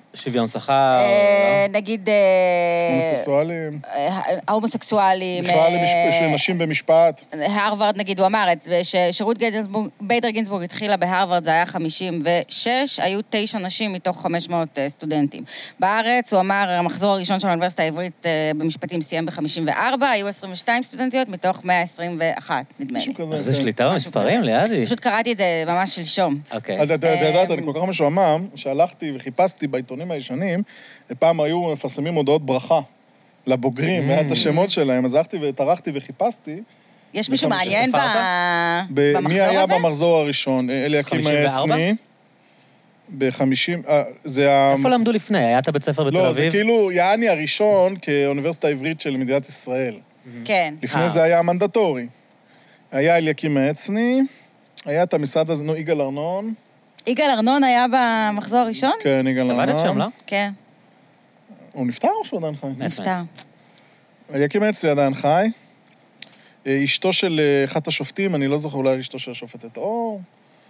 שוויון שכר, נגיד... הומוסקסואלים. ההומוסקסואלים. בכלל נשים במשפט. הרווארד, נגיד, הוא אמר, ששירות ביידר גינסבורג התחילה בהרווארד, זה היה 56, היו 9 נשים מתוך 500 סטודנטים. בארץ, הוא אמר, המחזור הראשון של האוניברסיטה העברית במשפטים סיים ב-54, היו 22 סטודנטיות מתוך 121, נדמה לי. זה שליטה במספרים, לידי. פשוט קראתי את זה ממש שלשום. אתה יודעת, אני כל כך משועמם, שהלכתי וחיפשתי בעיתונים הישנים, פעם היו מפרסמים הודעות ברכה לבוגרים, והיה את השמות שלהם, אז הלכתי וטרחתי וחיפשתי. יש מישהו מעניין במחזור הזה? מי היה במחזור הראשון? אליקים העצני. ב-50... איפה למדו לפני? היה את הבית ספר בתל אביב? לא, זה כאילו יעני הראשון כאוניברסיטה העברית של מדינת ישראל. כן. לפני זה היה המנדטורי. היה אליקים העצני, היה את המשרד הזה, יגאל ארנון. יגאל ארנון היה במחזור הראשון? כן, יגאל ארנון. עבדת שם, לא? כן. הוא נפטר או שהוא עדיין חי? נפטר. אליקים העצני עדיין חי. אשתו של אחת השופטים, אני לא זוכר, אולי אשתו של השופטת אור.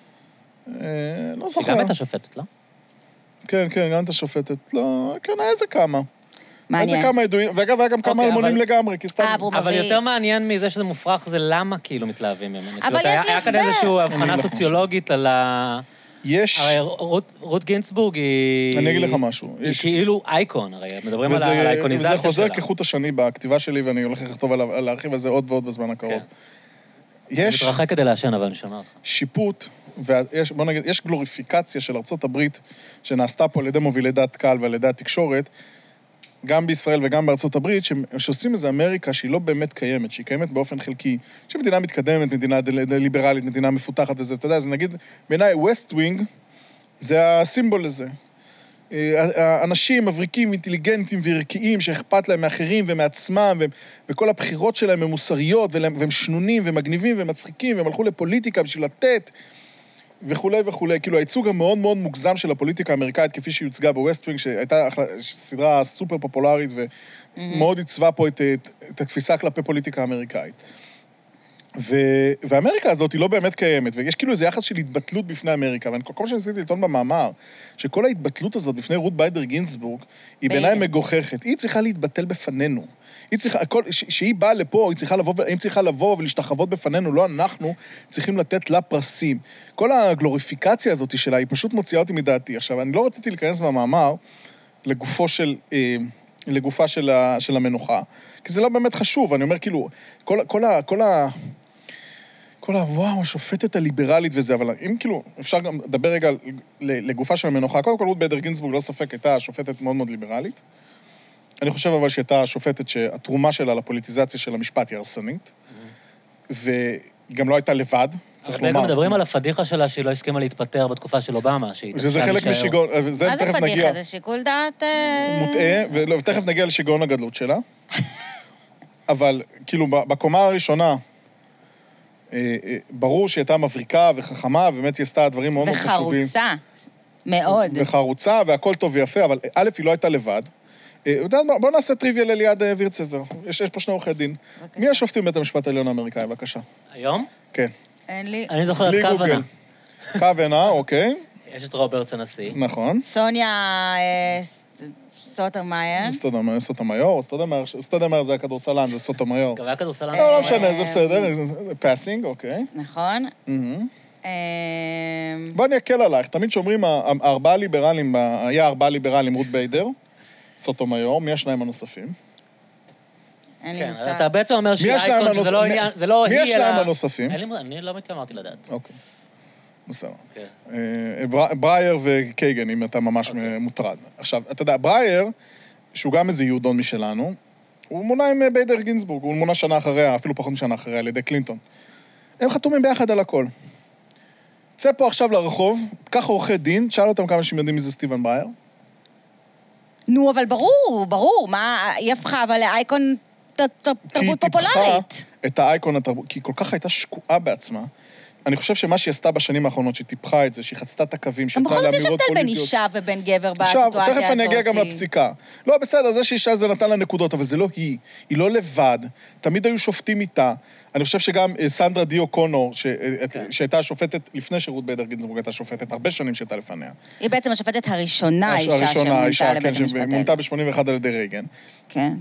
לא זוכר. גם את השופטת, לא? כן, כן, גם את השופטת. לא, כן, איזה כמה. מעניין. איזה כמה ידועים, ואגב, היה גם כמה אלמונים לגמרי, כי סתם... אבל יותר מעניין מזה שזה מופרך, זה למה כאילו מתלהבים ממנו. אבל יש לי הסבר. היה כאן איזושהי הבחנה סוציולוגית על ה... יש... הרי רות גינסבורג היא... אני אגיד לך משהו. היא כאילו אייקון, הרי מדברים על האייקוניזציה שלה. וזה חוזר כחוט השני בכתיבה שלי, ואני הולך לכתוב על להרחיב על זה עוד ועוד בזמן הקרוב. יש... אני מתרחק כדי לעשן, אבל אני שומע אותך. שיפוט, בוא נגיד, יש גלוריפיקציה של ארצות הברית, שנעשתה פה על ידי מובילי דעת קהל ועל ידי התקשורת, גם בישראל וגם בארצות הברית, שעושים איזו אמריקה שהיא לא באמת קיימת, שהיא קיימת באופן חלקי, שהיא מדינה מתקדמת, מדינה ליברלית, מדינה מפותחת וזה, אתה יודע, זה נגיד, בעיניי, ווסט ווינג, זה הסימבול לזה. אנשים מבריקים, אינטליגנטים וערכיים, שאכפת להם מאחרים ומעצמם, וכל הבחירות שלהם הם מוסריות, והם שנונים ומגניבים ומצחיקים, והם הלכו לפוליטיקה בשביל לתת, וכולי וכולי. כאילו, הייצוג המאוד מאוד מוגזם של הפוליטיקה האמריקאית, כפי שהיא יוצגה בווסטווינג, שהייתה סדרה סופר פופולרית, ומאוד עיצבה פה את התפיסה כלפי פוליטיקה האמריקאית. ואמריקה הזאת היא לא באמת קיימת, ויש כאילו איזה יחס של התבטלות בפני אמריקה, וכל מה שניסיתי לטעון במאמר, שכל ההתבטלות הזאת בפני רות ביידר גינסבורג, היא בעיניי מגוחכת. היא צריכה להתבטל בפנינו. שהיא באה לפה, היא צריכה לבוא ולהשתחוות בפנינו, לא אנחנו צריכים לתת לה פרסים. כל הגלוריפיקציה הזאת שלה, היא פשוט מוציאה אותי מדעתי. עכשיו, אני לא רציתי להיכנס במאמר לגופה של המנוחה, כי זה לא באמת חשוב. אני אומר, כאילו, כל וואו, השופטת הליברלית וזה, אבל אם כאילו, אפשר גם לדבר רגע לגופה של המנוחה, קודם כל, רות ביידר גינסבורג לא ספק, הייתה שופטת מאוד מאוד ליברלית. אני חושב אבל שהייתה שופטת שהתרומה שלה לפוליטיזציה של המשפט היא הרסנית, וגם לא הייתה לבד, צריך לומר. הרבה גם מדברים על הפדיחה שלה שהיא לא הסכימה להתפטר בתקופה של אובמה, שזה חלק משיגעון, וזה תכף נגיע. מה זה פדיחה? זה שיקול דעת... מוטעה, ותכף נגיע לשיגעון הגדלות שלה. אבל כאילו בקומה הראשונה, ברור שהיא הייתה מבריקה וחכמה, ובאמת היא עשתה דברים מאוד מאוד חשובים. וחרוצה, מאוד. וחרוצה, והכל טוב ויפה, אבל א', היא לא הייתה לבד. בואו נעשה טריוויה לליעד וירצזר. יש פה שני עורכי דין. מי השופטים בית המשפט העליון האמריקאי, בבקשה? היום? כן. אין לי... אני זוכר את קוונה. קוונה, אוקיי. יש את רוברטס הנשיא. נכון. סוניה סוטומאייר. סוטומאייר זה הכדורסלן, זה סוטומאייר. גם היה כדורסלן. לא משנה, זה בסדר. פאסינג, אוקיי. נכון. בוא אני אקל עלייך. תמיד שאומרים, ארבעה ליברלים, היה 4 ליברלים, רות ביידר, סוטומאייר, מי השניים הנוספים? אין לי כן, מוצא. אתה בעצם אומר שהיא אייקון, שזה לא היא, אלא... מי השניים הנוספים? אני לא מתיימרתי לדעת. אוקיי. בסדר. ברייר וקייגן, אם אתה ממש מוטרד. עכשיו, אתה יודע, ברייר, שהוא גם איזה יהודון משלנו, הוא מונה עם ביידר גינסבורג, הוא מונה שנה אחריה, אפילו פחות משנה אחריה, על ידי קלינטון. הם חתומים ביחד על הכל. צא פה עכשיו לרחוב, קח עורכי דין, תשאל אותם כמה שהם יודעים מי זה סטיבן ברייר. נו, אבל ברור, מה, היא הפכה, אבל לאייקון תרבות פופולרית. כי היא טיפחה את האייקון התרבות, כי היא כל כך הייתה שקועה בעצמה, אני חושב שמה שהיא עשתה בשנים האחרונות, שהיא טיפחה את זה, שהיא חצתה את הקווים, שיצאה לאמירות פוליטיות. בכל זאת יש הבדל בין אישה ובין גבר בסיטואציה הזאת. עכשיו, תכף אני אגיע גם לפסיקה. לא, בסדר, זה שאישה זה נתן לה נקודות, אבל זה לא היא. היא לא לבד. תמיד היו שופטים איתה. אני חושב שגם סנדרה דיו קונור, שהייתה השופטת לפני שרות ביידר גינסבורג, הייתה שופטת הרבה שנים שהייתה לפניה. היא בעצם השופטת הראשונה, אישה לבית המשפט. שמונתה ב-81 על ידי רייגן. כן.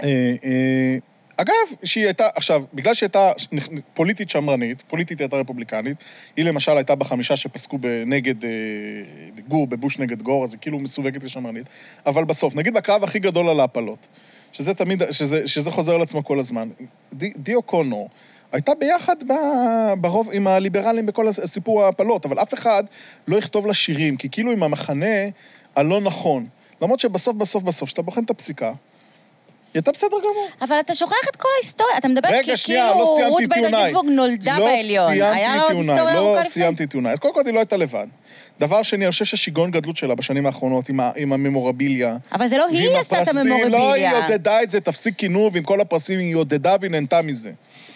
אגב, שהיא הייתה, עכשיו, בגלל שהייתה פוליטית שמרנית, פוליטית הייתה רפובליקנית, היא למשל הייתה בחמישה שפסקו בנגד גור, בבוש נגד גור, אז היא כאילו מסווגת כשמרנית, אבל בסוף, נגיד בקרב הכי גדול על ההפלות, שזה תמיד, שזה חוזר על עצמו כל הזמן, דיו קונור הייתה ביחד ברוב עם הליברלים בכל הסיפור ההפלות, אבל אף אחד לא יכתוב לה שירים, כי כאילו עם המחנה הלא נכון, למרות שבסוף, שאתה בוחן את הפסיקה, היא הייתה בסדר גמור. אבל אתה שוכח את כל ההיסטוריה, אתה מדבר שנייה, כאילו לא סיימתי רות ביידר גינסבורג נולדה בעליון. היה לה עוד היסטוריה ארוכה לפני? לא סיימתי טיעוני. אז קודם כל היא לא הייתה לבד. דבר שני, אני חושב ששיגעון גדלות שלה בשנים האחרונות עם הממורביליה. אבל זה לא היא עשתה את הממורביליה. לא, היא עודדה את זה, תפסיק כינור, ועם כל הפרסים היא עודדה והיא נהנתה מזה.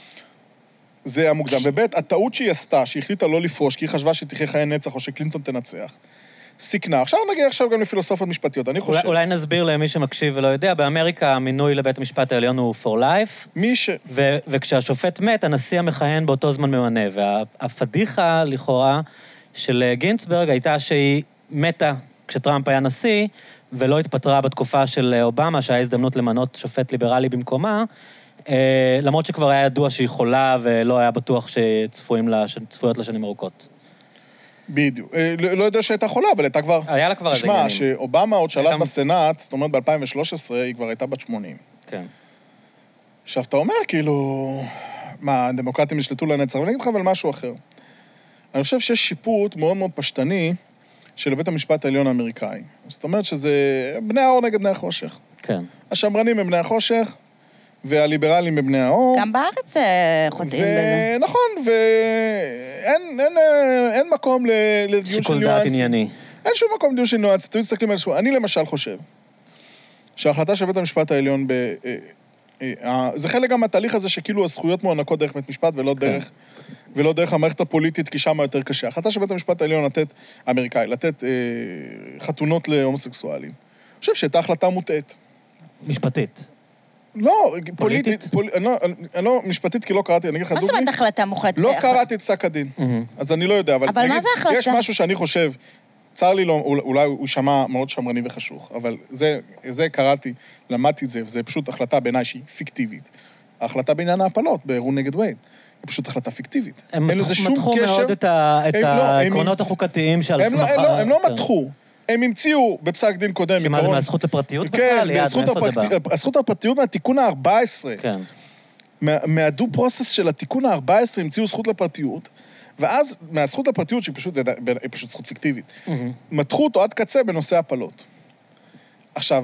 זה המוקדם. ובית, הטעות שהיא עשתה, שהיא החליטה לא לפרוש, כי היא חשבה שתחיה חיי נצח או שקלינטון תנצח. סיכנה. עכשיו נגיע גם לפילוסופיות משפטיות. אני חושב... אולי נסביר למי שמקשיב ולא יודע, באמריקה המינוי לבית המשפט העליון הוא for life, וכשהשופט מת, הנשיא המכהן באותו זמן ממנה, והפדיחה לכאורה של גינסברג הייתה שהיא מתה כשטראמפ היה נשיא, ולא התפטרה בתקופה של אובמה, שהיה הזדמנות למנות שופט ליברלי במקומה, למרות שכבר היה ידוע שהיא חולה, ולא היה בטוח שצפויות לשנים ארוכות. בדיוק. לא יודע שהייתה חולה, אבל הייתה כבר... היה לה כבר איזה עניינים. תשמע, שאובמה עוד שלט בסנאט, זאת אומרת ב-2013, היא כבר הייתה בת 80. כן. עכשיו, אתה אומר, כאילו... מה, הדמוקרטים ישלטו לנצח, אבל אני אגיד לך אבל משהו אחר. אני חושב שיש שיפוט מאוד מאוד פשטני של בית המשפט העליון האמריקאי. זאת אומרת שזה בני האור נגד בני החושך. כן. השמרנים הם בני החושך, והליברלים הם בני האור. גם בארץ חוטאים בזה. נכון, ואין מקום לדיון של ניואנסים. שיקול דעת ענייני. אין שום מקום לדיון של ניואנסים. אתם מסתכלים על זה. אני למשל חושב שההחלטה של בית המשפט העליון זה חלק גם מהתהליך הזה שכאילו הזכויות מוענקות דרך בית משפט ולא דרך המערכת הפוליטית, כי שם יותר קשה. ההחלטה של בית המשפט העליון האמריקאי, לתת חתונות להומוסקסואלים. אני חושב שהייתה החלטה מוטעת. משפטית. לא, פוליטית. לא, משפטית כי לא קראתי, אני אגיד לך דוגרי. מה זאת אומרת החלטה מוחלטת? לא קראתי את פסק הדין, אז אני לא יודע, אבל מה זה החלטה? יש משהו שאני חושב, צר לי לא, אולי הוא שמע מאוד שמרני וחשוך, אבל זה קראתי, למדתי את זה, וזה פשוט החלטה בעיניי שהיא פיקטיבית. ההחלטה בעניין ההפלות, באירוע נגד וייד, היא פשוט החלטה פיקטיבית. הם מתחו מאוד את העקרונות החוקתיים שעל סמכה. הם לא מתחו. הם המציאו בפסק דין קודם. שמה זה מהזכות לפרטיות בכלל? כן, הזכות הפרטיות מהתיקון ה-14. כן. מהדו פרוסס של התיקון ה-14 המציאו זכות לפרטיות, ואז מהזכות לפרטיות, שהיא פשוט זכות פיקטיבית, מתחו אותו עד קצה בנושא הפלות. עכשיו,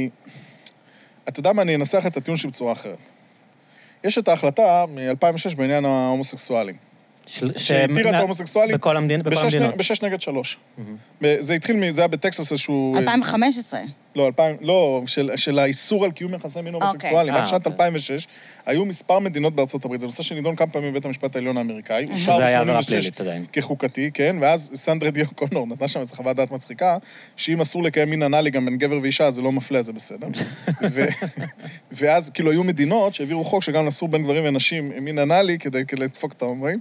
אתה יודע מה, אני אנסח את הטיעון שלי בצורה אחרת. יש את ההחלטה מ-2006 בעניין ההומוסקסואלים. שהתירה את ההומוסקסואלים בכל המדינות. ב6-3. זה התחיל, זה היה בטקסס איזשהו... 2015. לא, של האיסור על קיום יחסי מין הומוסקסואליים. עד שנת 2006 היו מספר מדינות בארצות הברית. זה נושא שנידון כמה פעמים בבית המשפט העליון האמריקאי. אושר ב-86 כחוקתי, כן? ואז סנדרה דיו קונור נתנה שם איזו חוות דעת מצחיקה, שאם אסור לקיים מין אנאלי גם בין גבר ואישה, זה לא מפלה, זה בסדר. ואז כאילו היו מדינות שהעבירו חוק שגם אסור בין גברים ונשים מין אנאלי כדי לדפוק את ההומואים.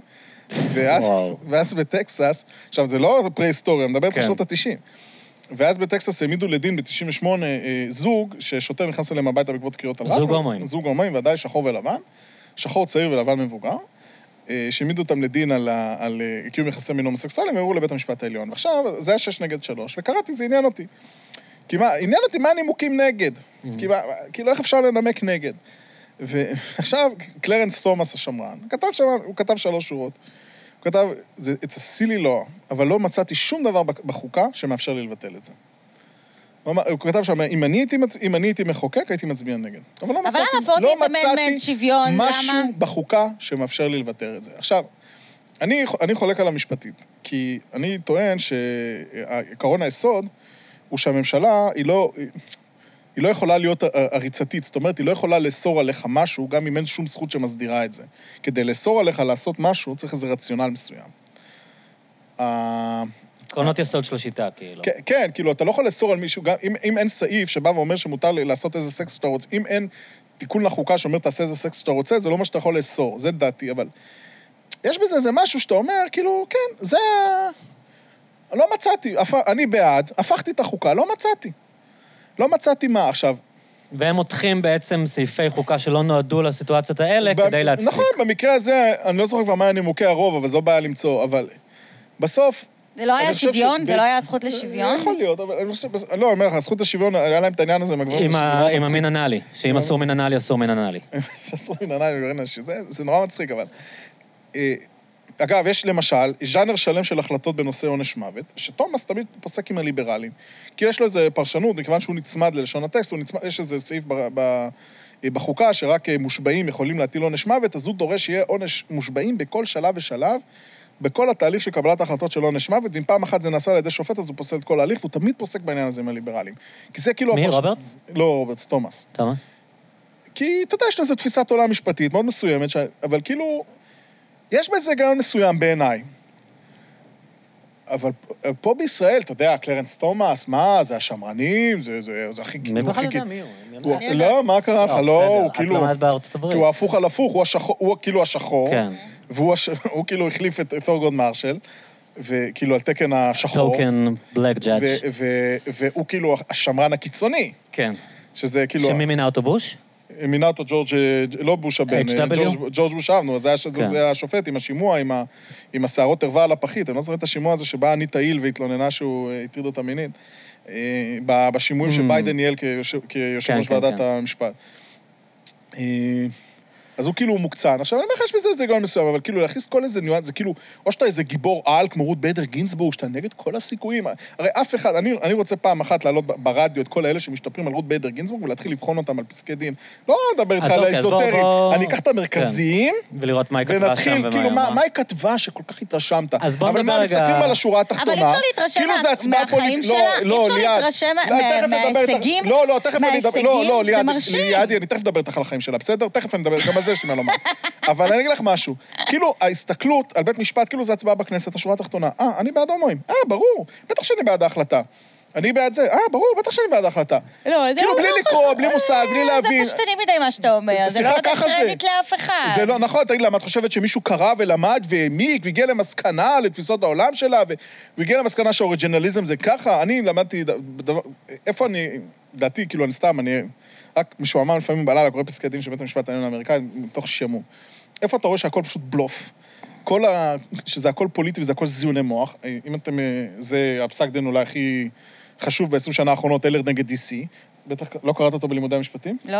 ואז בטקסס, עכשיו זה לא פרה-היסטוריה, מדבר את שנות ה-90. ואז בטקסס העמידו לדין ב-98 זוג ששוטר נכנס אליהם הביתה בעקבות קריאות על רעש. זוג הומואים. זוג הומואים, ודאי שחור ולבן, שחור צעיר ולבן מבוגר, שהעמידו אותם לדין על קיום יחסי מין הומוסקסואליים, והראו לבית המשפט העליון. ועכשיו זה היה 6-3, וקראתי, זה עניין אותי. עניין אותי מה הנימוקים נגד. כאילו איך אפשר לנמק נגד. ועכשיו קלרנס תומאס השמרן, הוא כתב 3 שורות. הוא כתב, it's a silly law, אבל לא מצאתי שום דבר בחוקה שמאפשר לי לבטל את זה. הוא כתב שם, אם אני הייתי מחוקק, הייתי מצביע נגד. אבל לא מצאתי משהו בחוקה שמאפשר לי לבטל את זה. עכשיו, אני חולק על המשפטית, כי אני טוען שעקרון היסוד הוא שהממשלה היא היא לא יכולה להיות עריצתית, זאת אומרת, היא לא יכולה לאסור עליך משהו, גם אם אין שום זכות שמסדירה את זה. כדי לאסור עליך לעשות משהו, צריך איזה רציונל מסוים. עקרונות יסוד של השיטה, כאילו. כן, כאילו, אתה לא יכול לאסור על מישהו, גם אם אין סעיף שבא ואומר שמותר לעשות איזה סקס שאתה רוצה, אם אין תיקון לחוקה שאומר, תעשה איזה סקס שאתה רוצה, זה לא מה שאתה יכול לאסור, זה דעתי, אבל יש בזה איזה משהו שאתה אומר, כאילו, כן, זה... לא מצאתי, אני בעד, הפכתי את החוקה, לא מצאתי מה עכשיו. והם מותחים בעצם סעיפי חוקה שלא נועדו לסיטואציות האלה כדי להצדיק. נכון, במקרה הזה, אני לא זוכר כבר מה נימוקי הרוב, אבל זו בעיה למצוא, אבל בסוף... זה לא היה שוויון? זה לא היה זכות לשוויון? יכול להיות, אבל אני חושב... לא, אני אומר לך, הזכות לשוויון, היה להם את העניין הזה, עם המין אנאלי, שאם אסור מין אנאלי, אסור מין אנאלי. שאסור מין אנאלי, זה נורא מצחיק, אבל... אגב, יש למשל ז'אנר שלם של החלטות בנושא עונש מוות, שתומאס תמיד פוסק עם הליברלים. כי יש לו איזו פרשנות, מכיוון שהוא נצמד ללשון הטקסט, יש איזה סעיף בחוקה שרק מושבעים יכולים להטיל עונש מוות, אז הוא דורש שיהיה עונש מושבעים בכל שלב ושלב, בכל התהליך של קבלת ההחלטות של עונש מוות, ואם פעם אחת זה נעשה על ידי שופט, אז הוא פוסל את כל ההליך, והוא תמיד פוסק בעניין הזה עם הליברלים. כי זה כאילו... מי, רוברטס? לא, רוברטס, תומאס. תומאס? כי, אתה יודע, יש לזה תפיסת עולם משפטית מאוד מסוימת, אבל כאילו, יש בזה היגיון מסוים בעיניי. אבל פה בישראל, אתה יודע, קלרנס תומאס, מה, זה השמרנים, זה הכי... מי בכלל יודע מי הוא? לא, מה קרה לך? לא, הוא כאילו... את למדת בארצות הברית. כי הוא הפוך על הפוך, הוא כאילו השחור. כן. והוא כאילו החליף את תורגוד מרשל, וכאילו על תקן השחור. טוקן בלק ג'אדג'. והוא כאילו השמרן הקיצוני. כן. שזה כאילו... שמי מינה אותו בוש? מינה אותו ג'ורג', לא בוש הבן, ג'ורג' בוש אבנו, אז זה השופט עם השימוע, עם השערות ערווה על הפחית. אני לא זוכר את השימוע הזה שבאה אניטה היל והתלוננה שהוא הטריד אותה מינית, בשימועים שביידן ניהל כיושב ראש ועדת המשפט. אז הוא כאילו מוקצן. עכשיו, אני מחש בזה איזה גאון מסוים, אבל כאילו להכניס כל איזה ניואנס, זה כאילו, או שאתה איזה גיבור על, כמו רות ביידר גינסבורג, שאתה נגד כל הסיכויים. הרי אף אחד, אני רוצה פעם אחת לעלות ברדיו את כל האלה שמשתפרים על רות ביידר גינסבורג, ולהתחיל לבחון אותם על פסקי דין. לא לדבר איתך על האזוטרי. אני אקח את המרכזיים, ולראות מה היא כתבה שם. ונתחיל, כאילו, מה היא כתבה שכל כך התרשמת. אבל מה, מסתכלים על השורה התחתונה, כאילו זה הצבעה מהחיים שלה, אי אפשר להתרשם מההישגים, ליעדי, אני תכף מדבר איתך על החיים שלה, בסדר? תכף אני מדבר, גם על זה יש לי מה לומר. אבל אני אגיד לך משהו. כאילו, ההסתכלות על בית משפט, כאילו זה הצבעה בכנסת, השורה התחתונה. אני בעד הומואים. ברור. בטח שאני בעד ההחלטה. אני בעד זה. ברור, בטח שאני בעד ההחלטה. כאילו, בלי לקרוא, בלי מושג, בלי להבין. זה פשטני מדי מה שאתה אומר. זה לא יודע קרדיט לאף אחד. זה לא, נכון, תגיד לה, מה את חושבת שמישהו קרא ולמד והעמיק, והגיע למסקנה לתפיסות העולם שלה, והגיע למסקנה שהאוריג'ינליזם זה ככה? אני למדתי, איפה אני, דעתי, כאילו, אני סתם, אני רק משועמם לפעמים בלילה, קורא פסקי דין של בית המשפט העליון האמריקאי, מתוך שעמום. איפה אתה רואה שהכל פשוט בלוף? שזה הכל פוליטי וזה הכל זיוני מוח. אם אתם, זה הפסק דין אולי הכי חשוב ב-20 שנה האחרונות, אלר נגד DC. בטח, לא קראת אותו בלימודי המשפטים? לא.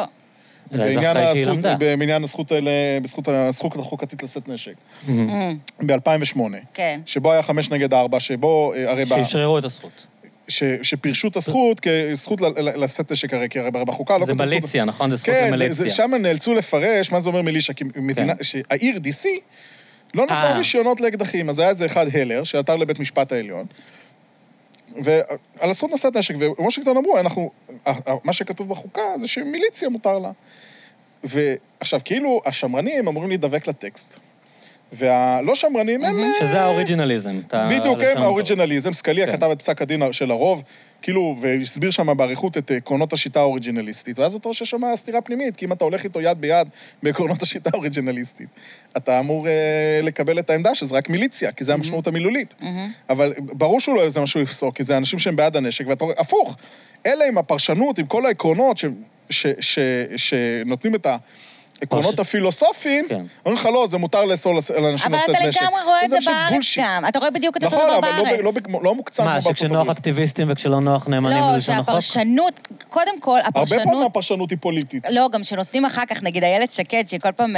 בעניין בזכות הזכות החוקתית לשאת נשק. ב-2008. כן. שבו היה 5-4, שבו, הרי שישררו את הזכות. שפירשו את הזכות כזכות לשאת נשק, כי הרי בחוקה לא... זה מליציה, נכון? זה זכות למליציה. כן, שם נאלצו לפרש מה זה אומר מילישה, כי שהעיר DC לא נתנו רישיונות לאקדחים, אז היה איזה אחד הלר, שעתר לבית משפט העליון, ועל הזכות לשאת נשק, ווושינגטון אמרו, מה שכתוב בחוקה זה שמיליציה מותר לה. ועכשיו, כאילו, השמרנים אמורים להידבק לטקסט. והלא שמרנים הם... שזה האוריג'ינליזם. בדיוק, הם האוריג'ינליזם. סקליה כתב את פסק הדין של הרוב, כאילו, והסביר שם בעריכות את עקרונות השיטה האוריג'ינליסטית, ואז אתה רואה ששם סתירה פנימית, כי אם אתה הולך איתו יד ביד בעקרונות השיטה האוריג'ינליסטית, אתה אמור לקבל את העמדה שזה רק מיליציה, כי זה המשמעות המילולית. אבל ברור שהוא לא איזה משהו לפסוק, כי זה אנשים שהם בעד הנשק, ואתה רואה, הפוך, אלה עם הפרשנות, עם כל העקרונות שנותנים את עקרונות הפילוסופיים, אומרים לך, לא, זה מותר לאסור לאנשים לשאת נשק. אבל אתה לגמרי רואה את זה בארץ גם. אתה רואה בדיוק את אותו דבר בארץ. נכון, אבל לא מוקצן כמו בארצות הברית. מה, שכשנוח אקטיביסטים וכשלא נוח נאמנים ללשון החוק? לא, שהפרשנות, קודם כל, הפרשנות... הרבה פעמים הפרשנות היא פוליטית. לא, גם שנותנים אחר כך, נגיד איילת שקד, שהיא כל פעם,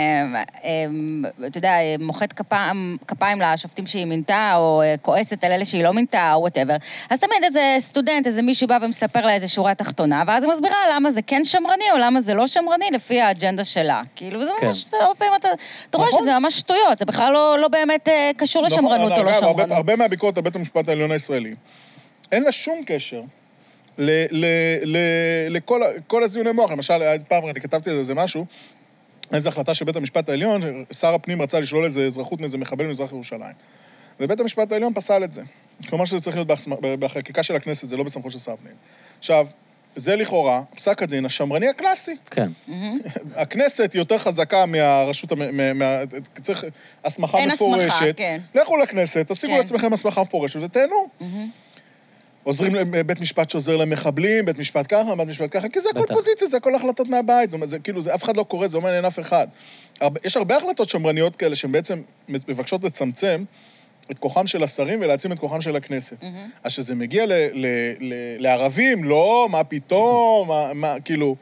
אתה יודע, מוחאת כפיים לשופטים שהיא מינתה, או כועסת על אלה שהיא לא מינתה, או whatever. אז תמיד איזה סטודנט, איזה מישהו בא ומספר לה איזה שורה תחתונה, ואז היא מסבירה למה זה כן שמרני, או למה זה לא שמרני, לפי האג'נדה שלה. כאילו, זה ממש, הרבה פעמים אתה רואה שזה ממש שטויות, זה בכלל לא באמת קשור לשמרנות או לא שמרנות. הרבה מהביקורת על בית המשפט העליון הישראלי, אין לה שום קשר לכל הזיוני מוח. למשל, פעם אני כתבתי על זה משהו, איזו החלטה של בית המשפט העליון, שר הפנים רצה לשלול איזה אזרחות מאיזה מחבל במזרח ירושלים. ובית המשפט העליון פסל את זה. כלומר שזה צריך להיות בחקיקה של הכנסת, זה לא בסמכות של שר הפנים. עכשיו, זה לכאורה, פסק הדין השמרני הקלאסי. כן. הכנסת יותר חזקה מהרשות, צריך הסמכה מפורשת. אין הסמכה, כן. לכו לכנסת, תשיגו לעצמכם הסמכה מפורשת ותהנו. עוזרים לבית משפט שעוזר למחבלים, בית משפט ככה, בית משפט ככה, כי זה הכל פוזיציה, זה הכל החלטות מהבית, זה כאילו, אף אחד לא קורא, זה לא מעניין אף אחד. יש הרבה החלטות שמרניות כאלה, שהן בעצם מבקשות לצמצם את כוחם של השרים ולהעצים את כוחם של הכנסת. אז שזה מגיע לערבים, לא, מה פתאום, כאילו...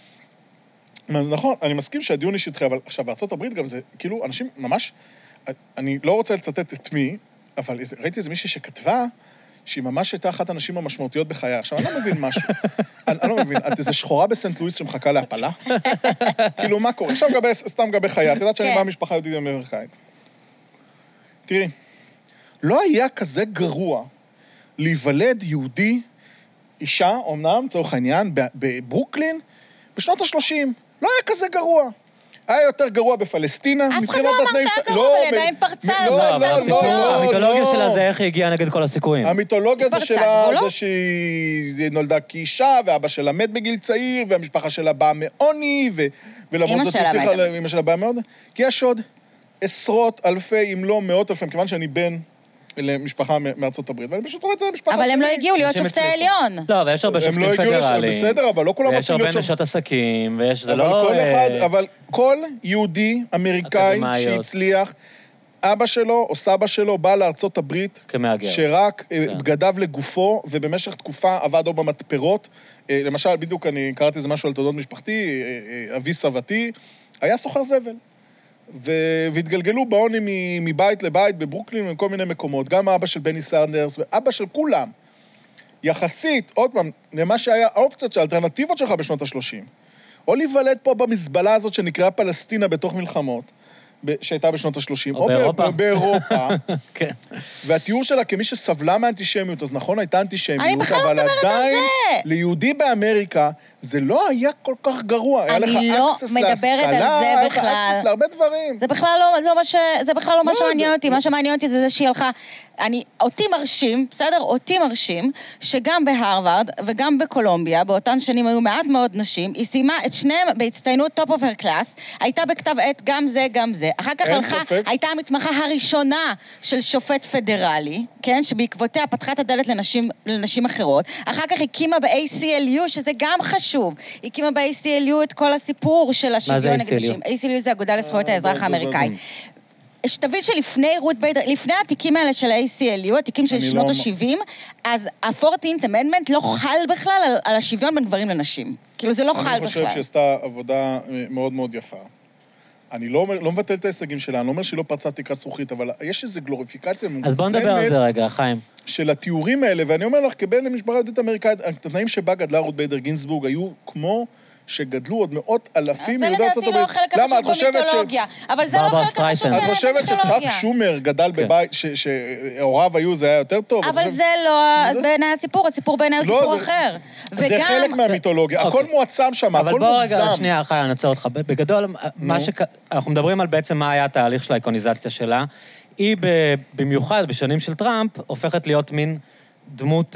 נכון, אני מסכים שהדיון איש איתך, אבל עכשיו, בארצות הברית גם זה, כאילו, אנשים ממש... אני לא רוצה לצטט את מי, אבל ראיתי איזה מישהי שכתבה, שהיא ממש הייתה אחת הנשים המשמעותיות בחיי. עכשיו, אני לא מבין משהו. אני לא מבין, את איזה שחורה בסנט לואיס שמחכה להפלה? כאילו, מה קורה? עכשיו סתם גבי חיי. את יודעת שאני באה משפחה יהודית אמריקאית. תראי, לא היה כזה גרוע להיוולד יהודי, אישה, אומנם, צורך העניין, בברוקלין, בשנות ה-30. לא היה כזה גרוע. היה יותר גרוע בפלסטינה. אף אחד לא אמר שהיה גרוע, אבל עדיין פרצה. לא. המיתולוגיה שלה זה איך היא הגיעה נגד כל הסיכויים. המיתולוגיה זה שלה זה שהיא נולדה כאישה, ואבא שלה מת בגיל צעיר, והמשפחה שלה באה מעוני, ולמרות זאת היא צריכה... אמא שלה באה מאוד. כי יש עוד עשרות אלפי, אם לא מאות אלפים, כיוון שאני בן למשפחה מארצות הברית, ואני פשוט רוצה למשפחה שלי. אבל הם לא הגיעו להיות שופטי עליון. לא, ויש הרבה שופטים פדרליים. בסדר, אבל לא כולם רוצים להיות שופטים. ויש הרבה נשות עסקים, ויש... אבל כל יהודי אמריקאי שהצליח, אבא שלו או סבא שלו בא לארצות הברית, שרק בגדיו לגופו, ובמשך תקופה עבד או במתפרות. למשל, בדיוק אני קראתי איזה משהו על תולדות משפחתי, אבי סבתי, היה סוחר זבל. והתגלגלו בעוני מבית לבית בברוקלין ובכל מיני מקומות, גם האבא של בני סנדרס ואבא של כולם. יחסית, עוד פעם, למה שהיה האופציות של האלטרנטיבות שלך בשנות ה-30. או להיוולד פה במזבלה הזאת שנקראה פלסטינה בתוך מלחמות, שהייתה בשנות ה-30, או באירופה. כן. והתיאור שלה כמי שסבלה מאנטישמיות, אז נכון, הייתה אנטישמיות, אבל עדיין ליהודי באמריקה זה לא היה כל כך גרוע. היה לך אקסס להשכלה, היה לך אקסס להרבה דברים. זה בכלל לא מה שמעניין אותי. מה שמעניין אותי זה שהיא הלכה... אותי מרשים, בסדר? אותי מרשים, שגם בהרווארד וגם בקולומביה, באותן שנים היו מעט מאוד נשים, היא סיימה את שניהם בהצטיינות top of her class, הייתה בכתב עת גם זה, גם זה. אחר כך הלכה, הייתה המתמחה הראשונה של שופט פדרלי, כן? שבעקבותיה פתחה את הדלת לנשים אחרות. אחר כך הקימה ב-ACLU, שזה גם חשוב. הקימה ב-ACLU את כל הסיפור של השוויון נגד נשים. ACLU זה אגודה לזכויות האזרח האמריקאי. שתבין שלפני רות ביידר, לפני התיקים האלה של ה-ACLU, התיקים של שנות ה-70, אז ה-14th Amendment לא חל בכלל על השוויון בין גברים לנשים. כאילו זה לא חל בכלל. אני חושב שעשתה עבודה מאוד מאוד יפה. אני לא מבטל את ההישגים שלה, אני לא אומר שהיא לא פרצה תקרת זכוכית, אבל יש איזו גלוריפיקציה מוגזמת. אז בוא נדבר על זה רגע, חיים. של התיאורים האלה, ואני אומר לך, כבן למשפחה יהודית אמריקאית, התנאים שבה גדלה רות ביידר גינסבורג היו כמו שגדלו עוד מאות אלפים מיהודי ארצות הברית. זה לדעתי לא חלק החשוב במיתולוגיה, אבל זה לא חלק החשוב במיתולוגיה. את חושבת שצ'אק שומר גדל בבית, שהוריו היו, זה היה יותר טוב? אבל זה לא בעיניי הסיפור בעיניי הוא סיפור אחר. זה חלק מהמיתולוגיה, הכל מועצם שם, הכל מוגזם. אבל בוא רגע, שנייה, חיים, אני אעצור אותך. בגדול, אנחנו מדברים על בעצם מה היה התהליך של האיקוניזציה שלה. היא במיוחד בשנים של טראמפ הופכת להיות מין דמות...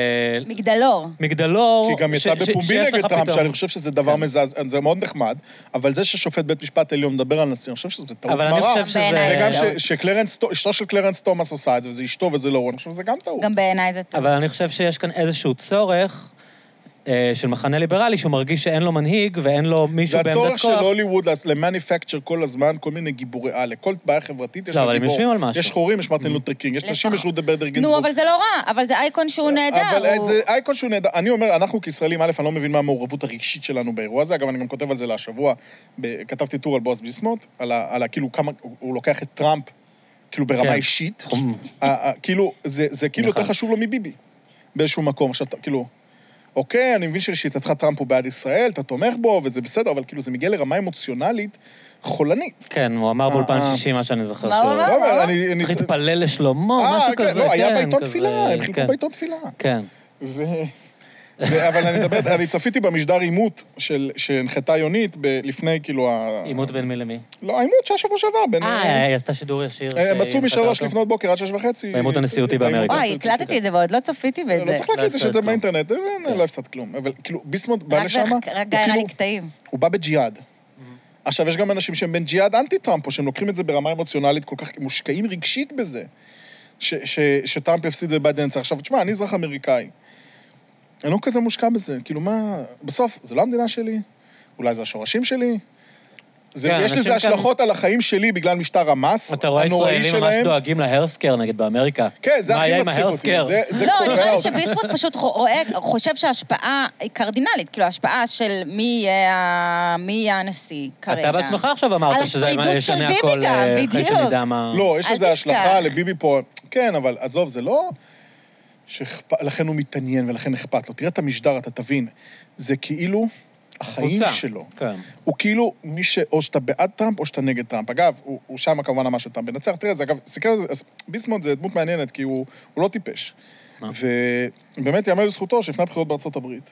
מגדלור. כי גם יצא בפומבי נגד טראמפ, שאני חושב שזה דבר מזעזע, זה מאוד נחמד, אבל זה ששופט בית משפט עליון מדבר על נשיא, אני חושב שזה טעות מרה. אבל אני חושב שזה... וגם אשתו של קלרנס תומאס עושה את זה, וזה אשתו וזה לא, אני חושב שזה גם טעות. גם בעיניי זה טעות. אבל אני חושב שיש כאן איזשהו צורך של מחנה ליברלי, שהוא מרגיש שאין לו מנהיג ואין לו מישהו בעמדת כוח. זה הצורך של הוליווד למניפקצ'ר כל הזמן, כל מיני גיבורי על. לכל בעיה חברתית יש לה גיבור. יש שחורים, יש מרטין לותר קינג, יש נשים, יש רות ביידר גינסבורג. נו, אבל זה לא רע, אבל זה אייקון שהוא נהדר. אבל זה אייקון שהוא נהדר. אני אומר, אנחנו כישראלים, א', אני לא מבין מה המעורבות הרגשית שלנו באירוע הזה, אגב, אני גם כותב על זה להשבוע, כתבתי טור על בועז ביסמוט, על כאילו כמה הוא לוקח את טראמפ, כאילו ברמה אישית, כאילו, זה כאילו יותר חשוב לו מביבי, באיזשהו מקום. עכשיו, כאילו, אוקיי, אני מבין שלשיטתך טראמפ הוא בעד ישראל, אתה תומך בו, וזה בסדר, אבל כאילו זה מגיע לרמה אמוציונלית חולנית. כן, הוא אמר באולפן שישי מה שאני זוכר. מה הוא אמר? צריך להתפלל לשלומו, משהו כזה. לא, היה בעיתון תפילה, הם חילקו בעיתון תפילה. כן. אבל אני צפיתי במשדר עימות שהנחתה יונית לפני, כאילו... עימות בין מי למי? לא, העימות שהשבוע שעבר. היא עשתה שידור ישיר. הם עשו מ3 לפנות בוקר עד 6:30. בעימות הנשיאותי באמריקה. הקלטתי את זה ועוד לא צפיתי בזה. לא צריך להקליט את זה באינטרנט, לא הפסד כלום. אבל כאילו, ביסמוט בא לשם, רק גיירה לי קטעים. הוא בא בג'יהאד. עכשיו, יש גם אנשים שהם בין ג'יהאד אנטי-טראמפ, או שהם לוקחים את זה ברמה אמוציונלית כל כך, מושקעים רגשית בזה, שטראמפ יפסיד וביידן ינצח. עכשיו, תשמע, אני אזרח אמריקאי. אני לא כזה מושקע בזה. כאילו, מה... בסוף, זה לא המדינה שלי, אולי זה השורשים שלי. יש לזה השלכות על החיים שלי בגלל משטר המס אתה רואה ישראלים ממש דואגים להלסקר, נגיד, באמריקה. כן, זה הכי מצחיק אותי. לא, נראה לי שביסמוט פשוט חושב שההשפעה היא קרדינלית, כאילו, ההשפעה של מי יהיה הנשיא כרגע. אתה בעצמך עכשיו אמרת שזה ישנה הכל אחרי שנדע מה... לא, יש לזה השלכה לביבי פה. כן, אבל עזוב, זה לא... לכן הוא מתעניין ולכן אכפת לו. תראה את המשדר, אתה תבין. זה כאילו... החיים שלו. הוא כאילו מי או שאתה בעד טראמפ או שאתה נגד טראמפ. אגב, הוא שם כמובן אמר שטראמפ בנצח. תראה, אגב, סיכר על זה, ביסמוט זה דמות מעניינת, כי הוא לא טיפש. ובאמת יאמר לזכותו שלפני הבחירות בארצות הברית,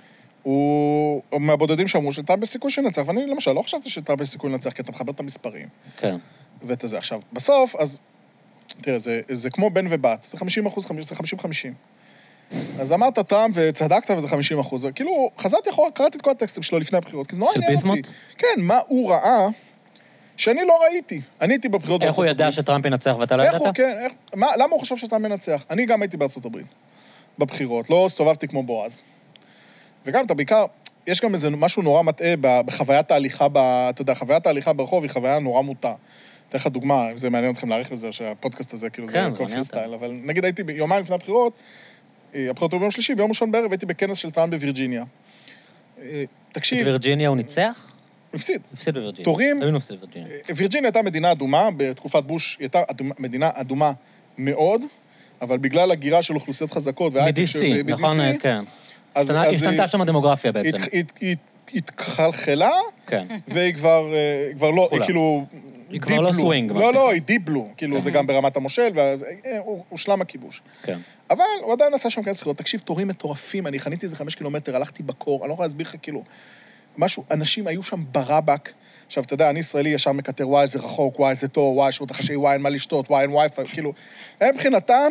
הוא מהבודדים שאמרו שטראמפ בסיכוי שנצח, ואני למשל לא חשבתי שטראמפ בסיכוי לנצח, כי אתה מחבר את המספרים. כן. ואת זה עכשיו. בסוף, אז, תראה, זה כמו בן ובת, זה 50%, זה 50-50. אז אמרת טראמפ וצדקת וזה 50%, וכאילו חזרתי אחורה, קראתי את כל הטקסטים שלו לפני הבחירות, כי זה נורא עניין אותי. כן, מה הוא ראה שאני לא ראיתי. אני הייתי בבחירות בארצות הברית. איך הוא ידע שטראמפ ינצח ואתה לא ידעת? כן, למה הוא חשב שטראמפ ינצח? אני גם הייתי בארצות הברית, בבחירות, לא הסתובבתי כמו בועז. וגם אתה בעיקר, יש גם איזה משהו נורא מטעה בחוויית ההליכה, אתה יודע, חוויית ההליכה ברחוב היא חוויה נורא מוטה. אתן לך דוגמה, אם זה מעניין אתכם להעריך בזה, שהפודקאסט הזה, כאילו זה כל פריסטייל, אבל נגיד הייתי יומיים לפני הבחירות, הבחירות ביום שלישי, ביום ראשון בערב הייתי בכנס של טראמפ בווירג'יניה. תקשיב... בווירג'יניה הוא ניצח? הפסיד. הפסיד בווירג'יניה. תורים... תמיד מפסיד בווירג'יניה. וירג'יניה הייתה מדינה אדומה, בתקופת בוש, היא הייתה מדינה אדומה מאוד, אבל בגלל הגירה של אוכלוסיות חזקות, ב-DC, נכון, כן. השתנתה שם הדמוגרפיה בעצם. היא התחלחלה, והיא כבר לא, היא כאילו... היא כבר לא סווינג. לא, היא דיבלו, כאילו זה גם ברמת המושל, והושלם הכיבוש. כן. אבל הוא עדיין עשה שם כנס בחירות. תקשיב, תורים מטורפים, אני חניתי איזה 5 קילומטר, הלכתי בקור, אני לא יכול להסביר לך כאילו, משהו, אנשים היו שם ברבק. עכשיו, אתה יודע, אני ישראלי ישר מקטר, וואי, זה רחוק, וואי, זה טוב, וואי, שירות החשאי, וואי, אין מה לשתות, וואי, אין וויפיי, כאילו, הם מבחינתם,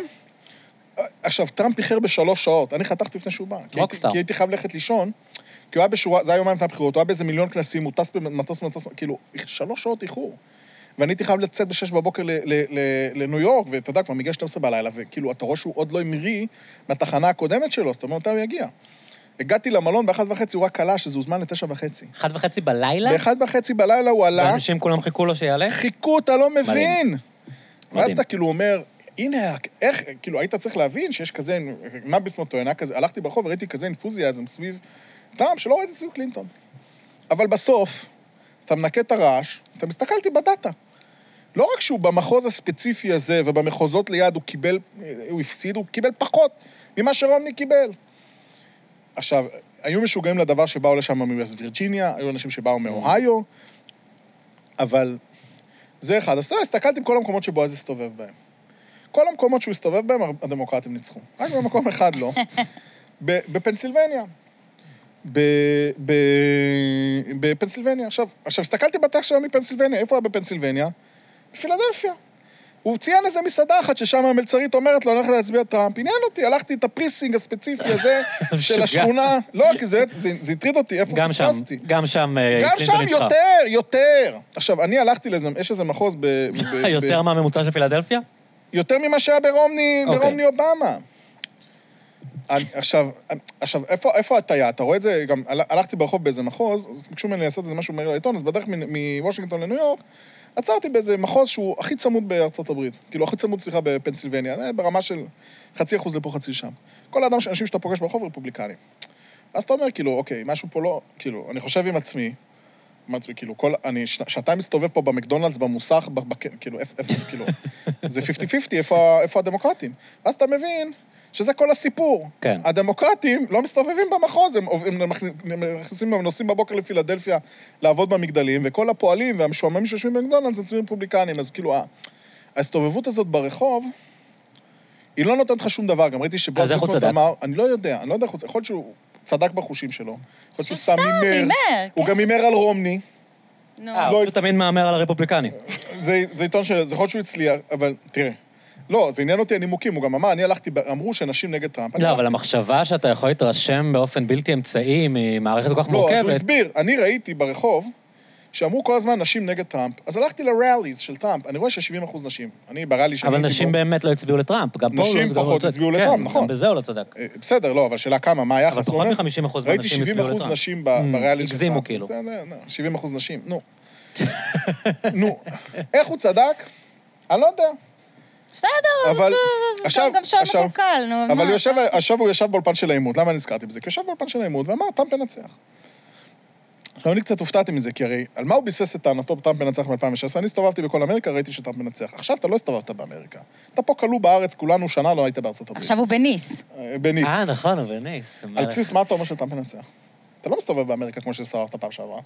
עכשיו, טראמפ איחר ב3 שעות, אני חתכתי לפני שהוא בא, כי הייתי חייב ללכת לישון, כי הוא היה בשורה, זה היה יומיים לפני הבחירות, הוא היה באיזה 1,000,000 כנסים, הוא טס במטוס, כאילו, 3 שעות איחור. ואני הייתי חייב לצאת ב6 בבוקר לניו יורק, ואתה יודע, כבר מגיע 12 בלילה, וכאילו, אתה רואה שהוא עוד לא המריא מהתחנה הקודמת שלו, זאת אומרת, הוא יגיע. הגעתי למלון ב1:30, הוא רק עלה, שזה הוזמן ל9:30. 1:30 בלילה? ב1:30 בלילה הוא עלה. ואנשים כולם חיכו לו שיעלה? חיכו, אתה לא מבין. ואז אתה כאילו אומר, הנה, איך, כאילו, היית צריך להבין שיש כזה, מה ביסמוט טוען, הלכתי ברחוב וראיתי כזה אינפוזיאזם סביב טראמפ, שלא ראיתי סביב קלינטון. אבל בסוף, אתה מנקה את הרעש, אתה מסתכלתי בדאטה. לא רק שהוא במחוז הספציפי הזה, ובמחוזות ליד הוא הפסיד, הוא קיבל פחות ממה שרומני קיבל. עכשיו, היו משוגעים לדבר שבאו לשם מווסט וירג'יניה, היו אנשים שבאו מאוהיו, אבל זה אחד. אז הסתכלתי בכל המקומות שבועז הסתובב בהם. כל המקומות שהוא הסתובב בהם, הדמוקרטים ניצחו. רק במקום אחד לא. בפנסילבניה. בפנסילבניה. עכשיו, הסתכלתי בתח שלו מפנסילבניה. איפה היה בפנסילבניה? בפילדלפיה. הוא ציין איזה מסעדה אחת ששם המלצרית אומרת לו, אני הולכת להצביע טראמפ. עניין אותי, הלכתי את הפריסינג הספציפי הזה של השכונה. לא, כי זה הטריד אותי, איפה פספסתי. גם שם יותר. עכשיו, אני הלכתי לזה, יש איזה מחוז יותר מהממוצע של פילדלפיה? יותר ממה שהיה ברומני אובמה. עכשיו, איפה הטעיה? אתה רואה את זה, גם הלכתי ברחוב באיזה מחוז, ביקשו ממני לעשות איזה משהו מהיר לעיתון, אז בדרך מוושינגטון לניו יורק, עצרתי באיזה מחוז שהוא הכי צמוד בארצות הברית. כאילו, הכי צמוד, סליחה, בפנסילבניה. זה ברמה של 0.5% לפה, 0.5% שם. כל האנשים שאתה פוגש ברחוב רפובליקנים. אז אתה אומר, כאילו, אוקיי, משהו פה לא, כאילו, אני חושב עם עצמי, כאילו, אני שעתיים מסתובב פה במקדונלדס, במוסך, כאילו, כאילו, זה 50-50, איפה הדמוקרטים? אז אתה מבין שזה כל הסיפור. כן. הדמוקרטים לא מסתובבים במחוז, הם נוסעים בבוקר לפילדלפיה לעבוד במגדלים, וכל הפועלים והמשועממים שיושבים במקדונלדס, זה צביעים רפובליקנים, אז כאילו, ההסתובבות הזאת ברחוב, היא לא נותנת לך שום דבר, גם ראיתי אז איך הוא צדק? אני לא יודע איך הוא צדק, יכול להיות שהוא צדק בחושים שלו, יכול להיות שהוא סתם הימר, הוא גם הימר על רומני. הוא תמיד מאמר על הרפובליקני. זה עיתון זה יכול להיות שהוא הצליח, אבל תראה, לא, זה עניין אותי הנימוקים, הוא גם אמר, אני הלכתי, אמרו שנשים נגד טראמפ. לא, אבל המחשבה שאתה יכול להתרשם באופן בלתי אמצעי ממערכת כל כך מורכבת. לא, אז הוא הסביר, אני ראיתי ברחוב, שאמרו כל הזמן נשים נגד טראמפ, אז הלכתי לראליז של טראמפ, אני רואה ש70% נשים. אני בראלי שאני... אבל נשים באמת לא הצביעו לטראמפ. נשים פחות הצביעו לטראמפ, נכון. גם בזה הוא לא צדק. בסדר, לא, אבל שאלה כמה, מה היחס? אבל פחות מ-50% מהנשים הצביעו לטראמפ. ראיתי 70% נשים בראליז של טראמפ. הגזימו כאילו. 70% נשים, נו. איך הוא צדק? אני לא יודע. בסדר, זה גם שעון מקולקל, נו. אבל הוא ישב באולפן של העימות, למה נזכרתי בזה? כי ישב באולפן של העימות ואמר, טראמפ ינצח. עכשיו, אני קצת הופתעתי מזה, כי הרי, על מה הוא ביסס את טענתו טראמפ מנצח מ-2016? אני הסתובבתי בכל אמריקה, ראיתי שטראמפ מנצח. עכשיו אתה לא הסתובבת באמריקה. אתה פה כלוא בארץ, כולנו שנה לא היית בארצות הברית. עכשיו הוא בניס. בניס. נכון, הוא בניס. על בסיס מה אתה אומר שטראמפ מנצח? אתה לא מסתובב באמריקה כמו שהסתובבת פעם שעברה.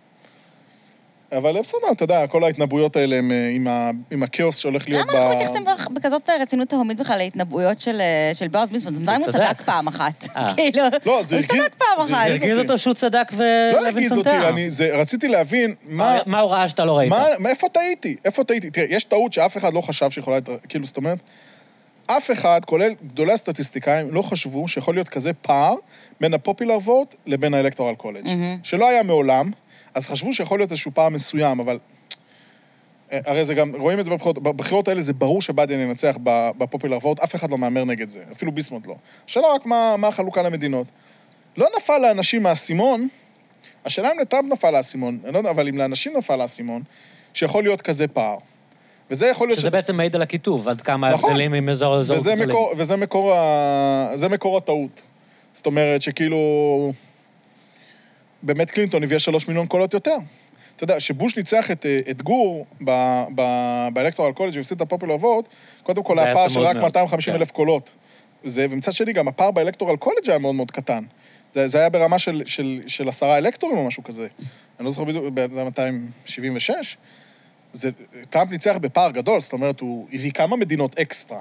אבל בסדר, אתה יודע, כל ההתנבאויות האלה עם הכאוס שהולך להיות למה אנחנו מתייחסים בכזאת רצינות תהומית בכלל להתנבאויות של בועז ביסמוט? זאת אומרת, הוא צדק פעם אחת. כאילו, הוא צדק פעם אחת. זה הרגיז אותו שהוא צדק לא הרגיז אותי, רציתי להבין מה הוא ראה שאתה לא ראית. איפה טעיתי? תראה, יש טעות שאף אחד לא חשב שיכולה, כאילו, זאת אומרת, אף אחד, כולל גדולי הסטטיסטיקאים, לא חשבו שיכול להיות כזה פער בין הפופולר ווט לבין האלקטורל קולג', שלא היה מעולם. אז חשבו שיכול להיות איזשהו פער מסוים, אבל... הרי זה גם, רואים את זה בבחירות, בבחירות האלה זה ברור שביידן ינצח בפופולר ווט, אף אחד לא מאמר נגד זה, אפילו ביסמוט לא. השאלה רק מה החלוקה למדינות. לא נפל לאנשים מהסימון, השאלה אם לטראמפ נפל לאסימון, אני לא יודע, אבל אם לאנשים נפל לאסימון, שיכול להיות כזה פער. וזה יכול להיות שזה בעצם מעיד על הכיתוב, עד כמה ההבדלים עם אזור לאזור. וזה מקור הטעות. זאת אומרת שכאילו... באמת קלינטון הביא 3 מיליון קולות יותר. אתה יודע, שבוש ניצח את גור באלקטורל קולג' והפסיד את הפופולר ווט, קודם כל היה פער של רק 250,000 קולות. ומצד שני גם הפער באלקטורל קולג' היה מאוד מאוד קטן. זה היה ברמה של 10 אלקטורים או משהו כזה. אני לא זוכר בדיוק, ב-276. טראמפ ניצח בפער גדול, זאת אומרת, הוא הביא כמה מדינות אקסטרה.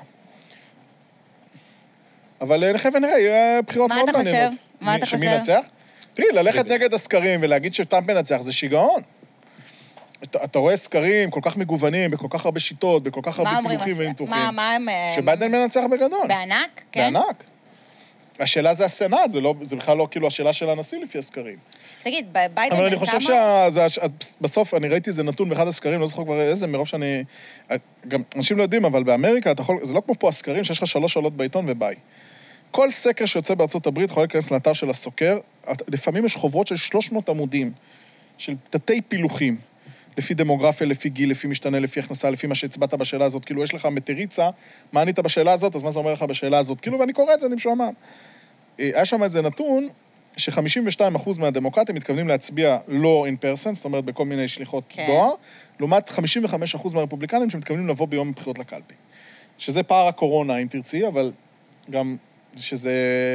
אבל נחיה ונראה, יהיה בחירות מאוד מעניינות. מה אתה חושב? שמי נצח? תראי, ללכת נגד הסקרים ולהגיד שטראמפ מנצח זה שיגעון. אתה רואה סקרים כל כך מגוונים, בכל כך הרבה שיטות, בכל כך הרבה פילוחים וניתוחים. מה הם... שביידן מנצח בגדול. בענק? כן. בענק. השאלה זה הסנאט, זה בכלל לא כאילו השאלה של הנשיא לפי הסקרים. תגיד, ביידן... אבל אני חושב שבסוף אני ראיתי איזה נתון באחד הסקרים, לא זוכר כבר איזה, מרוב שאני... גם אנשים לא יודעים, אבל באמריקה זה לא כמו פה הסקרים, שיש לך 3 שאלות בעיתון וביי. כל סקר שיוצא בארצות הברית יכול להיכנס לאתר של הסוקר, לפעמים יש חוברות של 300 עמודים, של תתי פילוחים, לפי דמוגרפיה, לפי גיל, לפי משתנה, לפי הכנסה, לפי מה שהצבעת בשאלה הזאת, כאילו יש לך מטריצה, מה ענית בשאלה הזאת, אז מה זה אומר לך בשאלה הזאת, כאילו, ואני קורא את זה, אני משועמם. היה שם איזה נתון, ש52% מהדמוקרטים מתכוונים להצביע לא in person, זאת אומרת, בכל מיני שליחות דואר, לעומת 55% מהרפובליקנים שמתכוונים לבוא ביום הבחירות לקלפי. שזה פער הקורונה, אם תרצי, אבל גם שזה...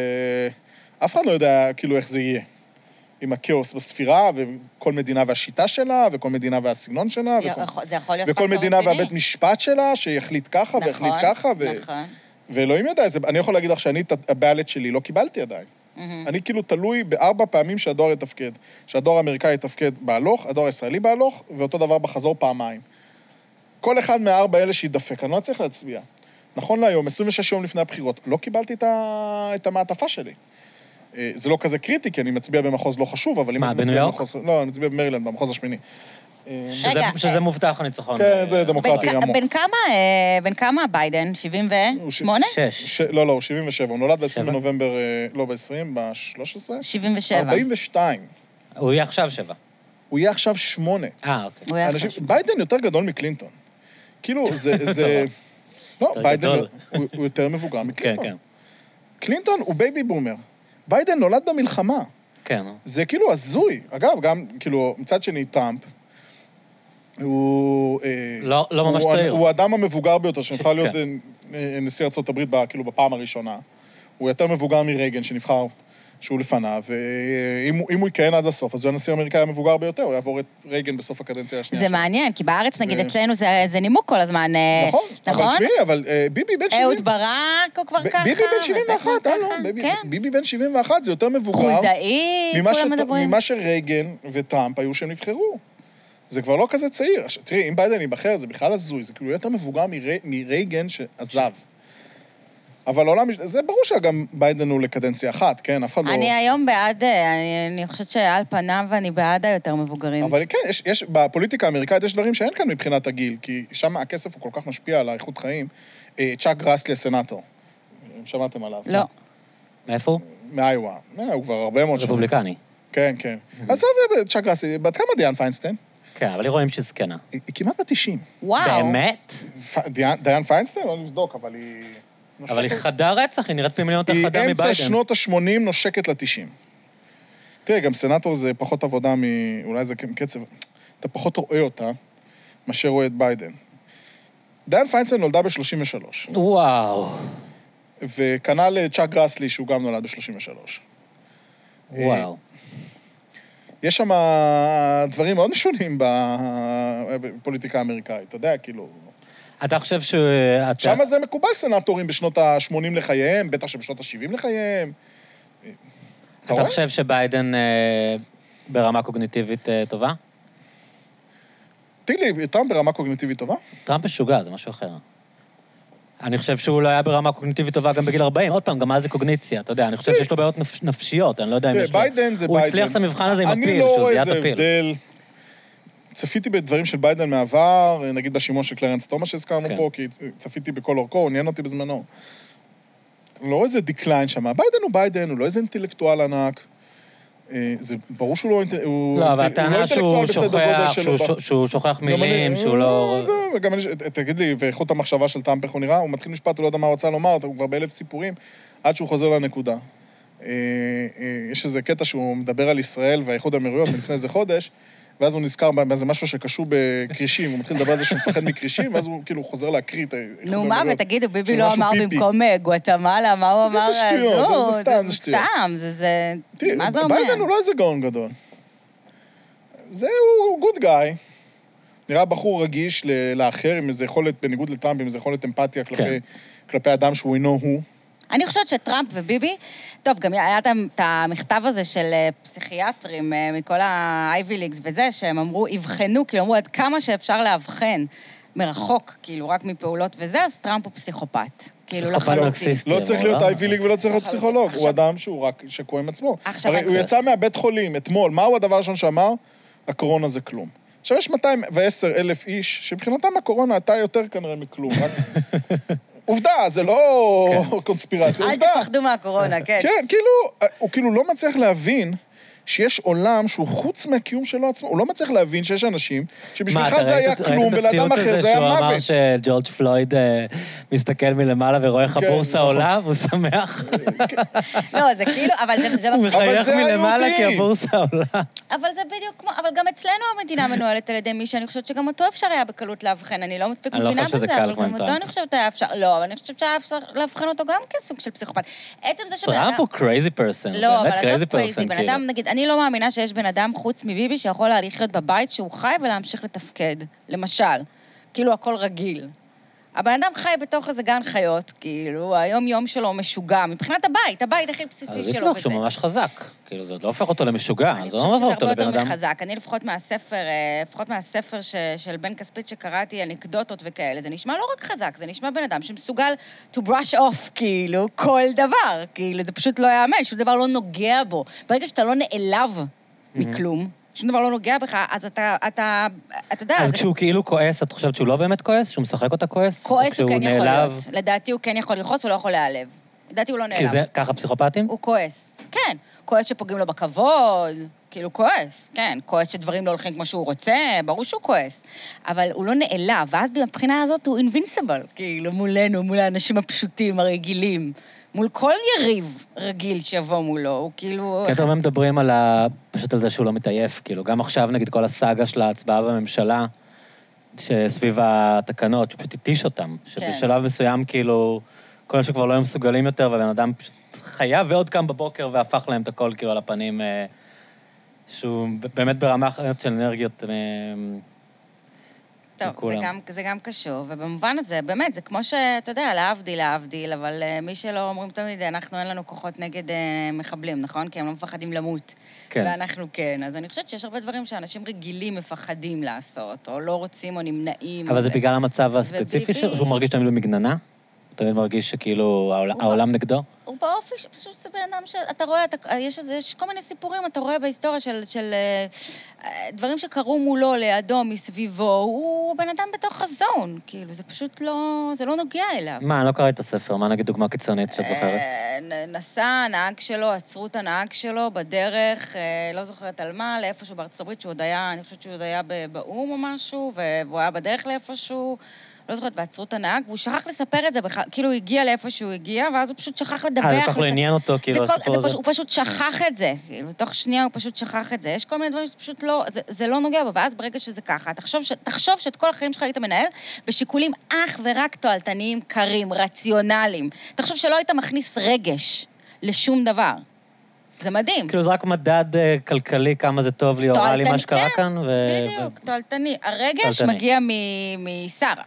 אף אחד לא יודע כאילו איך זה יהיה. עם הכאוס בספירה, וכל מדינה והשיטה שלה, וכל מדינה והסגנון שלה, וכל מדינה והבית משפט שלה, שיחליט ככה ויחליט ככה, ואלוהים יודע, אני יכול להגיד לך שאני את הבעלת שלי לא קיבלתי עדיין. אני כאילו תלוי ב4 פעמים שהדואר יתפקד. שהדואר האמריקאי יתפקד בהלוך, הדואר הישראלי בהלוך, ואותו דבר בחזור פעמיים. כל אחד מה4 אלה שידפק, אני לא צריך להצביע. נכון להיום, 26 יום לפני הבחירות, לא קיבלתי את המעטפה שלי. זה לא כזה קריטי, כי אני מצביע במחוז לא חשוב, אבל אם אני מצביע במחוז... לא, אני מצביע במרילנד, במחוז השמיני. שזה מובטח הניצחון. כן, זה דמוקרטי עמוק. בן כמה ביידן? 78? 6. לא, הוא 77. הוא נולד ב-20 בנובמבר, לא ב-20, ב-13? 77. 42. הוא יהיה עכשיו 7. הוא יהיה עכשיו 8. אוקיי. ביידן יותר גדול מקלינטון. כאילו, זה... לא, ביידן הוא יותר מבוגר מקלינטון. קלינטון הוא בייבי בומר. ביידן נולד במלחמה. כן. זה כאילו הזוי. אגב, גם, כאילו, מצד שני, טראמפ, הוא... לא ממש צעיר. הוא האדם המבוגר ביותר, שנבחר להיות נשיא ארצות הברית, כאילו, בפעם הראשונה. הוא יותר מבוגר מרייגן, שנבחר שהוא לפניו, ואם הוא יכהן עד הסוף, אז הוא הנשיא האמריקאי המבוגר ביותר, הוא יעבור את רייגן בסוף הקדנציה השנייה. זה מעניין, כי בארץ, נגיד, אצלנו זה נימוק כל הזמן. נכון, אבל תשמעי, אבל ביבי בן 70. אהוד ברק הוא כבר ככה. ביבי בן 71, ביבי בן 71, זה יותר מבוגר. חולדאי, כולם מדברים. ממה שרייגן וטראמפ היו שהם נבחרו. זה כבר לא כזה צעיר. תראי, אם ביידן ייבחר, זה בכלל הזוי, זה כאילו יותר מבוגר מרייגן שעזב. אבל העולם, זה ברור שגם ביידן הוא לקדנציה אחת, כן? אף אחד לא... אני היום בעד, אני חושבת שעל פניו אני בעד היותר מבוגרים. אבל כן, יש, בפוליטיקה האמריקאית יש דברים שאין כאן מבחינת הגיל, כי שם הכסף הוא כל כך משפיע על האיכות חיים. צ'אק גראסלי סנאטור. שמעתם עליו? לא. מאיפה הוא? מאיווה. הוא כבר הרבה מאוד שנים. רפובליקני. כן, כן. אז צ'אק גראסלי, בת כמה דיאן פיינסטיין? כן, אבל רואים שהיא זקנה. היא כמעט בת 90. וואו. באמת? דיאן פיינסטיין? אני אבדוק, אבל היא... אבל היא חדה רצח, היא נראית פי מיליון יותר חדה מביידן. היא אמצע שנות ה-80 נושקת ל-90. תראה, גם סנאטור זה פחות עבודה אולי זה קצב... אתה פחות רואה אותה, מאשר רואה את ביידן. דיאן פיינסטיין נולדה ב-33. וואו. וקנה לצ'אק גראסלי, שהוא גם נולד ב-33. וואו. יש שם דברים מאוד משונים בפוליטיקה האמריקאית, אתה יודע, כאילו... אתה חושב ש... שם זה מקובל סנאטורים בשנות ה-80 לחייהם, בטח שבשנות ה-70 לחייהם. אתה חושב שביידן ברמה קוגניטיבית טובה? תראי לי, טראמפ ברמה קוגניטיבית טובה? טראמפ משוגע, זה משהו אחר. אני חושב שהוא לא היה ברמה קוגניטיבית טובה גם בגיל 40. עוד פעם, גם מה זה קוגניציה, אתה יודע, אני חושב שיש לו בעיות נפשיות, אני לא יודע אם יש לו... ביידן זה ביידן. הוא הצליח את המבחן הזה עם הפיל, אני לא רואה שזה איזה הבדל. צפיתי בדברים של ביידן מעבר, נגיד בשימוע של קלרנס תומאס שהזכרנו פה, כי צפיתי בכל אורכו, הוא עניין אותי בזמנו. לא איזה דיקליין שם. ביידן הוא ביידן, הוא לא איזה אינטלקטואל ענק. זה ברור שהוא לא לא, אבל הטענה שהוא שוכח מילים, שהוא לא... גם תגיד לי, ואיכות המחשבה של טראמפ איך הוא נראה, הוא מתחיל משפט, הוא לא יודע מה הוא רוצה לומר, הוא כבר ב1000 סיפורים, עד שהוא חוזר לנקודה. יש איזה קטע שהוא מדבר על ישראל והאיחוד האמירויות מלפני איזה חודש, ואז הוא נזכר באיזה משהו שקשור בקרישים, הוא מתחיל לדבר על זה שהוא מפחד מקרישים, ואז הוא כאילו חוזר להקריא את האיחוד נו מה, ותגידו, ביבי לא אמר במקום גואטמלה, מה הוא אמר? זה שטויות, זה סתם, זה שטויות. סתם, מה זה אומר? ביידן הוא לא איזה גאון גדול. זה הוא גוד גאי. נראה בחור רגיש לאחר, עם איזה יכולת, בניגוד לטראמפ, עם איזה יכולת אמפתיה כלפי אדם שהוא אינו הוא. אני חושבת שטראמפ וביבי, טוב, גם היה את המכתב הזה של פסיכיאטרים מכל ה-Ivy Leagues וזה, שהם אמרו, יבחנו, כאילו אמרו עד כמה שאפשר להבחן מרחוק, כאילו רק מפעולות וזה, אז טראמפ הוא פסיכופת. כאילו לחלוטין. לא צריך להיות Ivy League ולא צריך להיות פסיכולוג, הוא אדם שהוא רק שקוע עם עצמו. הרי הוא יצא מהבית חולים אתמול, מהו הדבר הראשון שאמר? הקורונה זה כלום. עכשיו יש 210,000 איש, שבחינתם הקורונה הייתה יותר כנראה מכלום, רק... עובדה, זה לא קונספירציה, עובדה. אל תפחדו מהקורונה, כן. כן, הוא כאילו לא מצליח להבין שיש עולם שהוא חוץ מהקיום שלו עצמו, הוא לא מצליח להבין שיש אנשים שבשבילך זה היה כלום, ולאדם אחר זה היה מוות. שהוא אמר שג'ורג' פלויד מסתכל מלמעלה ורואה איך הבורסה עולה, והוא שמח. לא, זה כאילו, אבל זה... הוא מחייך מלמעלה כי הבורסה עולה. אבל זה בדיוק כמו, אבל גם אצלנו המדינה מנוהלת על ידי מי שאני חושבת שגם אותו אפשר היה בקלות להבחן, אני לא מספיק מבינה בזה, אבל גם אותו אני חושבת היה אפשר, לא, אבל אני חושבת שהיה אפשר להבחן אותו גם כסוג של פסיכופת. עצם זה שבן אדם... טראמפ הוא crazy person, לא, אבל עזוב crazy, בן אדם, נגיד, אני לא מאמינה שיש בן אדם חוץ מביבי שיכול לחיות בבית שהוא חי ולהמשיך לתפקד, למשל, כאילו הכל רגיל. הבן אדם חי בתוך איזה גן חיות, כאילו, היום-יום שלו משוגע, מבחינת הבית הכי בסיסי שלו. אז זה כאילו שהוא ממש חזק, כאילו, זה לא הופך אותו למשוגע, זה לא הופך אותו לבן אדם. מחזק. אני לפחות מהספר של בן כספית שקראתי, אנקדוטות וכאלה, זה נשמע לא רק חזק, זה נשמע בן אדם שמסוגל to brush off, כאילו, כל דבר, כאילו, זה פשוט לא יאמן, שום דבר לא נוגע בו. ברגע שאתה לא נעלב מכלום, שום דבר לא נוגע בך, אז אתה יודע... אז כשהוא כאילו כועס, את חושבת שהוא לא באמת כועס? שהוא משחק אותה כועס? כועס הוא כן יכול להיות. לדעתי הוא כן יכול לכעוס, הוא לא יכול להיעלב. לדעתי הוא לא נעלב. כי זה ככה פסיכופטים? הוא כועס. כן. כועס שפוגעים לו בכבוד, כאילו כועס, כן. כועס שדברים לא הולכים כמו שהוא רוצה, ברור שהוא כועס. אבל הוא לא נעלב, ואז מבחינה הזאת הוא invincible, כאילו מולנו, מול האנשים הפשוטים, הרגילים. מול כל יריב רגיל שיבוא מולו, הוא כאילו... כי אתם מדברים פשוט על זה שהוא לא מתעייף, כאילו, גם עכשיו נגיד כל הסאגה של ההצבעה בממשלה, שסביב התקנות, שהוא פשוט התיש אותם, שבשלב מסוים כאילו, כל שכבר לא היו מסוגלים יותר, והבן אדם פשוט חייב ועוד קם בבוקר והפך להם את הכל כאילו על הפנים, שהוא באמת ברמה אחרת של אנרגיות. טוב, זה גם קשור, ובמובן הזה, באמת, זה כמו שאתה יודע, להבדיל, אבל מי שלא אומרים תמיד, אנחנו אין לנו כוחות נגד מחבלים, נכון? כי הם לא מפחדים למות. כן. ואנחנו כן. אז אני חושבת שיש הרבה דברים שאנשים רגילים מפחדים לעשות, או לא רוצים או נמנעים. אבל זה בגלל המצב הספציפי שהוא מרגיש תמיד במגננה? הוא תמיד מרגיש שכאילו העולם נגדו? הוא באופי שפשוט זה בן אדם שאתה רואה, יש כל מיני סיפורים, אתה רואה בהיסטוריה של דברים שקרו מולו, לידו, מסביבו, הוא בן אדם בתוך הזון, כאילו, זה פשוט לא, זה לא נוגע אליו. מה, אני לא קראתי את הספר, מה נגיד דוגמה קיצונית שאת זוכרת? נסע הנהג שלו, עצרו את הנהג שלו בדרך, לא זוכרת על מה, לאיפשהו בארצות הברית, שהוא עוד היה, אני חושבת שהוא עוד היה באום או משהו, והוא היה בדרך לאיפשהו, לא זוכרת, ועצרו את הנהג, והוא שכח לספר את זה, כאילו הוא הגיע לאיפה שהוא הגיע, ואז הוא פשוט שכח לדווח. זה כך לא עניין אותו, כאילו, הסיפור הזה. הוא פשוט שכח את זה, כאילו, תוך שנייה הוא פשוט שכח את זה. יש כל מיני דברים שפשוט לא, זה לא נוגע בו, ואז ברגע שזה ככה, תחשוב שאת כל החיים שלך היית מנהל בשיקולים אך ורק תועלתניים, קרים, רציונליים. תחשוב שלא היית מכניס רגש לשום דבר. זה מדהים. כאילו זה רק מדד כלכלי, כמה זה טוב לי, או רע לי מה שקרה כאן, בדיוק, תועלתני. הרגש מגיע משרה.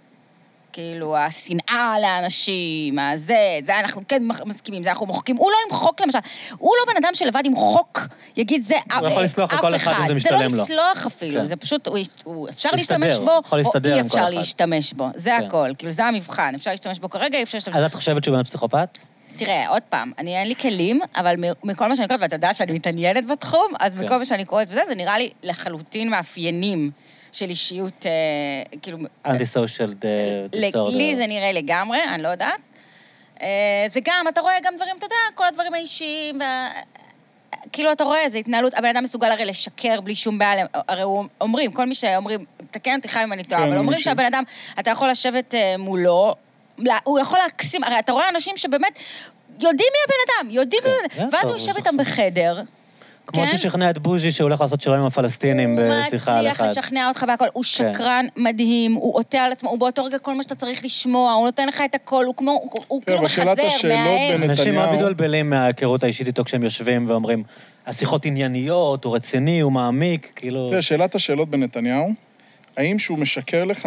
כאילו, השנאה לאנשים, זה אנחנו כן מסכימים, זה אנחנו מוחקים. הוא לא עם חוק, למשל. הוא לא בן אדם שלבד עם חוק יגיד זה אף אחד. הוא יכול לסלוח לכל אחד אם זה משתלם לו. זה לא לסלוח אפילו, זה פשוט, אפשר להשתמש בו, או אי אפשר להשתמש בו. זה הכל, כאילו, זה המבחן. אפשר להשתמש בו כרגע, אי אפשר להשתמש בו. אז את חושבת שהוא בן פסיכופת? תראה, עוד פעם, אין לי כלים, אבל מכל מה שאני קוראת, ואתה יודע שאני מתעניינת בתחום, אז מכל מה שאני קוראת וזה, זה נראה לי לחלוטין מאפיינים של אישיות, כאילו... אנטי-סושיאל דיסורדר. לי זה נראה לגמרי, אני לא יודעת. זה גם, אתה רואה גם דברים, אתה יודע, כל הדברים האישיים, כאילו אתה רואה, זה התנהלות, הבן אדם מסוגל הרי לשקר בלי שום בעיה, הרי אומרים, כל מי שאומרים, תקן אותי חיים אם אני טועה, אבל אומרים שהבן אדם, אתה יכול לשבת מולו, הוא יכול להקסים, הרי אתה רואה אנשים שבאמת יודעים מי הבן אדם, יודעים מי הבן אדם, ואז הוא יושב איתם בחדר, כמו ששכנע את בוז'י שהוא הולך לעשות שלום עם הפלסטינים בשיחה על אחד. הוא מצליח לשכנע אותך בהכל, הוא שקרן מדהים, הוא עוטה על עצמו, הוא באותו רגע כל מה שאתה צריך לשמוע, הוא נותן לך את הכל, הוא כאילו מחזר, מהאב. אנשים מאוד מתבלבלים מההיכרות האישית איתו כשהם יושבים ואומרים, השיחות ענייניות, הוא רציני, הוא מעמיק, כאילו... תראה, שאלת השאלות בנתניהו, האם שהוא משקר לך,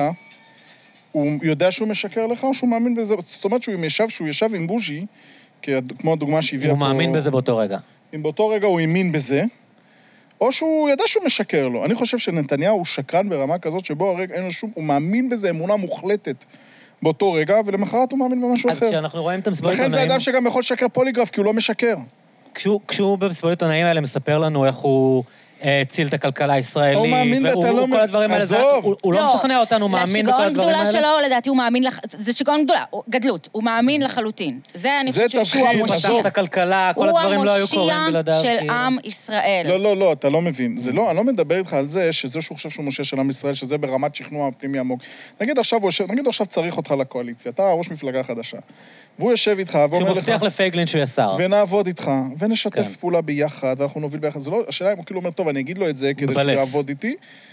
הוא יודע שהוא משקר לך או שהוא מאמין בזה? זאת אומרת שהוא ישב עם בוז'י, כמו הדוגמה שהביאה פה... הוא מאמין בזה באותו רגע. אם באותו רגע הוא האמין בזה, או שהוא ידע שהוא משקר לו. אני חושב שנתניהו הוא שקרן ברמה כזאת, שבו הרגע אין לו שום... הוא מאמין בזה אמונה מוחלטת באותו רגע, ולמחרת הוא מאמין במשהו אחר. אז כשאנחנו רואים את המסיבות עיתונאים... לכן זה אדם שגם יכול לשקר פוליגרף, כי הוא לא משקר. כשהוא במסיבות עיתונאים האלה מספר לנו איך הוא... הציל את הכלכלה הישראלית, הוא מאמין ואתה לא... כל הדברים האלה, הוא לא משכנע אותנו, הוא מאמין בכל הדברים האלה. לשיגעון גדולה שלו, לדעתי, הוא מאמין, זה שיגעון גדולה, גדלות, הוא מאמין לחלוטין. זה אני חושבת שהוא המושיע. את הכלכלה, כל הדברים לא היו קוראים בלעדיו. הוא המושיע של עם ישראל. לא, אתה לא מבין. זה לא, אני לא מדבר איתך על זה, שזה שהוא חושב שהוא מושיע של עם ישראל, שזה ברמת שכנוע פנימי עמוק. נגיד עכשיו צריך אותך לקואליציה, אתה ראש מפלגה חדשה. והוא יושב איתך, ואומר לך... שמבטיח לפייגלין שהוא ישר. ונעבוד איתך, ונשתף פעולה ביחד, ואנחנו נוביל ביחד. זה לא, השאלה אם הוא כאילו אומר, טוב, אני אגיד לו את זה כדי שהוא יעבוד איתי.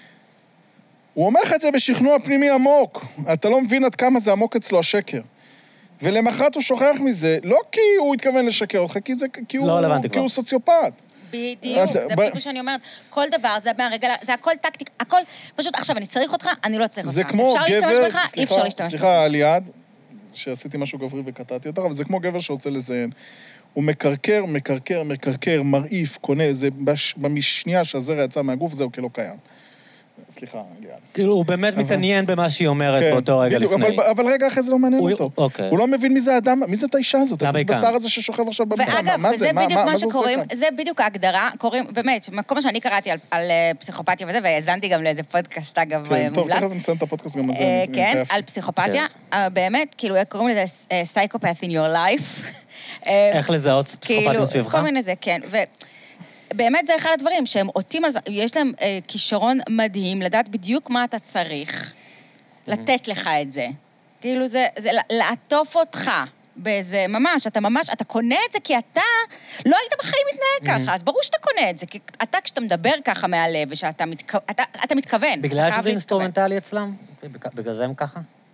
הוא אומר לך את זה בשכנוע פנימי עמוק. אתה לא מבין עד כמה זה עמוק אצלו השקר. ולמחרת הוא שוכח מזה, לא כי הוא התכוון לשקר אותך, כי הוא סוציופט. בדיוק, זה בדיוק שאני אומרת, כל דבר, זה מהרגע, זה הכל טקטיק, הכל, פשוט עכשיו אני צריך אותך, אני לא צריך אותך. זה כמו גבר, סליחה, על יד, שעשיתי משהו גברי וקטעתי אותך, אבל זה כמו גבר שרוצה לזיין. הוא מקרקר, מרעיף, קונה, זה במשנייה שהזרע יצא מהגוף, זהו כלא קיים. סליחה, ליעד. כאילו, הוא באמת מתעניין במה שהיא אומרת באותו רגע לפני. אבל רגע אחרי זה לא מעניין אותו. הוא לא מבין מי זה האדם, מי זאת האישה הזאת, הבשר הזה ששוכב עכשיו בבקעה. ואגב, זה בדיוק מה שקוראים, זה בדיוק ההגדרה, קוראים, באמת, כל מה שאני קראתי על פסיכופתיה וזה, והאזנתי גם לאיזה פודקאסט, אגב, מובלט. טוב, תכף נסיים את הפודקאסט גם הזה. כן, על פסיכופתיה, באמת, כאילו, קוראים לזה psychopath in your life. איך לזהות פסיכופתים סביבך? כל מיני זה, כן. באמת זה אחד הדברים שהם עוטים, יש להם כישרון מדהים, לדעת בדיוק מה אתה צריך, לתת לך את זה. כאילו זה לעטוף אותך באיזה, ממש, אתה קונה את זה כי אתה לא היית בחיים מתנהג ככה, אז ברור שאתה קונה את זה, כי אתה כשאתה מדבר ככה מהלב, ושאתה מתכוון. בגלל שזה אינסטרומנטלי אצלם? בגלל זה הם ככה?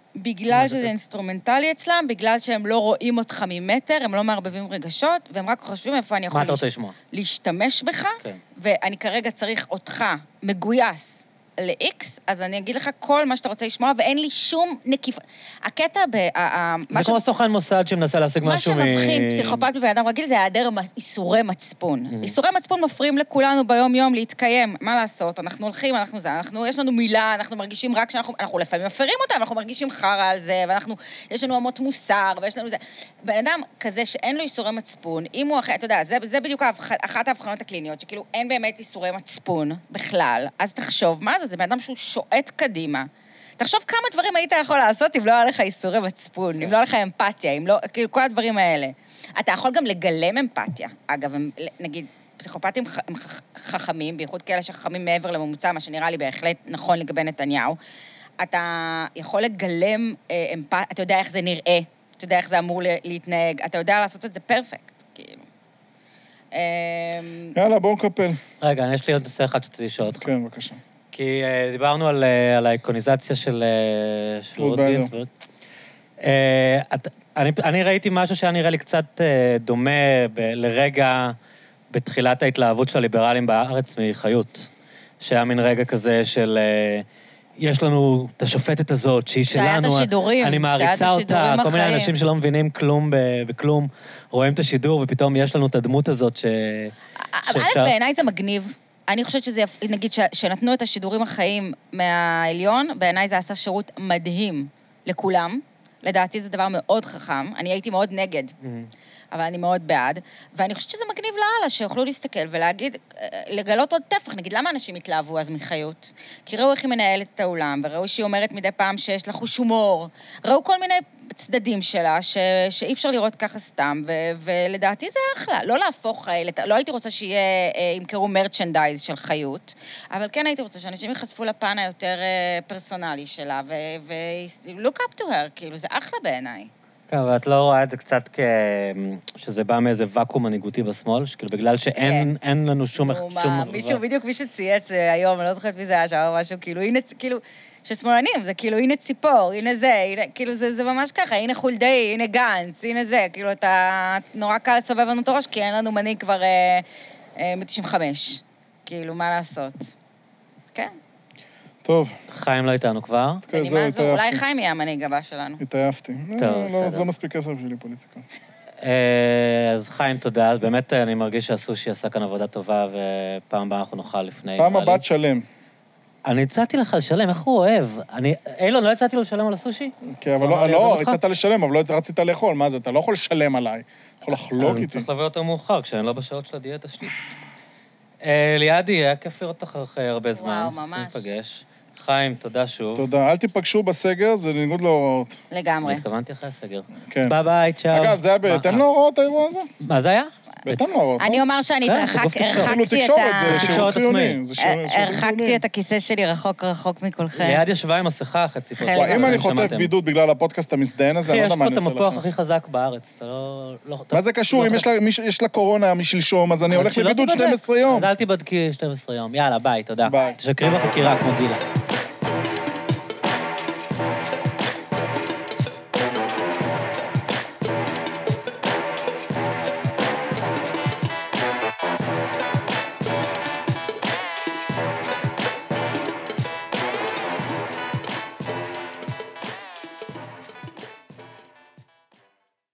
בגלל שזה אינסטרומנטלי אצלם, בגלל שהם לא רואים אותך ממטר, הם לא מערבבים רגשות, והם רק חושבים איפה אני יכול להשתמש בך, ואני כרגע צריך אותך מגויס ל-X, אז אני אגיד לך כל מה שאתה רוצה לשמוע, ואין לי שום נקיפה. הקטע זה כמו סוכן מוסד שמנסה להשיג משהו מה שמבחין פסיכופת בבן אדם רגיל, זה היעדר איסורי מצפון. איסורי מצפון מפריעים לכולנו ביום-יום להתקיים. מה לעשות? אנחנו הולכים, יש לנו מילה, אנחנו מרגישים רק אנחנו לפעמים מפרים אותה, אנחנו מרגישים חרא על זה, יש לנו אמות מוסר, ויש לנו זה. בן אדם כזה שאין לו איסורי מצפון, אם הוא אחרי, אתה יודע, זה בדיוק אחת ההבחנות הקליניות, שכאילו אין באמת איסורי מצפון בכלל, אז תחשוב, מה זה בן אדם שהוא שועט קדימה. תחשוב כמה דברים היית יכול לעשות אם לא היה לך איסורי מצפון, אם לא היה לך אמפתיה, אם לא, כאילו כל הדברים האלה. אתה יכול גם לגלם אמפתיה. אגב, נגיד, פסיכופטים הם חכמים, בייחוד כאלה שחכמים מעבר לממוצע, מה שנראה לי בהחלט נכון לגבי נתניהו. אתה יכול לגלם אמפתיה, אתה יודע איך זה נראה, אתה יודע איך זה אמור להתנהג, אתה יודע לעשות את זה פרפקט, כאילו. יאללה, בואו נקפל. רגע, יש לי עוד נושא אחד שרציתי לשאול אותך. כן, בבקשה. כי דיברנו על האיקוניזציה של רות גינצברג. אני ראיתי משהו שהיה נראה לי קצת דומה לרגע בתחילת ההתלהבות של הליברלים בארץ מחיות. שהיה מין רגע כזה של... יש לנו את השופטת הזאת, שהיא שלנו. שהיה את השידורים. אני מעריצה אותה, כל מיני אנשים שלא מבינים כלום בכלום, רואים את השידור, ופתאום יש לנו את הדמות הזאת בעיניי זה מגניב. אני חושבת שזה, נגיד, שנתנו את השידורים החיים מהעליון, בעיניי זה עשה שירות מדהים לכולם. לדעתי זה דבר מאוד חכם. אני הייתי מאוד נגד, אבל אני מאוד בעד. ואני חושבת שזה מגניב להלאה, שיוכלו להסתכל ולהגיד, לגלות עוד טפח. נגיד, למה אנשים התלהבו אז מחיות? כי ראו איך היא מנהלת את העולם, וראו שהיא אומרת מדי פעם שיש לה חוש הומור. ראו כל מיני צדדים שלה, שאי אפשר לראות ככה סתם, ולדעתי זה אחלה. לא להפוך, לא הייתי רוצה שיהיה, ימכרו מרצ'נדייז של חיות, אבל כן הייתי רוצה שאנשים יחשפו לפן היותר פרסונלי שלה, look up to her, כאילו, זה אחלה בעיניי. כן, אבל את לא רואה את זה קצת שזה בא מאיזה ואקום מנהיגותי בשמאל, שכאילו בגלל שאין לנו שום... בדיוק מישהו צייץ היום, אני לא זוכרת מי זה היה שם, משהו, כאילו, הנה, כאילו, ששמאלנים, זה כאילו, הנה ציפור, הנה זה, כאילו, זה ממש ככה, הנה חולדאי, הנה גנץ, הנה זה, כאילו, אתה נורא קל לסובב לנו את הראש, כי אין לנו מנהיג כבר מ-95. כאילו, מה לעשות? כן. טוב. חיים לא איתנו כבר. בנימה זו, אולי חיים יהיה המנהיג הבא שלנו. התעייפתי. לא, זה מספיק כסף בשבילי פוליטיקה. אז חיים, תודה. באמת אני מרגיש שהסושי עשה כאן עבודה טובה, ופעם הבאה אנחנו נאכל לפני... פעם הבאה תשלם. אני הצעתי לך לשלם, איך הוא אוהב? אילון, לא הצעתי לו לשלם על הסושי? כן, אבל לא, הצעת לשלם, אבל לא רצית לאכול. מה זה? אתה לא יכול לשלם עליי. אתה יכול לחלוק איתי. אז צריך לבוא יותר מאוחר, כשאני לא בשעות של הדיאטה שלי. ליעדי, היה כיף לראות אותך אחרי הרבה זמן. וואו, ממש. נפגש. חיים, תודה שוב. תודה. אל תיפגשו בסגר, זה בניגוד להוראות. לגמרי. התכוונתי אחרי הסגר. כן. ביי ביי, צ'או. אגב, זה היה בהתאם להוראות האירוע הזה? מה זה היה? בהתאם להוראות. אני אומר שאני הרחקתי את הכיסא שלי רחוק מכולכם. ליד ישבה עם מסכה חצי פה. אם אני חוטף בידוד בגלל הפודקאסט המזדיין הזה, אני לא יודע מה אני אעשה יש פה את המפוח הכי חזק בארץ, אתה לא... מה זה קשור? אם יש לה קורונה משלשום, אז אני הולך לבידוד 12 יום. אז אל תיבדקי 12 יום. יאללה, ביי, תודה. ביי. תשקרי בחקירה כמו גילה.